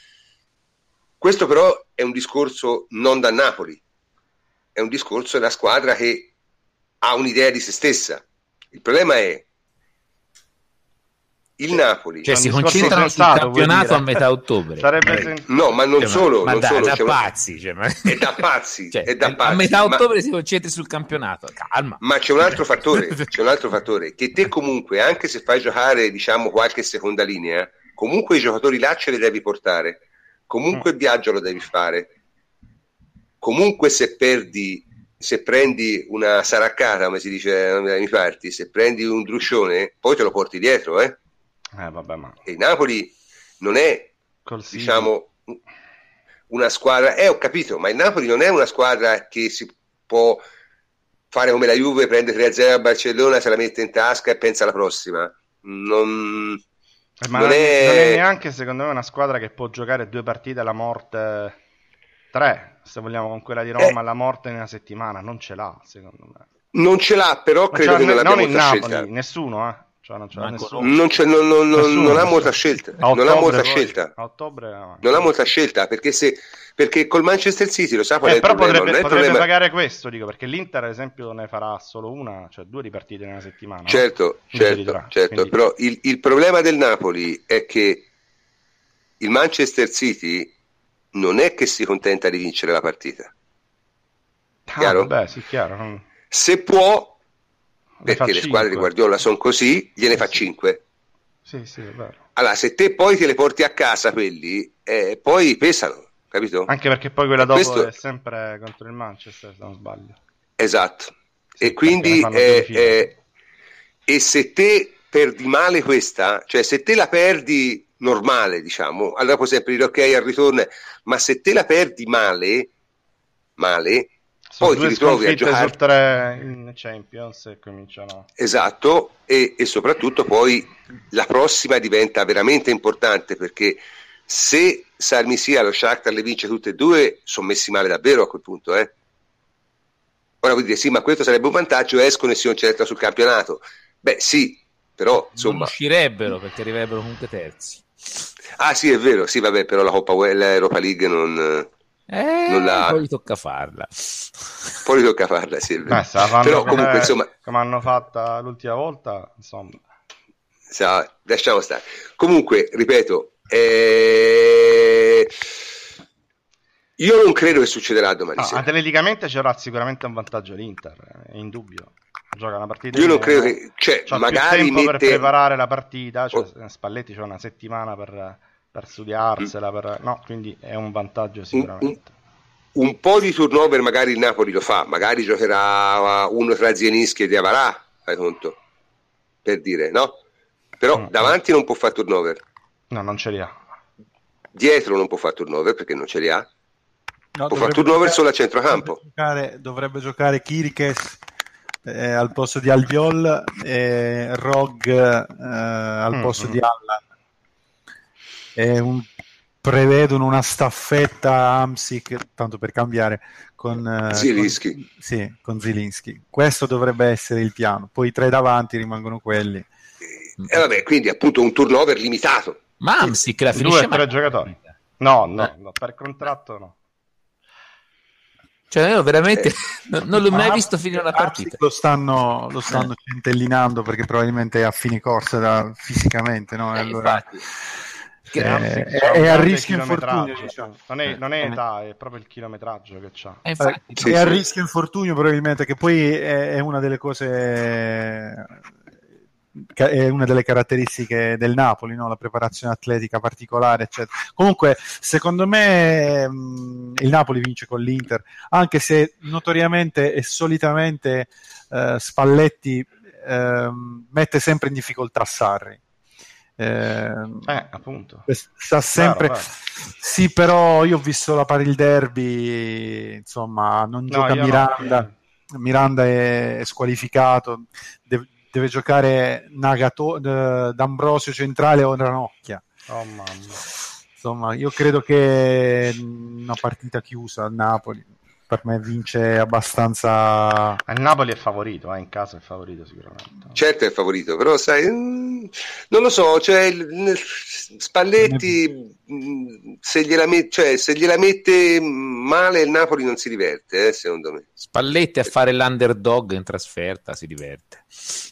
Questo però è un discorso non da Napoli. È un discorso della squadra che ha un'idea di se stessa. Il problema è il Napoli. Cioè È un si discorso concentrano sul sensato, vuoi campionato dire? a metà ottobre. Sarebbe Eh, sen- No, ma non cioè, solo, ma non da, solo, da c'è una- pazzi, cioè, ma... è da pazzi, Cioè, è da a pazzi, metà ma- ottobre si concentri sul campionato. Calma. Ma c'è un altro fattore, c'è un altro fattore, che te comunque, anche se fai giocare, diciamo, qualche seconda linea, comunque i giocatori là ce li devi portare, comunque il viaggio lo devi fare, comunque se perdi, se prendi una saraccata, come si dice dalle mie parti, se prendi un druscione, poi te lo porti dietro, eh? Eh, vabbè, ma E il Napoli non è, col City- diciamo, una squadra, eh ho capito, ma il Napoli non è una squadra che si può fare come la Juve, prende tre a zero a Barcellona, se la mette in tasca e pensa alla prossima. Non, Eh, ma non non, è- non è neanche secondo me una squadra che può giocare due partite alla morte, tre se vogliamo, con quella di Roma Eh. alla morte in una settimana. Non ce l'ha, secondo me. non ce l'ha, però Non credo ce l'ha che non ne- abbia non in molta Napoli, scelta. nessuno, eh. Cioè, non ce l'ha Manco nessuno. Non, c'è- non- non- non- Nessuno, non ha nessuno. molta scelta. A Non ha ottobre molta poi- scelta. A ottobre avanti. Non ha molta scelta perché se perché col Manchester City lo sa qual è Eh, il però problema. potrebbe, Non è il potrebbe problema. pagare questo, dico, perché l'Inter ad esempio ne farà solo una, cioè due di partite in una settimana, no? Certo, Quindi certo, li darà, certo. quindi- Però il, il problema del Napoli è che il Manchester City non è che si contenta di vincere la partita. Ah, chiaro? vabbè, sì, chiaro. non- Se può, Ne fa perché le squadre di cinque. Guardiola sono così, gliene Sì, fa sì. cinque. Sì, sì, è vero. allora se te poi te le porti a casa quelli, eh, poi pesano, capito? Anche perché poi quella dopo questo... è sempre contro il Manchester, se non sbaglio. Esatto. Sì, e quindi eh, eh, e se te perdi male questa, cioè se te la perdi normale, diciamo, allora puoi sempre dire ok al ritorno, ma se te la perdi male, male, sono poi ti ritrovi a giocare su tre in Champions e cominciano. Esatto, e, e soprattutto poi la prossima diventa veramente importante, perché se Sarmisia e lo Shakhtar le vince tutte e due, sono messi male davvero a quel punto, eh. Ora vuol dire sì, ma questo sarebbe un vantaggio, escono e si concentrano sul campionato. Beh sì, però insomma non uscirebbero perché arriverebbero comunque terzi. Ah sì, è vero, sì vabbè, però la Coppa l'Europa League non, eh, non la... poi tocca farla. Poi tocca farla, sì, è vero. Beh, se la fanno però come, comunque insomma come hanno fatta l'ultima volta, insomma. Sa, lasciamo stare. Comunque, ripeto, eh... io non credo che succederà domani no, sera. Atleticamente c'era sicuramente un vantaggio l'Inter, è indubbio. Gioca una partita io non meno, credo che, cioè, c'ha magari più tempo mette... per preparare la partita, cioè oh. Spalletti c'ha una settimana per, per studiarsela, mm. per... no, quindi è un vantaggio sicuramente. Un, un, un po' di turnover magari il Napoli lo fa, magari giocherà uno tra Zielinski e Diavarà, fai conto, per dire, no? Però mm. davanti non può fare turnover. No, non ce li ha. Dietro non può fare turnover perché non ce li ha. No, può fare turnover giocare, solo a centrocampo. Dovrebbe giocare, dovrebbe giocare Kirikes eh, al posto di Albiol e Rog eh, al mm, posto mm. di Allan. E un, prevedono una staffetta Amsic, tanto per cambiare, con eh, Zielinski. Con, sì, con Zielinski. Questo dovrebbe essere il piano. Poi i tre davanti rimangono quelli. E eh, vabbè, quindi appunto un turnover limitato. Ma Amsic la finisce due tre giocatori. No, no, no, per contratto no. Cioè io veramente eh, non, non l'ho mai visto finire una partita. Lo stanno, lo stanno eh. centellinando perché probabilmente è a fine corsa da, fisicamente, no? Eh, allora, eh, è, è a rischio infortunio, diciamo. non, è, non è età, è proprio il chilometraggio che c'ha. Eh, infatti, è sì, a sì. rischio infortunio probabilmente, che poi è, è una delle cose, è una delle caratteristiche del Napoli, no? La preparazione atletica particolare, eccetera. Comunque, secondo me mh, il Napoli vince con l'Inter, anche se notoriamente e solitamente eh, Spalletti eh, mette sempre in difficoltà Sarri. Eh, eh, appunto. Sta sempre claro, claro. Sì, però io ho visto la pari il derby, insomma, non no, gioca Miranda. No. Miranda è, è squalificato. Deve, deve giocare Nagato, D'Ambrosio centrale o Ranocchia. Oh mamma. Insomma, io credo che una partita chiusa al Napoli, per me vince abbastanza. Il Napoli è favorito, eh, in casa è favorito sicuramente. Certo è favorito, però sai, non lo so, cioè Spalletti se gliela, met- cioè, se gliela mette male il Napoli non si diverte, eh, secondo me. Spalletti a fare l'underdog in trasferta si diverte.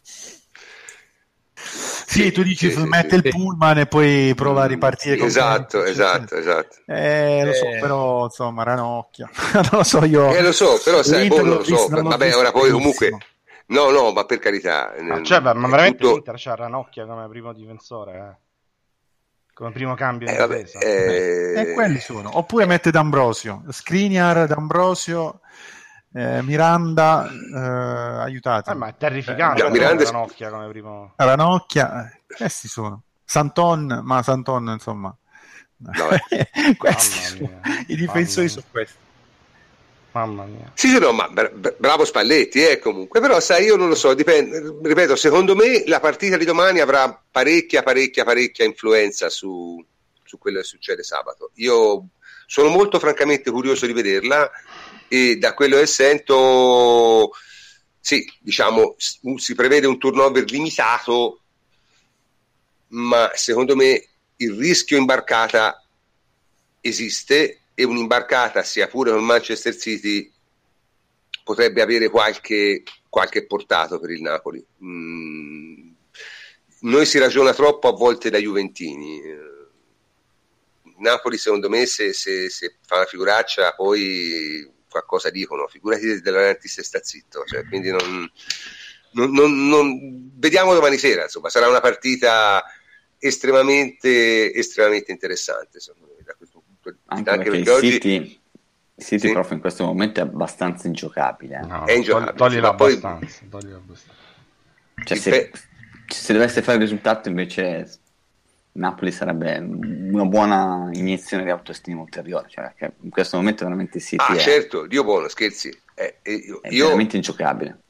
Sì, tu dici sì, mette sì, il sì. pullman e poi prova a ripartire con esatto, esatto, esatto. Eh, lo so, eh. però insomma, Ranocchia. non lo so io. Eh, lo so, però sai, boh, non lo so. Non Vabbè, ora poi comunque no, no, ma per carità. Ah, cioè, ma veramente tutto... l'Inter c'ha Ranocchia come primo difensore, eh. Come primo cambio eh, di vabbè, difesa. Eh... E quelli sono. Oppure mette D'Ambrosio, Skriniar, D'Ambrosio, eh, Miranda, eh, aiutate. Eh, ma è terrificante eh, Miranda... Ranocchia come primo. Ranocchia, eh, questi sono. Santon, ma Santon, insomma. No, questi sono. I difensori sono questi. Mamma mia. Sì, sì, no, ma bravo Spalletti, eh, comunque, però sai, io non lo so, dipende, ripeto, secondo me la partita di domani avrà parecchia, parecchia, parecchia influenza su, su quello che succede sabato. Io sono molto francamente curioso di vederla e da quello che sento, sì, diciamo, si prevede un turnover limitato, ma secondo me il rischio imbarcata esiste e un'imbarcata, sia pure con Manchester City, potrebbe avere qualche, qualche portato per il Napoli. Mm, noi si ragiona troppo a volte da juventini. Napoli, secondo me, se, se, se fa una figuraccia, poi qualcosa dicono. Figurati dell'Aranti se sta zitto. Cioè, quindi non, non, non, non... vediamo domani sera. Insomma, sarà una partita estremamente, estremamente interessante, secondo me, da questo punto di vista. Anche, Anche perché, perché il oggi City, il City sì. proprio in questo momento è abbastanza ingiocabile. Eh. No, È ingiocabile, togli ma poi abbastanza, togli abbastanza. Cioè, se, se dovesse fare il risultato, invece Napoli sarebbe una buona iniezione di autostima ulteriore, cioè che in questo momento veramente il City ah è, certo, Dio buono, scherzi, eh, io, è io veramente ingiocabile.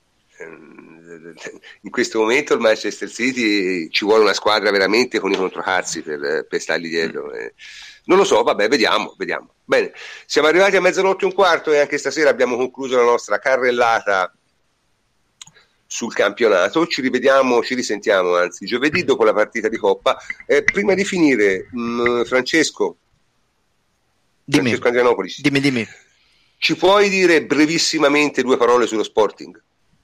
In questo momento il Manchester City ci vuole una squadra veramente con i controcazzi per, per stargli dietro. Eh, non lo so, vabbè, vediamo, vediamo. Bene, siamo arrivati a mezzanotte e un quarto e anche stasera abbiamo concluso la nostra carrellata sul campionato. Ci rivediamo, ci risentiamo anzi giovedì dopo la partita di Coppa. Eh, prima di finire, mh, Francesco, dimmi, Francesco Andrianopoli, dimmi, dimmi. Ci puoi dire brevissimamente due parole sullo Sporting?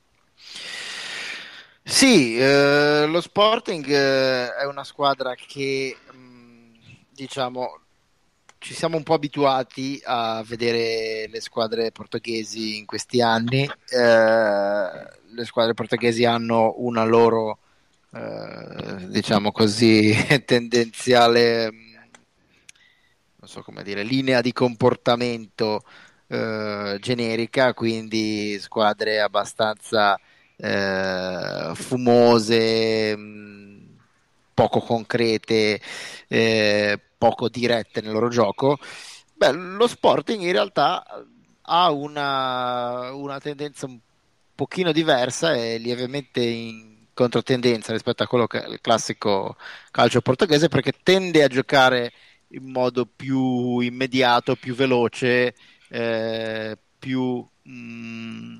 Sì, eh, lo Sporting eh, è una squadra che mh, diciamo ci siamo un po' abituati a vedere le squadre portoghesi in questi anni. Eh, le squadre portoghesi hanno una loro eh, diciamo così tendenziale, non so come dire, linea di comportamento eh, generica, quindi squadre abbastanza eh, fumose, mh, poco concrete, eh, poco dirette nel loro gioco. Beh, lo Sporting in realtà ha una, una tendenza un pochino diversa e lievemente in controtendenza rispetto a quello che è il classico calcio portoghese, perché tende a giocare in modo più immediato, più veloce, eh, più mh,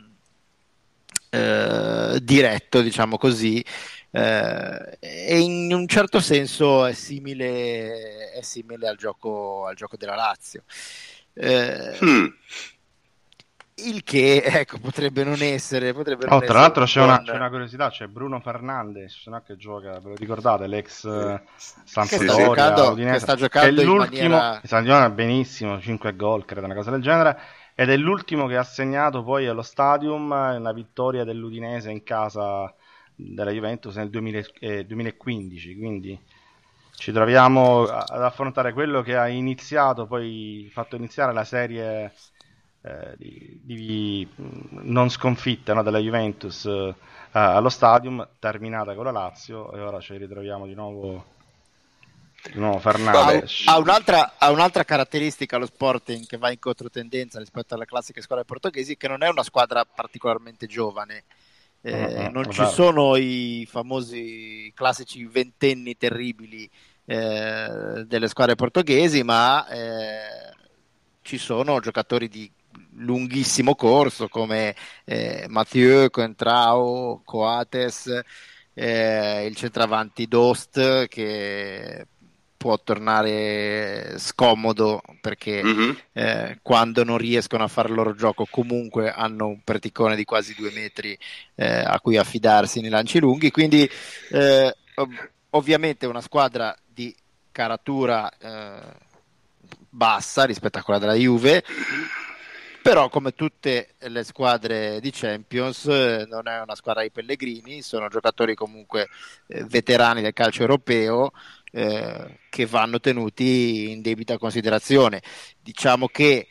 eh, diretto, diciamo così, eh, e in un certo senso è simile, è simile al gioco, al gioco della Lazio. Eh, hmm. Il che, ecco, potrebbe non essere. Potrebbe non oh, tra l'altro c'è, buon... una, c'è una curiosità: c'è Bruno Fernandes, no, che gioca, ve lo ricordate, l'ex uh, Sampdoria, che sta giocando, Udinese, che sta giocando che è in l'ultimo, maniera... sta giocando benissimo, cinque gol, credo, una cosa del genere, ed è l'ultimo che ha segnato poi allo Stadium una vittoria dell'Udinese in casa della Juventus nel duemila, eh, duemilaquindici, quindi ci troviamo ad affrontare quello che ha iniziato, poi fatto iniziare la serie eh, di, di non sconfitta, no, della Juventus eh, allo Stadium, terminata con la Lazio, e ora ci ritroviamo di nuovo di nuovo Fernandes. Ha, ha, un'altra, ha un'altra caratteristica lo Sporting che va in controtendenza rispetto alle classiche squadre portoghesi, che non è una squadra particolarmente giovane. Eh, non ci sono i famosi classici ventenni terribili eh, delle squadre portoghesi, ma eh, ci sono giocatori di lunghissimo corso come eh, Mathieu, Coentrao, Coates, eh, il centravanti Dost, che può tornare scomodo perché mm-hmm. eh, quando non riescono a fare il loro gioco comunque hanno un praticone di quasi due metri eh, a cui affidarsi nei lanci lunghi, quindi eh, ov- ovviamente una squadra di caratura eh, bassa rispetto a quella della Juve, però come tutte le squadre di Champions eh, non è una squadra di Pellegrini, sono giocatori comunque eh, veterani del calcio europeo, Eh, che vanno tenuti in debita considerazione. Diciamo che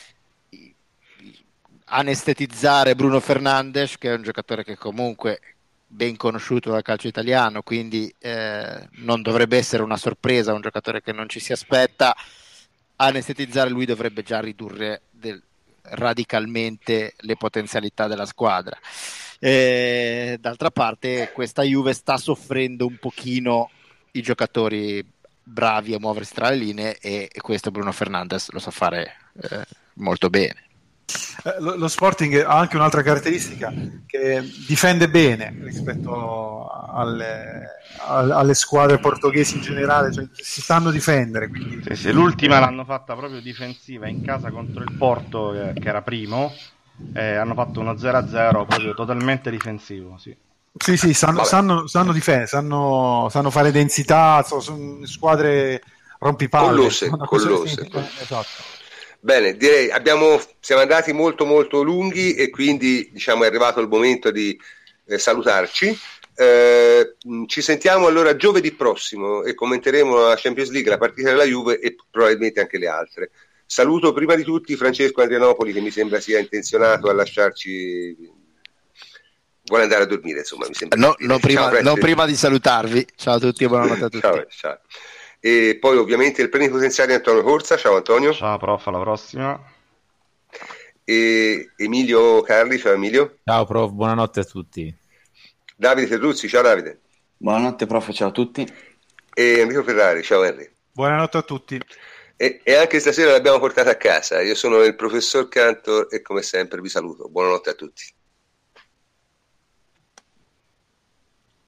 anestetizzare Bruno Fernandes, che è un giocatore che comunque ben conosciuto dal calcio italiano, quindi eh, non dovrebbe essere una sorpresa, un giocatore che non ci si aspetta, anestetizzare lui dovrebbe già ridurre del, radicalmente le potenzialità della squadra. Eh, d'altra parte questa Juve sta soffrendo un pochino i giocatori bravi a muoversi tra le linee, e, e questo Bruno Fernandes lo sa fare eh, molto bene. Eh, lo, lo Sporting ha anche un'altra caratteristica, che difende bene rispetto alle, alle squadre portoghesi in generale, cioè si sanno difendere. Quindi... Sì, sì, l'ultima l'hanno fatta proprio difensiva in casa contro il Porto, che, che era primo, e hanno fatto uno zero a zero proprio totalmente difensivo, sì. Sì, sì, sanno, sanno, sanno difendere, sanno, sanno fare densità, sono, sono squadre rompipalle. Collose, collose. Esatto. Bene, direi abbiamo, siamo andati molto molto lunghi e quindi diciamo è arrivato il momento di eh, salutarci. Eh, ci sentiamo allora giovedì prossimo e commenteremo la Champions League, la partita della Juve e probabilmente anche le altre. Saluto prima di tutti Francesco Adrianopoli, che mi sembra sia intenzionato a lasciarci, vuole andare a dormire, insomma, mi sembra. No, no, prima, ciao, no prima di salutarvi, ciao a tutti e buonanotte a tutti. Ciao, ciao. E poi ovviamente il plenipotenziario Antonio Corsa, ciao Antonio. Ciao prof, alla prossima. E Emilio Carli, ciao Emilio. Ciao prof, buonanotte a tutti. Davide Ferruzzi, ciao Davide. Buonanotte prof, ciao a tutti. E Enrico Ferrari, ciao Henry. Buonanotte a tutti. E, e anche stasera l'abbiamo portata a casa. Io sono il professor Cantor e come sempre vi saluto. Buonanotte a tutti.